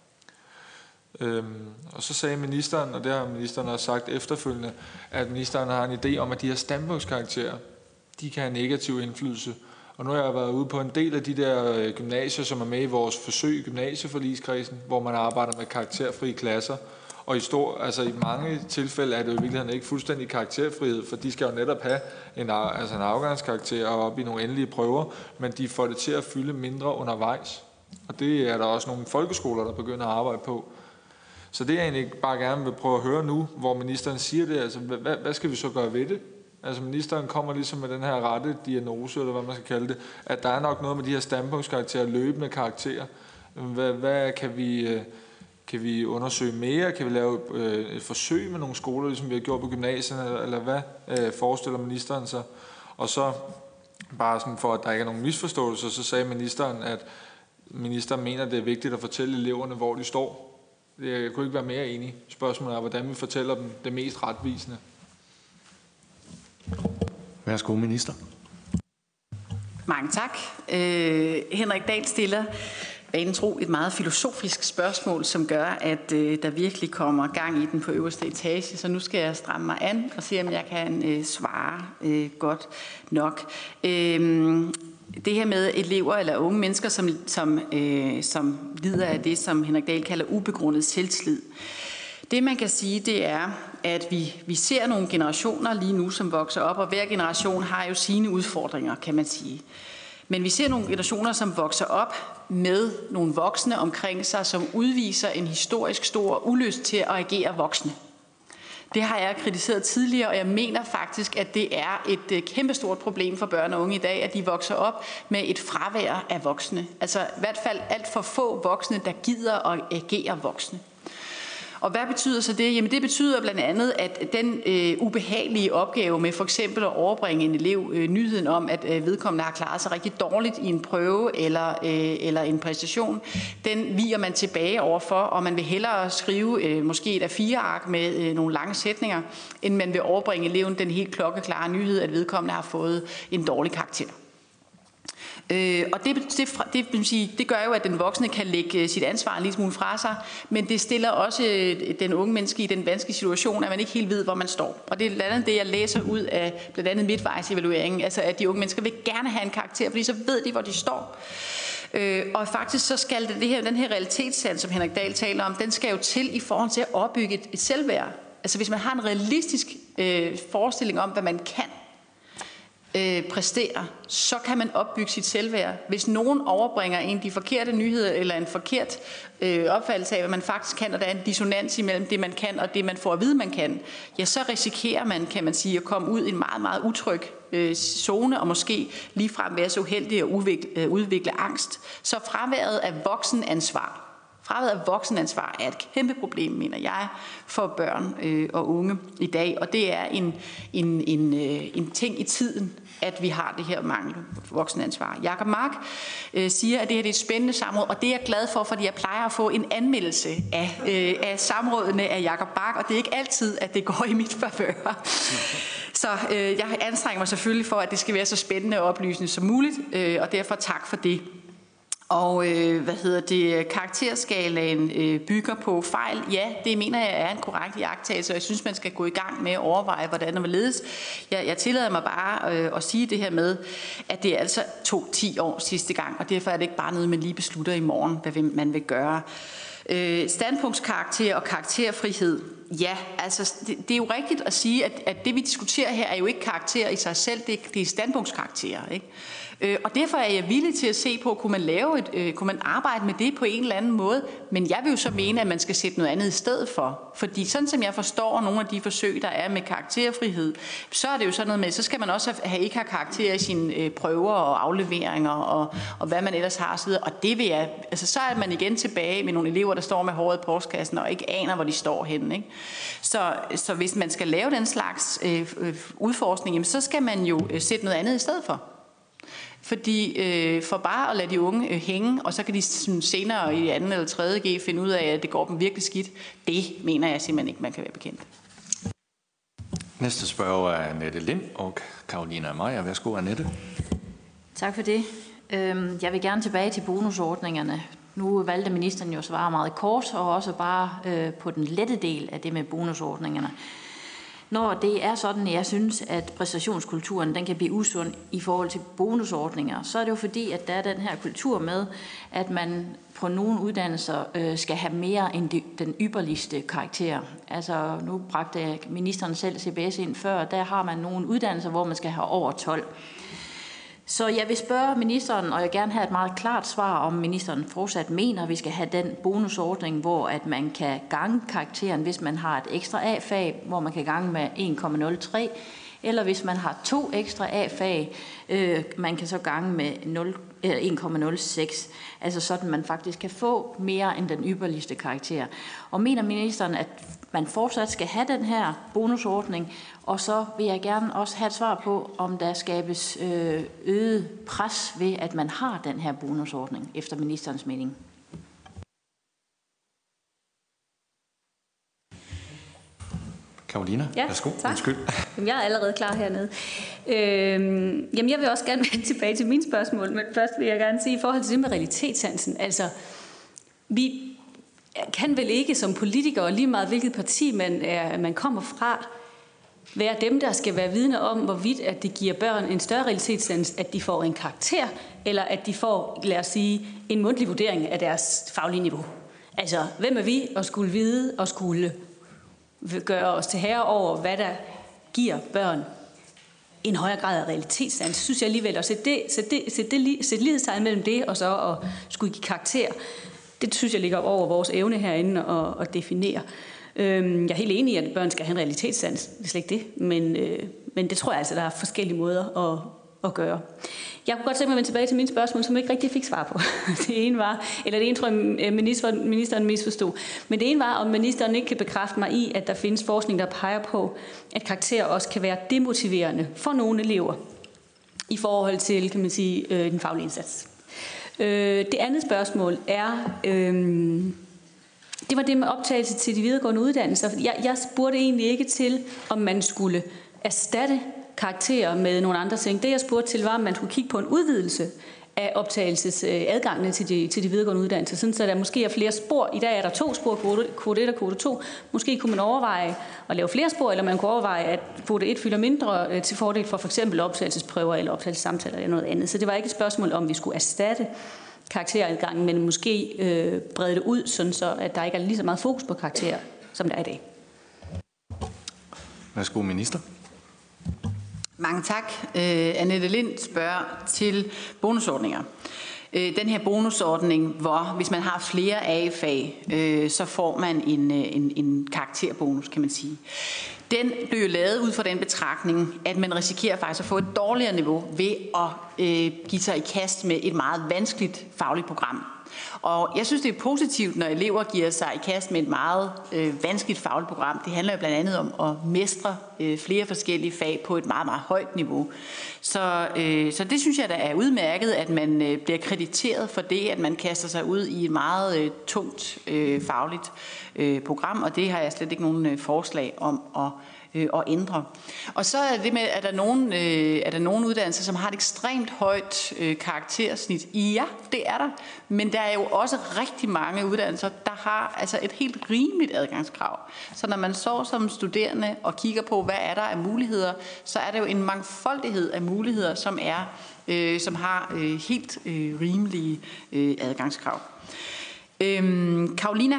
Øhm, og så sagde ministeren, og det har ministeren også sagt efterfølgende, at ministeren har en idé om, at de her standpunktskarakterer, de kan have negativ indflydelse. Og nu har jeg været ude på en del af de der gymnasier, som er med i vores forsøg i gymnasieforligskredsen, hvor man arbejder med karakterfrie klasser. Og i, stor, altså i mange tilfælde er det jo i virkeligheden ikke fuldstændig karakterfrihed, for de skal jo netop have en, altså en afgangskarakter og op i nogle endelige prøver, men de får det til at fylde mindre undervejs. Og det er der også nogle folkeskoler, der begynder at arbejde på. Så det er egentlig bare gerne vil prøve at høre nu, hvor ministeren siger det, altså hvad, hvad skal vi så gøre ved det? Altså ministeren kommer ligesom med den her rette diagnose, eller hvad man skal kalde det, at der er nok noget med de her standpunktskarakterer, løbende karakterer. Hvad, hvad kan vi kan vi undersøge mere? Kan vi lave øh, et forsøg med nogle skoler, ligesom vi har gjort på gymnasierne, eller, eller hvad øh, forestiller ministeren sig? Og så bare sådan for, at der ikke er nogen misforståelser, så sagde ministeren, at ministeren mener, at det er vigtigt at fortælle eleverne, hvor de står. Jeg kunne ikke være mere enig. Spørgsmålet er, hvordan vi fortæller dem det mest retvisende. Værsgo, minister. Mange tak. Øh, Henrik Dahl stiller vanen tro et meget filosofisk spørgsmål, som gør, at øh, der virkelig kommer gang i den på øverste etage. Så nu skal jeg stramme mig an og se, om jeg kan øh, svare øh, godt nok. Øh, det her med elever eller unge mennesker, som, som, øh, som lider af det, som Henrik Dahl kalder ubegrundet selvtillid. Det man kan sige, det er, at vi, vi ser nogle generationer lige nu, som vokser op, og hver generation har jo sine udfordringer, kan man sige. Men vi ser nogle generationer, som vokser op med nogle voksne omkring sig, som udviser en historisk stor ulyst til at agere voksne. Det har jeg kritiseret tidligere, og jeg mener faktisk, at det er et kæmpestort problem for børn og unge i dag, at de vokser op med et fravær af voksne. Altså i hvert fald alt for få voksne, der gider at agere voksne. Og hvad betyder så det? Jamen det betyder blandt andet, at den øh, ubehagelige opgave med for eksempel at overbringe en elev øh, nyheden om, at øh, vedkommende har klaret sig rigtig dårligt i en prøve eller, øh, eller en præstation, den viger man tilbage overfor, og man vil hellere skrive øh, måske et A fire ark med øh, nogle lange sætninger, end man vil overbringe eleven den helt klokkeklare nyhed, at vedkommende har fået en dårlig karakter. Øh, og det, det, det, det, sige, det gør jo, at den voksne kan lægge sit ansvar en lille smule fra sig, men det stiller også den unge menneske i den vanskelige situation, at man ikke helt ved, hvor man står. Og det er blandt andet det, jeg læser ud af blandt andet midtvejsevalueringen, altså at de unge mennesker vil gerne have en karakter, fordi så ved de, hvor de står. Øh, og faktisk så skal det, det her, den her realitetssand, som Henrik Dahl taler om, den skal jo til i forhold til at opbygge et, et selvværd. Altså hvis man har en realistisk øh, forestilling om, hvad man kan, Øh, præstere, så kan man opbygge sit selvværd. Hvis nogen overbringer en de forkerte nyheder eller en forkert øh, opfattelse af, hvad man faktisk kan, og der er en dissonans imellem det, man kan, og det, man får at vide, man kan, ja, så risikerer man, kan man sige, at komme ud i en meget, meget utryg øh, zone, og måske ligefrem være så uheldig at udvikle, øh, udvikle angst. Så fraværet af voksenansvar, fraværet af voksenansvar er et kæmpe problem, mener jeg, for børn øh, og unge i dag, og det er en, en, en, øh, en ting i tiden, at vi har det her mangel på voksenansvar. Jakob Mark øh, siger, at det her er et spændende samråd, og det er jeg glad for, fordi jeg plejer at få en anmeldelse af, øh, af samrådene af Jakob Mark, og det er ikke altid, at det går i mit favør. Så øh, jeg anstrenger mig selvfølgelig for, at det skal være så spændende og oplysende som muligt, øh, og derfor tak for det. Og øh, hvad hedder det, karakterskalaen øh, bygger på fejl. Ja, det mener jeg er en korrekt iagttagelse, og jeg synes, man skal gå i gang med at overveje, hvordan det vil ledes. Jeg, jeg tillader mig bare øh, at sige det her med, at det altså tog ti år sidste gang, og derfor er det ikke bare noget, man lige beslutter i morgen, hvad man vil gøre. Øh, standpunktskarakter og karakterfrihed. Ja, altså det, det er jo rigtigt at sige, at, at det vi diskuterer her er jo ikke karakter i sig selv, det er, det er standpunktskarakterer, ikke? Øh, og derfor er jeg villig til at se på, kunne man lave et, øh, kunne man arbejde med det på en eller anden måde, men jeg vil jo så mene, at man skal sætte noget andet i stedet for. Fordi sådan som jeg forstår nogle af de forsøg, der er med karakterfrihed, så er det jo sådan noget med, så skal man også have, ikke have karakter i sine øh, prøver og afleveringer og, og hvad man ellers har osv. Og det vil jeg, altså så er man igen tilbage med nogle elever, der står med håret i postkassen og ikke aner, hvor de står henne, ikke? Så, så hvis man skal lave den slags øh, udforskning, jamen, så skal man jo øh, sætte noget andet i stedet for. Fordi øh, for bare at lade de unge øh, hænge, og så kan de senere i anden eller tredje G finde ud af, at det går dem virkelig skidt, det mener jeg simpelthen ikke, man kan være bekendt. Næste spørger er Annette Lind og Carolina Meyer. Værsgo, Annette. Tak for det. Jeg vil gerne tilbage til bonusordningerne. Nu valgte ministeren jo at svare meget kort, og også bare øh, på den lette del af det med bonusordningerne. Når det er sådan, at jeg synes, at præstationskulturen den kan blive usund i forhold til bonusordninger, så er det jo fordi, at der er den her kultur med, at man på nogle uddannelser øh, skal have mere end de, den ypperligste karakter. Altså nu bragte ministeren selv C B S ind før, der har man nogle uddannelser, hvor man skal have over tolv. Så jeg vil spørge ministeren, og jeg vil gerne have et meget klart svar, om ministeren fortsat mener, at vi skal have den bonusordning, hvor at man kan gange karakteren, hvis man har et ekstra A-fag, hvor man kan gange med en komma nul tre, eller hvis man har to ekstra A-fag, øh, man kan så gange med en komma nul seks, altså sådan man faktisk kan få mere end den ypperligste karakter. Og mener ministeren, at man fortsat skal have den her bonusordning, og så vil jeg gerne også have et svar på, om der skabes øh, øget pres ved, at man har den her bonusordning, efter ministerens mening. Karolina, ja, værsgo. Tak. Undskyld. Jamen, jeg er allerede klar hernede. Øhm, jamen, jeg vil også gerne vende tilbage til mine spørgsmål, men først vil jeg gerne sige i forhold til det med realitetssansen. Altså, vi kan vel ikke som politikere, lige meget hvilket parti man, er, man kommer fra, være dem, der skal være vidne om, hvorvidt at det giver børn en større realitetssans, at de får en karakter, eller at de får, lad os sige, en mundtlig vurdering af deres faglige niveau. Altså, hvem er vi at skulle vide og skulle gøre os til herre over, hvad der giver børn en højere grad af realitetssans, synes jeg alligevel at sætte, det, sætte, det, sætte, det, sætte lighedstegn mellem det og så at skulle give karakter. Det synes jeg ligger over vores evne herinde at, at definere. Jeg er helt enig i, at børn skal have en realitetssans, det er slet ikke det, men, men det tror jeg altså, der er forskellige måder at, at gøre. Jeg kunne godt tænke mig at vende tilbage til mine spørgsmål, som jeg ikke rigtig fik svar på. Det ene var, eller det ene tror jeg, ministeren, ministeren misforstod, men det ene var, om ministeren ikke kan bekræfte mig i, at der findes forskning, der peger på, at karakterer også kan være demotiverende for nogle elever i forhold til, kan man sige, den faglige indsats. Det andet spørgsmål er, øh, det var det med optagelse til de videregående uddannelser. Jeg, jeg spurgte egentlig ikke til, om man skulle erstatte karakterer med nogle andre ting. Det jeg spurgte til var, om man skulle kigge på en udvidelse af optagelsesadgangene til de, til de videregående uddannelser, sådan så der måske er flere spor. I dag er der to spor, kvote et og kvote to. Måske kunne man overveje at lave flere spor, eller man kunne overveje, at kvote et fylder mindre til fordel for f.eks. optagelsesprøver eller optagelsessamtaler eller noget andet. Så det var ikke et spørgsmål om, vi skulle erstatte karakteradgangen, men måske øh, brede det ud, sådan så at der ikke er lige så meget fokus på karakterer, som der er i dag. Værsgo, minister. Mange tak. Øh, Annette Lind spørger til bonusordninger. Øh, den her bonusordning, hvor hvis man har flere A-fag, øh, så får man en, en, en karakterbonus, kan man sige. Den blev jo lavet ud fra den betragtning, at man risikerer faktisk at få et dårligere niveau ved at øh, give sig i kast med et meget vanskeligt fagligt program. Og jeg synes, det er positivt, når elever giver sig i kast med et meget øh, vanskeligt fagligt program. Det handler jo blandt andet om at mestre øh, flere forskellige fag på et meget, meget højt niveau. Så, øh, så det synes jeg, der er udmærket, at man øh, bliver krediteret for det, at man kaster sig ud i et meget øh, tungt øh, fagligt øh, program, og det har jeg slet ikke nogen øh, forslag om at øh, at ændre. Og så er det med, at der nogen, øh, er der nogen uddannelser, som har et ekstremt højt øh, karaktersnit. Ja, det er der. Men der er jo også rigtig mange uddannelser, der har altså et helt rimeligt adgangskrav. Så når man så som studerende og kigger på, hvad er der af muligheder, så er der jo en mangfoldighed af muligheder, som er, øh, som har øh, helt øh, rimelige øh, adgangskrav. Øh, Karolina,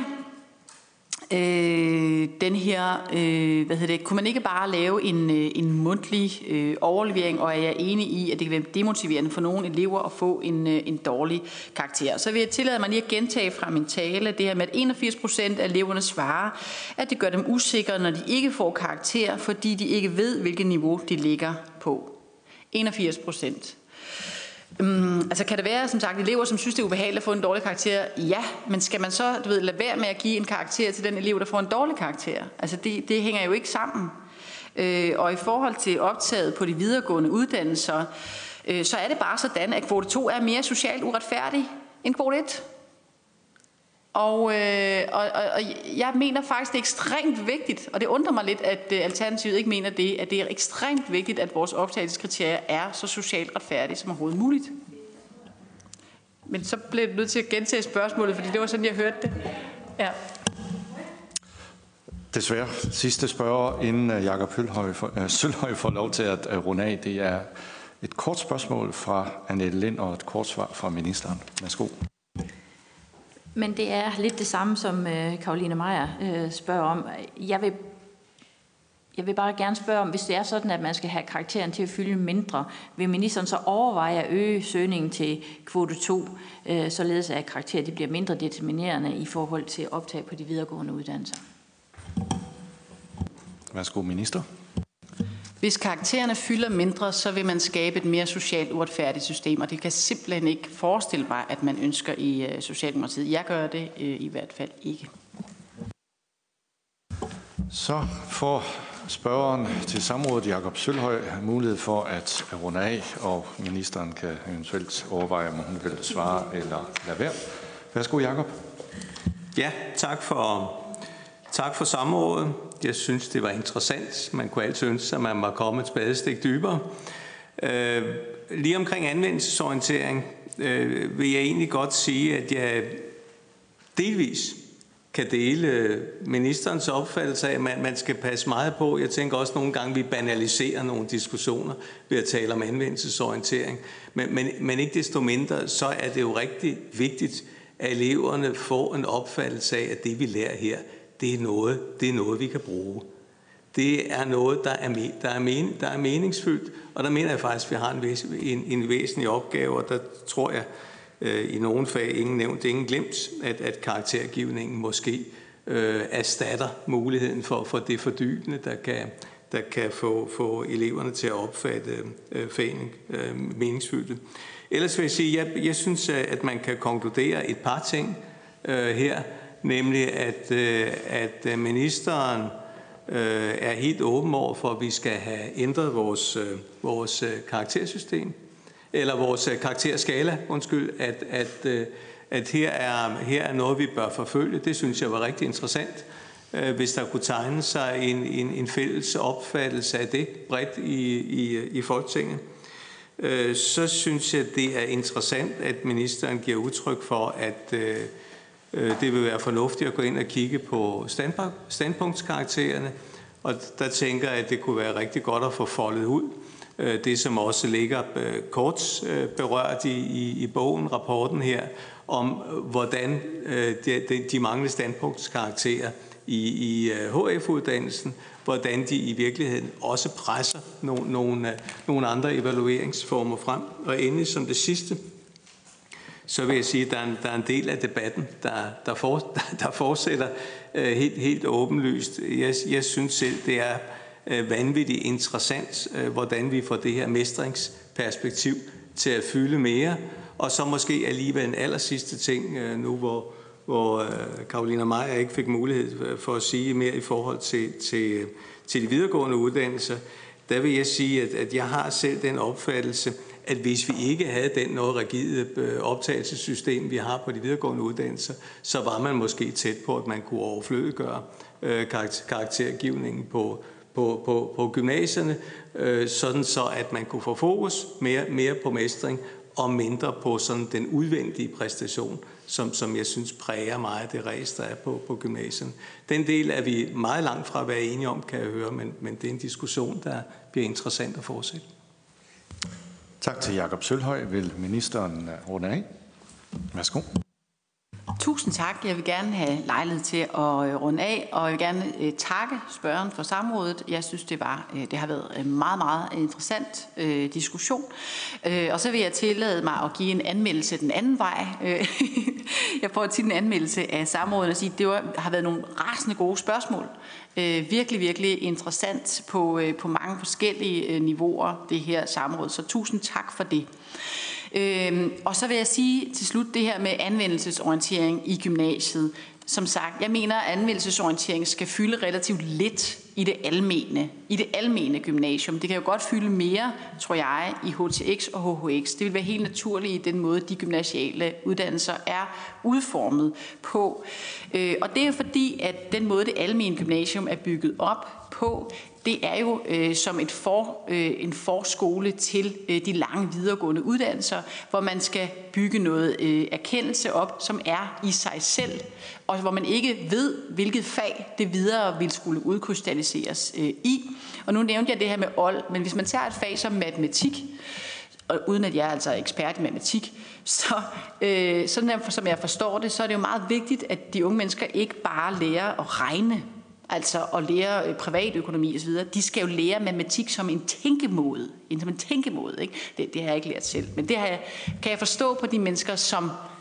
Øh, den her, øh, hvad hedder det, kunne man ikke bare lave en, øh, en mundtlig øh, overlevering, og er jeg enig i, at det kan være demotiverende for nogle elever at få en, øh, en dårlig karakter. Så vil jeg tillade mig lige at gentage fra min tale, det her med, at enogfirs procent af eleverne svarer, at det gør dem usikre, når de ikke får karakter, fordi de ikke ved, hvilket niveau de ligger på. enogfirs procent. Um, altså kan det være, som sagt, elever, som synes, det er ubehageligt at få en dårlig karakter? Ja, men skal man så, du ved, lade være med at give en karakter til den elev, der får en dårlig karakter? Altså det, det hænger jo ikke sammen. Øh, og i forhold til optaget på de videregående uddannelser, øh, så er det bare sådan, at kvote to er mere socialt uretfærdig end kvote et. Og, øh, og, og, og jeg mener faktisk, det er ekstremt vigtigt, og det undrer mig lidt, at øh, Alternativet ikke mener det, at det er ekstremt vigtigt, at vores optagelseskriterier er så socialt retfærdige som overhovedet muligt. Men så blev jeg nødt til at gentage spørgsmålet, fordi det var sådan, jeg hørte det. Ja. Desværre. Sidste spørger, inden Jakob Sølhøj får lov til at runde af, det er et kort spørgsmål fra Annette Lind og et kort svar fra ministeren. Værsgo. Men det er lidt det samme, som øh, Caroline Meyer øh, spørger om. Jeg vil, jeg vil bare gerne spørge om, hvis det er sådan, at man skal have karakteren til at fylde mindre, vil ministeren så overveje at øge søgningen til kvote to, øh, således at karakterer de bliver mindre determinerende i forhold til optag på de videregående uddannelser? Værsgo, minister. Hvis karaktererne fylder mindre, så vil man skabe et mere socialt uretfærdigt system, og det kan simpelthen ikke forestille mig, at man ønsker i uh, Socialdemokratiet. Jeg gør det uh, i hvert fald ikke. Så får spørgeren til samrådet, Jakob Sølhøj, mulighed for at runde af, og ministeren kan eventuelt overveje, om hun vil svare eller lade være. Værsgo, Jakob. Ja, tak for, tak for samrådet. Jeg synes, det var interessant. Man kunne altid ønske, at man var kommet et spadestik dybere. Øh, lige omkring anvendelsesorientering øh, vil jeg egentlig godt sige, at jeg delvis kan dele ministerens opfattelse af, at man, man skal passe meget på. Jeg tænker også nogle gange, at vi banaliserer nogle diskussioner ved at tale om anvendelsesorientering. Men, men, men ikke desto mindre, så er det jo rigtig vigtigt, at eleverne får en opfattelse af, at det vi lærer her, det er noget, det er noget vi kan bruge. Det er noget, der er, der er, men, der er meningsfyldt, og der mener jeg faktisk, at vi har en, væs, en, en væsentlig opgave, og der tror jeg, i nogle fag, ingen nævnt, ingen glemt, at, at karaktergivningen måske øh, erstatter muligheden for, for det fordybende, der kan, der kan få, få eleverne til at opfatte øh, fagene øh, meningsfyldte. Ellers vil jeg sige, at jeg, jeg synes, at man kan konkludere et par ting øh, her, nemlig at, øh, at ministeren øh, er helt åben over for, at vi skal have ændret vores, øh, vores karaktersystem, eller vores karakterskala, undskyld, at, at, at her, er, her er noget, vi bør forfølge. Det synes jeg var rigtig interessant, hvis der kunne tegne sig en, en, en fælles opfattelse af det bredt i, i, i Folketinget. Så synes jeg, det er interessant, at ministeren giver udtryk for, at det vil være fornuftigt at gå ind og kigge på standpunktskaraktererne, og der tænker jeg, at det kunne være rigtig godt at få foldet ud. Det, som også ligger kort berørt i, i, i bogen, rapporten her, om hvordan de, de manglende standpunktskarakterer i, i H F-uddannelsen, hvordan de i virkeligheden også presser nogle, nogle, nogle andre evalueringsformer frem. Og endelig som det sidste, så vil jeg sige, at der er en, der er en del af debatten, der, der, for, der fortsætter helt, helt åbenlyst. Jeg, jeg synes selv, det er vanvittigt interessant, hvordan vi får det her mestringsperspektiv til at fylde mere. Og så måske alligevel en aller sidste ting, nu hvor, hvor Carolina Meyer ikke fik mulighed for at sige mere i forhold til, til, til de videregående uddannelser. Der vil jeg sige, at, at jeg har selv den opfattelse, at hvis vi ikke havde den noget rigide optagelsessystem, vi har på de videregående uddannelser, så var man måske tæt på, at man kunne overflødiggøre karaktergivningen på På, på, på gymnasierne, øh, sådan så at man kunne få fokus mere, mere på mestring og mindre på sådan den udvendige præstation, som, som jeg synes præger meget det ræs, der er på, på gymnasierne. Den del er vi meget langt fra at være enige om, kan jeg høre, men, men det er en diskussion, der bliver interessant at fortsætte. Tak til Jakob Sølhøj. Vil ministeren runde af? Værsgo. Tusind tak. Jeg vil gerne have lejlighed til at runde af, og jeg vil gerne takke spørgeren for samrådet. Jeg synes, det, var, det har været en meget, meget interessant øh, diskussion. Øh, og så vil jeg tillade mig at give en anmeldelse den anden vej. Jeg får til en anmeldelse af samrådet og sige, at det var, har været nogle rasende gode spørgsmål. Øh, virkelig, virkelig interessant på, øh, på mange forskellige øh, niveauer, det her samråd. Så tusind tak for det. Øhm, og så vil jeg sige til slut det her med anvendelsesorientering i gymnasiet. Som sagt, jeg mener, at anvendelsesorientering skal fylde relativt lidt i det almene, i det almene gymnasium. Det kan jo godt fylde mere, tror jeg, i H T X og H H X. Det vil være helt naturligt i den måde, de gymnasiale uddannelser er udformet på. Øh, og det er fordi, at den måde, det almene gymnasium er bygget op på, det er jo øh, som et for, øh, en forskole til øh, de lange videregående uddannelser, hvor man skal bygge noget øh, erkendelse op, som er i sig selv, og hvor man ikke ved, hvilket fag det videre vil skulle udkrystalliseres øh, i. Og nu nævnte jeg det her med old, men hvis man tager et fag som matematik, og uden at jeg er altså ekspert i matematik, så øh, sådan der, som jeg forstår det, så er det jo meget vigtigt, at de unge mennesker ikke bare lærer at regne, altså at lære privatøkonomi osv., de skal jo lære matematik som en tænkemåde. Som en tænkemåde, ikke? Det, det har jeg ikke lært selv. Men det har jeg, kan jeg forstå på de mennesker, som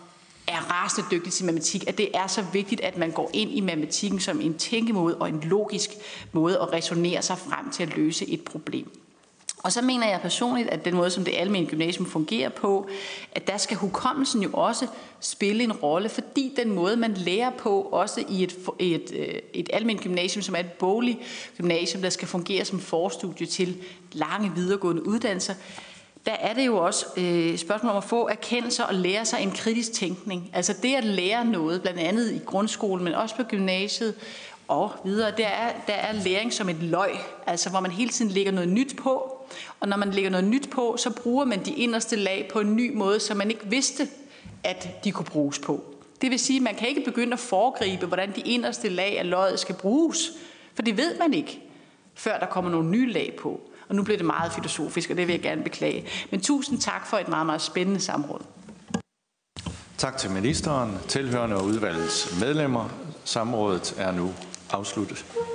er rasende dygtig til matematik, at det er så vigtigt, at man går ind i matematikken som en tænkemåde og en logisk måde at resonere sig frem til at løse et problem. Og så mener jeg personligt, at den måde, som det almene gymnasium fungerer på, at der skal hukommelsen jo også spille en rolle, fordi den måde, man lærer på, også i et, et, et alment gymnasium, som er et bogligt gymnasium, der skal fungere som forstudie til lange videregående uddannelser, der er det jo også øh, spørgsmål om at få erkendelser og lære sig en kritisk tænkning. Altså det at lære noget, blandt andet i grundskolen, men også på gymnasiet og videre, der er, der er læring som et løg, altså hvor man hele tiden lægger noget nyt på, og når man lægger noget nyt på, så bruger man de inderste lag på en ny måde, som man ikke vidste, at de kunne bruges på. Det vil sige, at man kan ikke begynde at foregribe, hvordan de inderste lag af løget skal bruges, for det ved man ikke, før der kommer nogle nye lag på. Og nu bliver det meget filosofisk, og det vil jeg gerne beklage. Men tusind tak for et meget, meget spændende samråd. Tak til ministeren, tilhørende og udvalgets medlemmer. Samrådet er nu afsluttet.